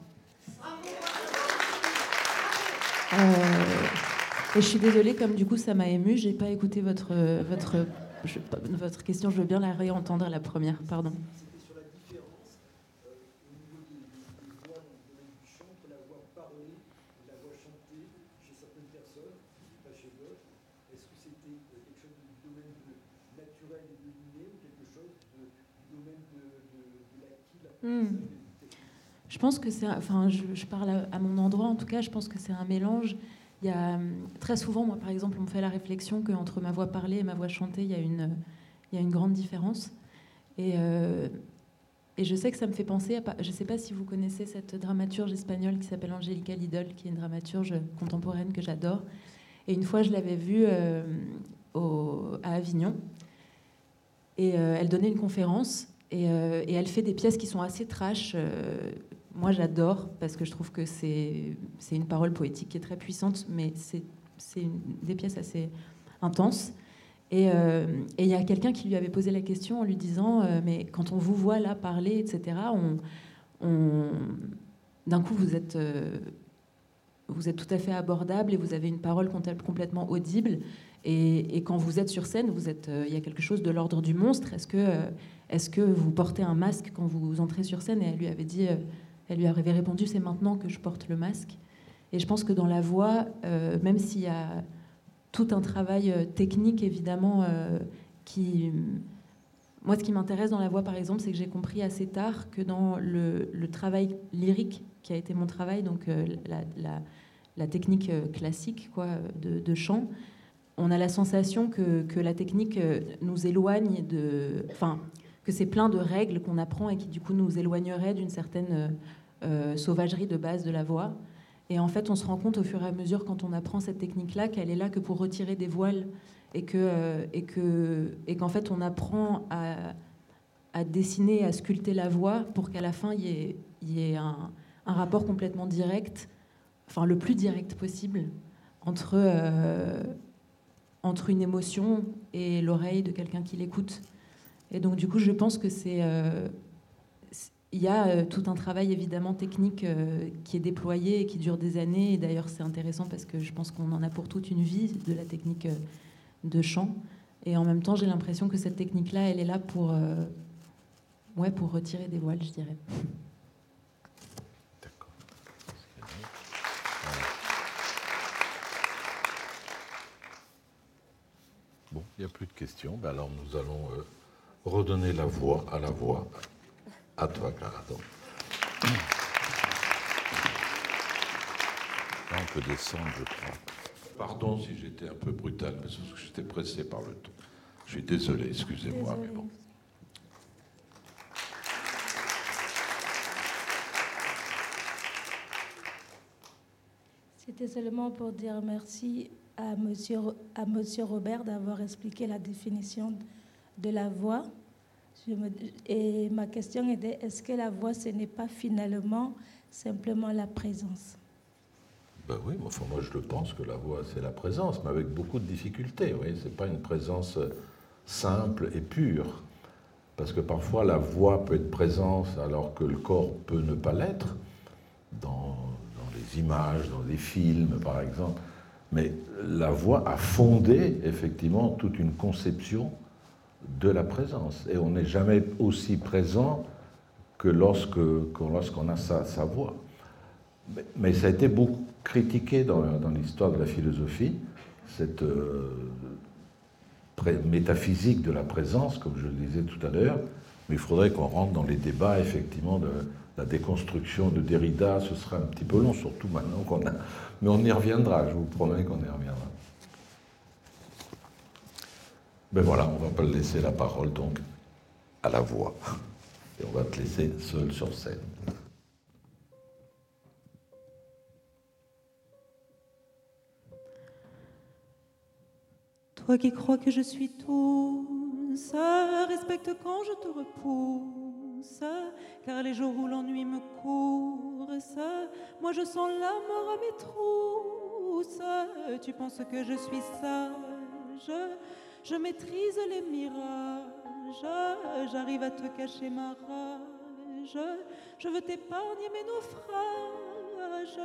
Euh, et je suis désolée, comme du coup ça m'a émue, j'ai pas écouté votre, votre, je, votre question, je veux bien la réentendre, la première, pardon. Hmm. Je pense que c'est, enfin, je, je parle à, à mon endroit en tout cas, je pense que c'est un mélange. Il y a très souvent, moi par exemple, on me fait la réflexion qu'entre ma voix parlée et ma voix chantée, il y a une, il y a une grande différence. Et, euh, et je sais que ça me fait penser, à, je ne sais pas si vous connaissez cette dramaturge espagnole qui s'appelle Angélica Lidl, qui est une dramaturge contemporaine que j'adore. Et une fois, je l'avais vue euh, au, à Avignon, et euh, elle donnait une conférence. Et, euh, et elle fait des pièces qui sont assez trash. Euh, moi, j'adore parce que je trouve que c'est, c'est une parole poétique qui est très puissante, mais c'est, c'est une, des pièces assez intenses. Et euh, et il y a quelqu'un qui lui avait posé la question en lui disant euh, mais quand on vous voit là parler, et cetera, on, on, d'un coup, vous êtes, euh, vous êtes tout à fait abordable et vous avez une parole complètement audible. Et, et quand vous êtes sur scène, vous êtes, euh, il y a quelque chose de l'ordre du monstre. Est-ce que... Euh, Est-ce que vous portez un masque quand vous entrez sur scène ? Et elle lui avait dit, elle lui avait répondu, c'est maintenant que je porte le masque. Et je pense que dans la voix, euh, même s'il y a tout un travail technique, évidemment, euh, qui... Moi, ce qui m'intéresse dans la voix, par exemple, c'est que j'ai compris assez tard que dans le, le travail lyrique, qui a été mon travail, donc euh, la, la, la technique classique quoi, de, de chant, on a la sensation que, que la technique nous éloigne de... Enfin, que c'est plein de règles qu'on apprend et qui du coup nous éloigneraient d'une certaine euh, sauvagerie de base de la voix. Et en fait, on se rend compte au fur et à mesure quand on apprend cette technique-là qu'elle est là que pour retirer des voiles et que euh, et que et qu'en fait on apprend à, à dessiner, à sculpter la voix pour qu'à la fin il y ait, il y ait un, un rapport complètement direct, enfin le plus direct possible entre euh, entre une émotion et l'oreille de quelqu'un qui l'écoute. Et donc, du coup, je pense que c'est... Euh, il y a euh, tout un travail, évidemment, technique euh, qui est déployé et qui dure des années. Et d'ailleurs, c'est intéressant parce que je pense qu'on en a pour toute une vie de la technique euh, de chant. Et en même temps, j'ai l'impression que cette technique-là, elle est là pour, euh, ouais, pour retirer des voiles, je dirais. D'accord. Bon, il n'y a plus de questions. Ben alors, nous allons... Euh, redonner la voix à la voix. À toi, Clara. Donc. Là, on peut descendre, je crois. Pardon si j'étais un peu brutal, mais c'est parce que j'étais pressé par le temps. Je suis désolé, excusez-moi, Désolée. mais bon. C'était seulement pour dire merci à monsieur, à monsieur Robert d'avoir expliqué la définition de la voix. Je me, et ma question était, est-ce que la voix, ce n'est pas finalement simplement la présence? Ben oui, enfin, moi je le pense que la voix, c'est la présence, mais avec beaucoup de difficultés. Oui, ce n'est pas une présence simple et pure. Parce que parfois la voix peut être présence alors que le corps peut ne pas l'être, dans, dans les images, dans les films par exemple. Mais la voix a fondé effectivement toute une conception de la présence. Et on n'est jamais aussi présent que lorsque, que lorsqu'on a sa, sa voix. Mais, mais ça a été beaucoup critiqué dans, dans l'histoire de la philosophie, cette euh, pré- métaphysique de la présence, comme je le disais tout à l'heure. Mais il faudrait qu'on rentre dans les débats, effectivement, de la déconstruction de Derrida. Ce sera un petit peu long, surtout maintenant qu'on a... Mais on y reviendra, je vous promets qu'on y reviendra. Ben voilà, on ne va pas laisser la parole, donc, à la voix. Et on va te laisser seul sur scène. Toi qui crois que je suis tout, ça respecte quand je te repousse, car les jours où l'ennui me course, moi je sens la mort à mes trousses. Tu penses que je suis sage, je maîtrise les mirages, j'arrive à te cacher ma rage, je veux t'épargner mes naufrages.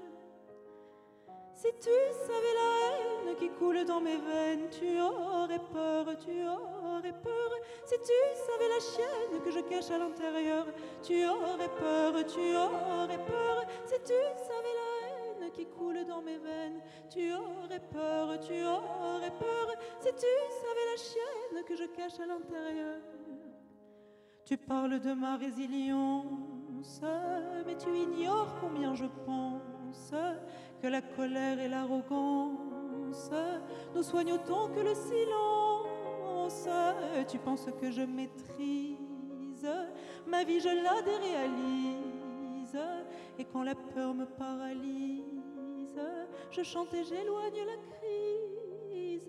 Si tu savais la haine qui coule dans mes veines, tu aurais peur, tu aurais peur. Si tu savais la chienne que je cache à l'intérieur, tu aurais peur, tu aurais peur. Si tu savais la haine qui coule dans mes veines, tu aurais peur, tu aurais peur. Si tu savais la chienne que je cache à l'intérieur. Tu parles de ma résilience, mais tu ignores combien je pense que la colère et l'arrogance nous soignent autant que le silence. Tu penses que je maîtrise ma vie, je la déréalise, et quand la peur me paralyse, je chante et j'éloigne la crise.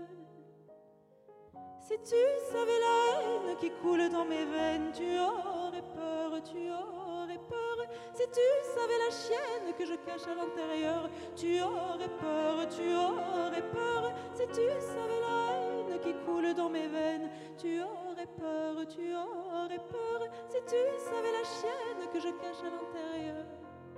Si tu savais la haine qui coule dans mes veines, tu aurais peur, tu aurais peur. Si tu savais la chienne que je cache à l'intérieur, tu aurais peur, tu aurais peur. Si tu savais la haine qui coule dans mes veines, tu aurais peur, tu aurais peur. Si tu savais la chienne que je cache à l'intérieur.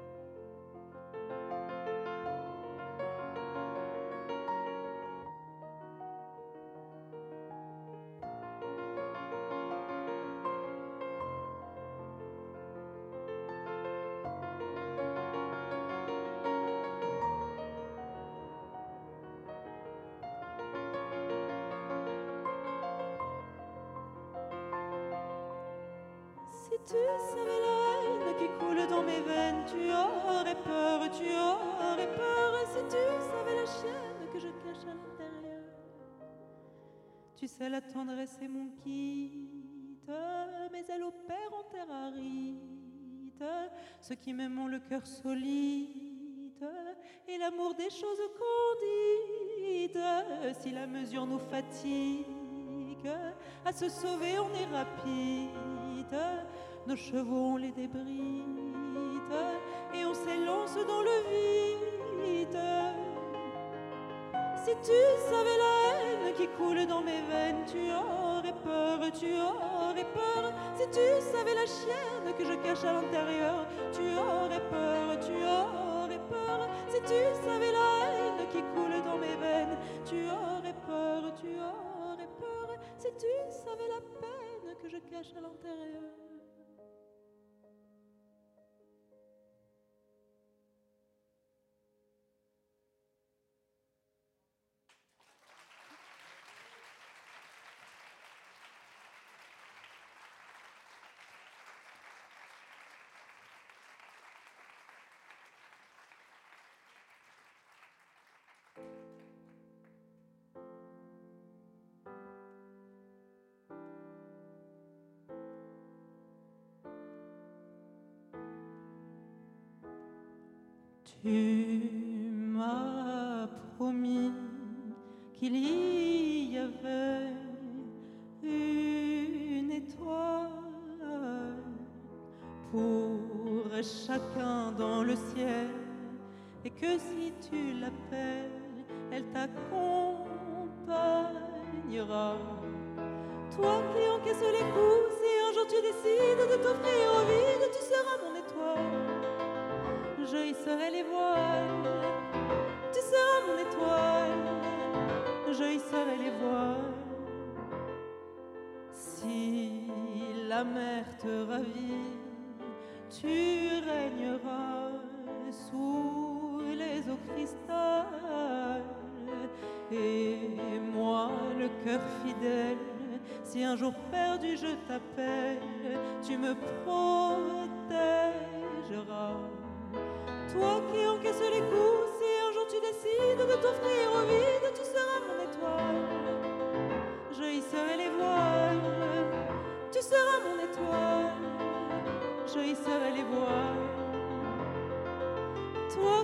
Si tu savais la haine qui coule dans mes veines, tu aurais peur, tu aurais peur. Si tu savais la chienne que je cache à l'intérieur. Tu sais, la tendresse est mon quitte, mais elle opère en terre aride. Ceux qui m'aiment ont le cœur solide, et l'amour des choses candides. Si la mesure nous fatigue, à se sauver on est rapide. Nos chevaux on les débride, et on s'élance dans le vide. Si tu savais la haine qui coule dans mes veines, tu aurais peur, tu aurais peur. Si tu savais la chienne que je cache à l'intérieur, tu aurais peur, tu aurais peur. Si tu savais la haine qui coule dans mes veines, tu aurais peur, tu aurais peur. Si tu savais la peine que je cache à l'intérieur. Tu m'as promis qu'il y avait une étoile pour chacun dans le ciel, et que si tu l'appelles, elle t'accompagnera. Toi qui encaisses les coups, si un jour tu décides de t'offrir au vide, tu seras mon étoile. Je hisserai les voiles, tu seras mon étoile. Je hisserai les voiles. Si la mer te ravit, tu régneras sous les eaux cristal. Et moi, le cœur fidèle, si un jour perdu je t'appelle, tu me protégeras. Toi qui encaisses les coups, si un jour tu décides de t'offrir au vide, tu seras mon étoile. Je hisserai les voiles, tu seras mon étoile. Je hisserai les voiles. Toi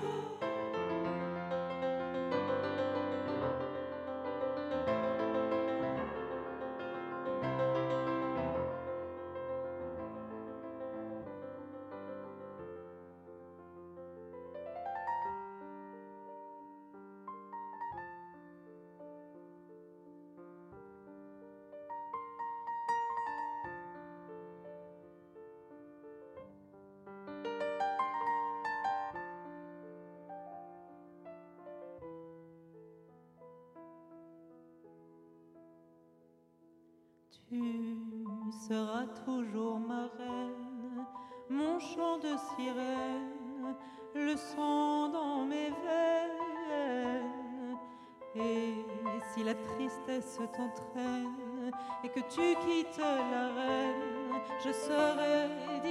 Tu seras toujours ma reine, mon chant de sirène, le sang dans mes veines. Et si la tristesse t'entraîne et que tu quittes la reine, je serai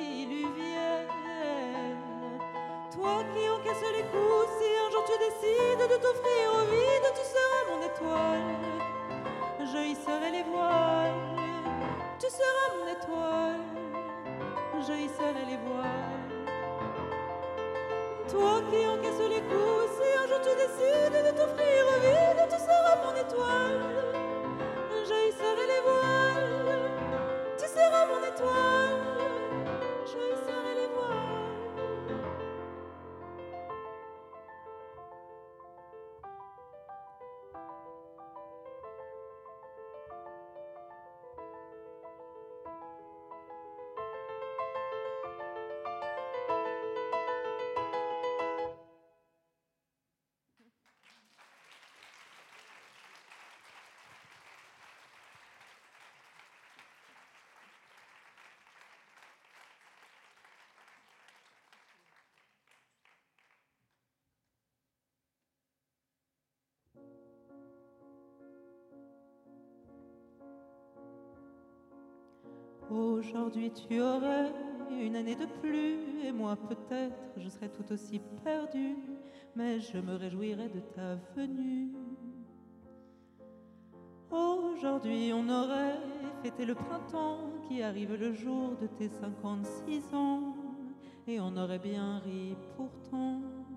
diluvienne. Toi qui encaisses les coups, si un jour tu décides de t'offrir au vide, tu seras mon étoile. Je hisserai les voiles, tu seras mon étoile. Je hisserai les voiles. Toi qui encaisses les coups, si un jour tu décides de t'offrir au vide, tu seras mon étoile. Je hisserai les voiles, tu seras mon étoile. Je hisserai les voiles. Aujourd'hui tu aurais une année de plus, et moi peut-être je serais tout aussi perdue, mais je me réjouirais de ta venue. Aujourd'hui on aurait fêté le printemps qui arrive le jour de tes cinquante-six ans, et on aurait bien ri pourtant.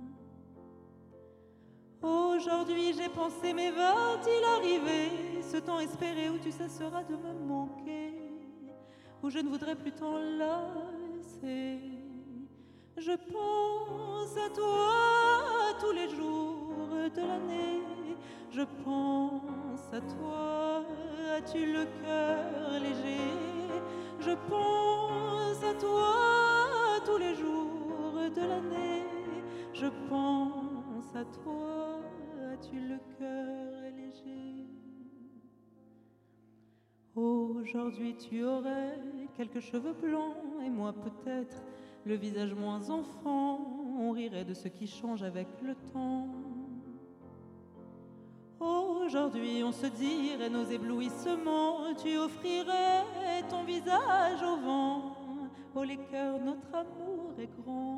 Aujourd'hui j'ai pensé, mais va-t-il arriver ce temps espéré où tu cesseras de me manquer, où je ne voudrais plus t'enlacer. Je pense à toi tous les jours de l'année. Je pense à toi, as-tu le cœur léger? Je pense à toi tous les jours de l'année. Je pense à toi, as-tu le cœur léger? Aujourd'hui tu aurais quelques cheveux blancs, et moi peut-être le visage moins enfant. On rirait de ce qui change avec le temps. Aujourd'hui on se dirait nos éblouissements. Tu offrirais ton visage au vent. Oh les cœurs, notre amour est grand.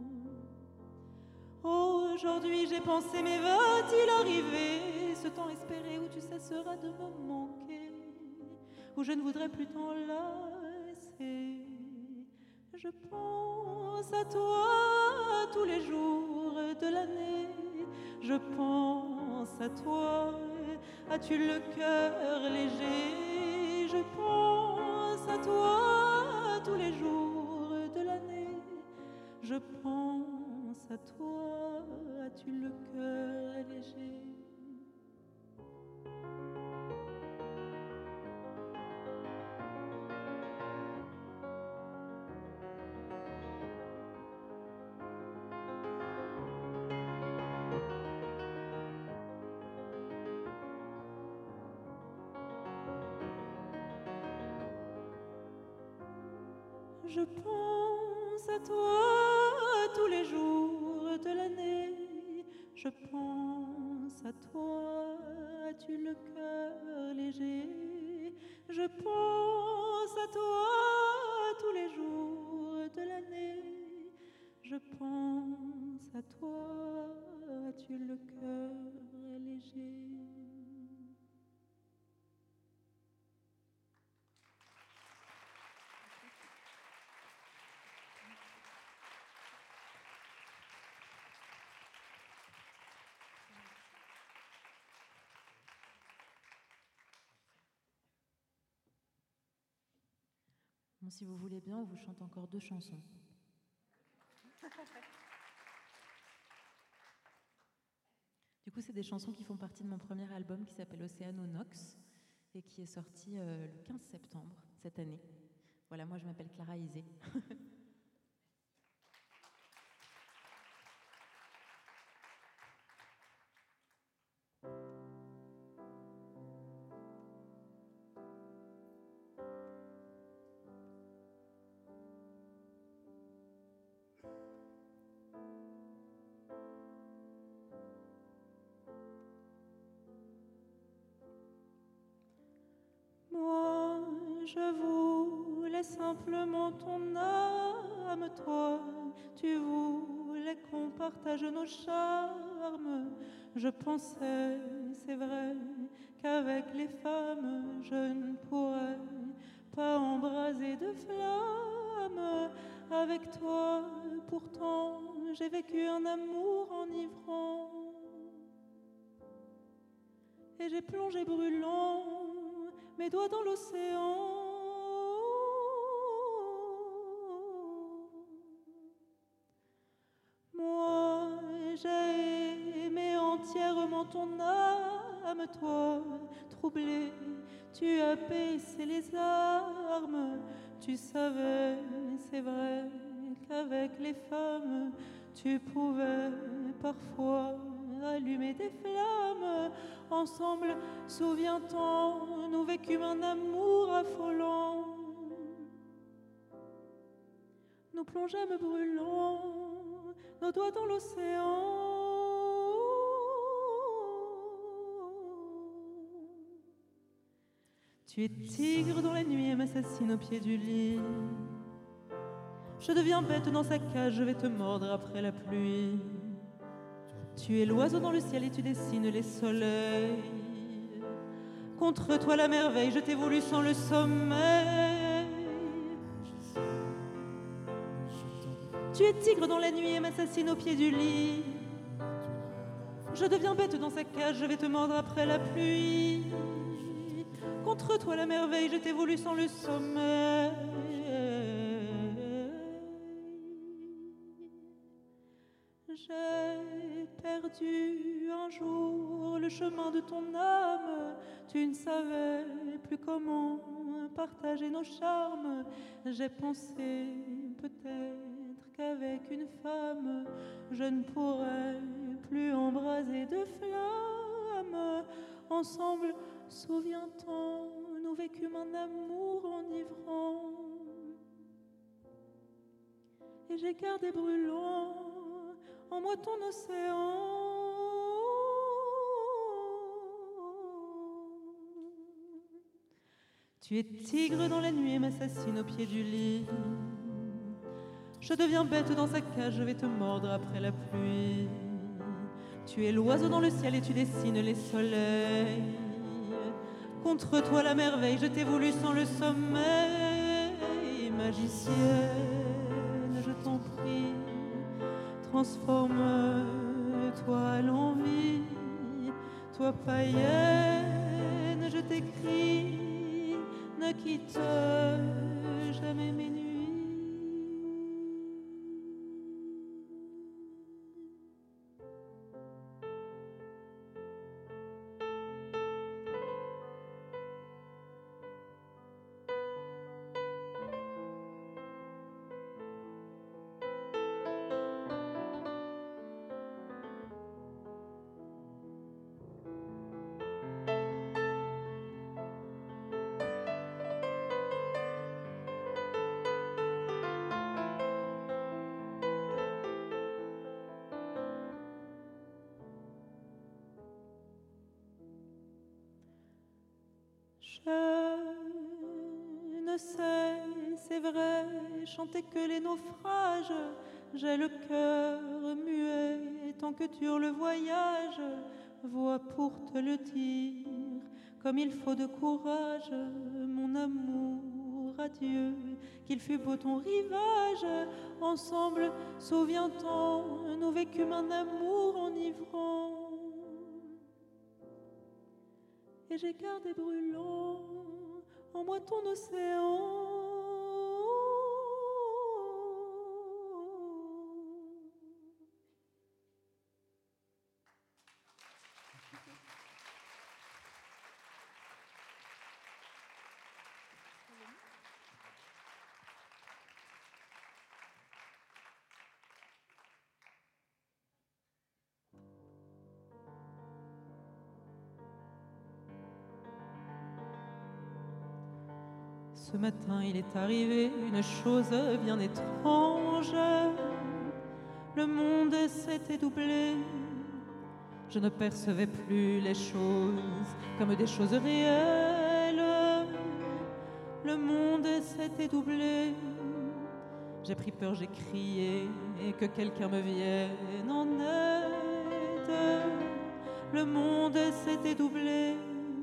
Aujourd'hui j'ai pensé, mais va-t-il arriver ce temps espéré où tu cesseras de me manquer, où je ne voudrais plus t'enlacer. Je pense à toi tous les jours de l'année. Je pense à toi, As-tu le cœur léger? Je pense à toi tous les jours de l'année. Je pense à toi, as-tu le cœur léger? Je pense à toi tous les jours de l'année. Je pense à toi, as-tu le cœur léger? Je pense à toi tous les jours de l'année. Je pense à toi, as-tu le cœur léger? Bon, si vous voulez bien, on vous chante encore deux chansons. Du coup, c'est des chansons qui font partie de mon premier album qui s'appelle Océano Nox et qui est sorti euh, le quinze septembre cette année. Voilà, moi je m'appelle Clara Isé. Je voulais simplement ton âme, toi, tu voulais qu'on partage nos charmes. Je pensais, c'est vrai, qu'avec les femmes, je ne pourrais pas embraser de flamme. Avec toi, pourtant, j'ai vécu un amour enivrant. Et j'ai plongé brûlant mes doigts dans l'océan. Moi, j'ai aimé entièrement ton âme, toi, troublé, tu as baissé les armes. Tu savais, c'est vrai, qu'avec les femmes, tu pouvais parfois allumer des flammes. Ensemble, souviens-t'en, nous vécûmes un amour affolant. Nous plongeâmes brûlants nos doigts dans l'océan. Tu es tigre dans la nuit et m'assassine au pied du lit. Je deviens bête dans sa cage, je vais te mordre après la pluie. Tu es l'oiseau dans le ciel et tu dessines les soleils. Contre toi la merveille, je t'ai voulu sans le sommeil. Tu es tigre dans la nuit et m'assassine au pied du lit. Je deviens bête dans sa cage, je vais te mordre après la pluie. Contre toi la merveille, je t'ai voulu sans le sommeil. J'ai perdu un jour le chemin de ton âme. Tu ne savais plus comment partager nos charmes. J'ai pensé peut-être qu'avec une femme, je ne pourrais plus embraser de flamme. Ensemble, souviens-t'en, nous vécûmes un amour enivrant. Et j'ai gardé brûlant en moi ton océan. Tu es tigre dans la nuit et m'assassine au pied du lit. Je deviens bête dans sa cage, je vais te mordre après la pluie. Tu es l'oiseau dans le ciel et tu dessines les soleils. Contre toi la merveille, je t'ai voulu sans le sommeil. Magicienne, je t'en prie, transforme-toi à l'envie. toi païenne, je t'écris, ne quitte jamais mes nuits. Je ne sais, c'est vrai, chanter que les naufrages. J'ai le cœur muet tant que dure le voyage. Vois pour te le dire, comme il faut de courage, mon amour, adieu, qu'il fut beau ton rivage. Ensemble, souviens-t'en, nous vécûmes un amour enivrant. Et j'ai gardé brûlant en moi ton océan. Ce matin, il est arrivé une chose bien étrange. Le monde s'était doublé. Je ne percevais plus les choses comme des choses réelles. Le monde s'était doublé. J'ai pris peur, j'ai crié, et que quelqu'un me vienne en aide. Le monde s'était doublé.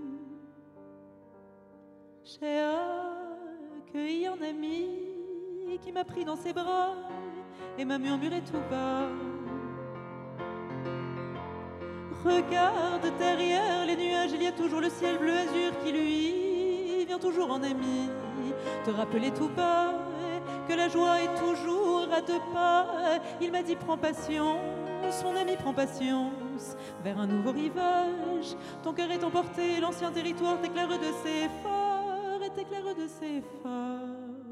J'ai accueilli un ami qui m'a pris dans ses bras et m'a murmuré tout bas. Regarde derrière les nuages, il y a toujours le ciel bleu azur qui lui vient toujours en ami te rappeler tout bas que la joie est toujours à deux pas. Il m'a dit prends patience, mon ami prends patience, vers un nouveau rivage. Ton cœur est emporté, l'ancien territoire t'éclaire de ses phares et t'éclaire de ses phares.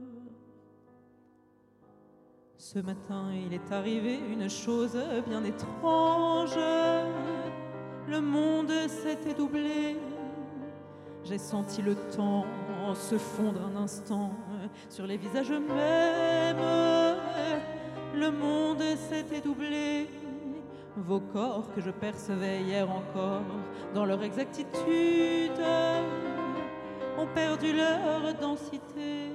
Ce matin, il est arrivé une chose bien étrange. Le monde s'était doublé. J'ai senti le temps se fondre un instant sur les visages mêmes. Le monde s'était doublé. Vos corps que je percevais hier encore dans leur exactitude ont perdu leur densité.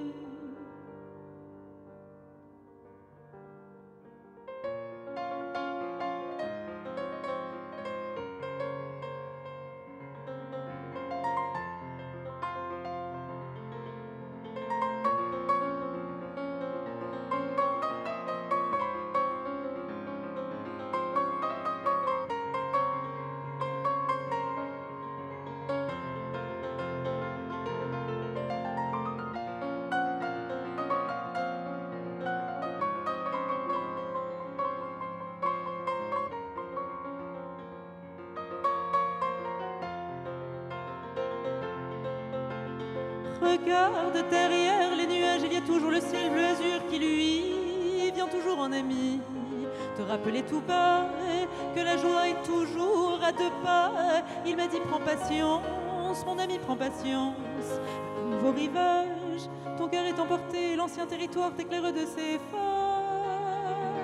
Regarde derrière les nuages, il y a toujours le ciel bleu azur qui lui vient toujours en ami te rappeler tout bas que la joie est toujours à deux pas. Il m'a dit prends patience, mon ami prends patience, nouveau rivage, ton cœur est emporté, l'ancien territoire t'éclaire de ses phares.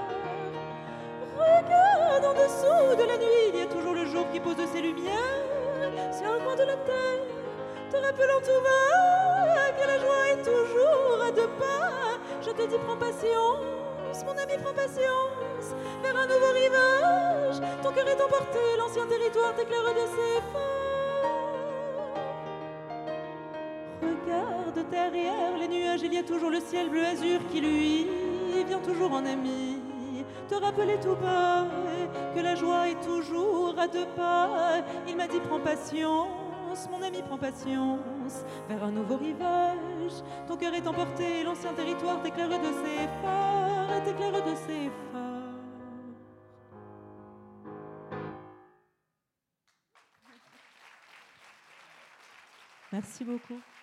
Regarde en dessous de la nuit, il y a toujours le jour qui pose de ses lumières sur un coin de la terre, te rappelant tout bas que la joie est toujours à deux pas. Je te dis prends patience, mon ami prends patience, vers un nouveau rivage, ton cœur est emporté, l'ancien territoire t'éclaire de ses phares. Regarde derrière les nuages, il y a toujours le ciel bleu azur qui lui vient toujours en ami te rappeler tout bas que la joie est toujours à à deux pas. Il m'a dit prends patience, mon ami prends patience, vers un nouveau rivage. Ton cœur est emporté, l'ancien territoire t'éclaire de ses phares, t'éclaire de ses phares. Merci beaucoup.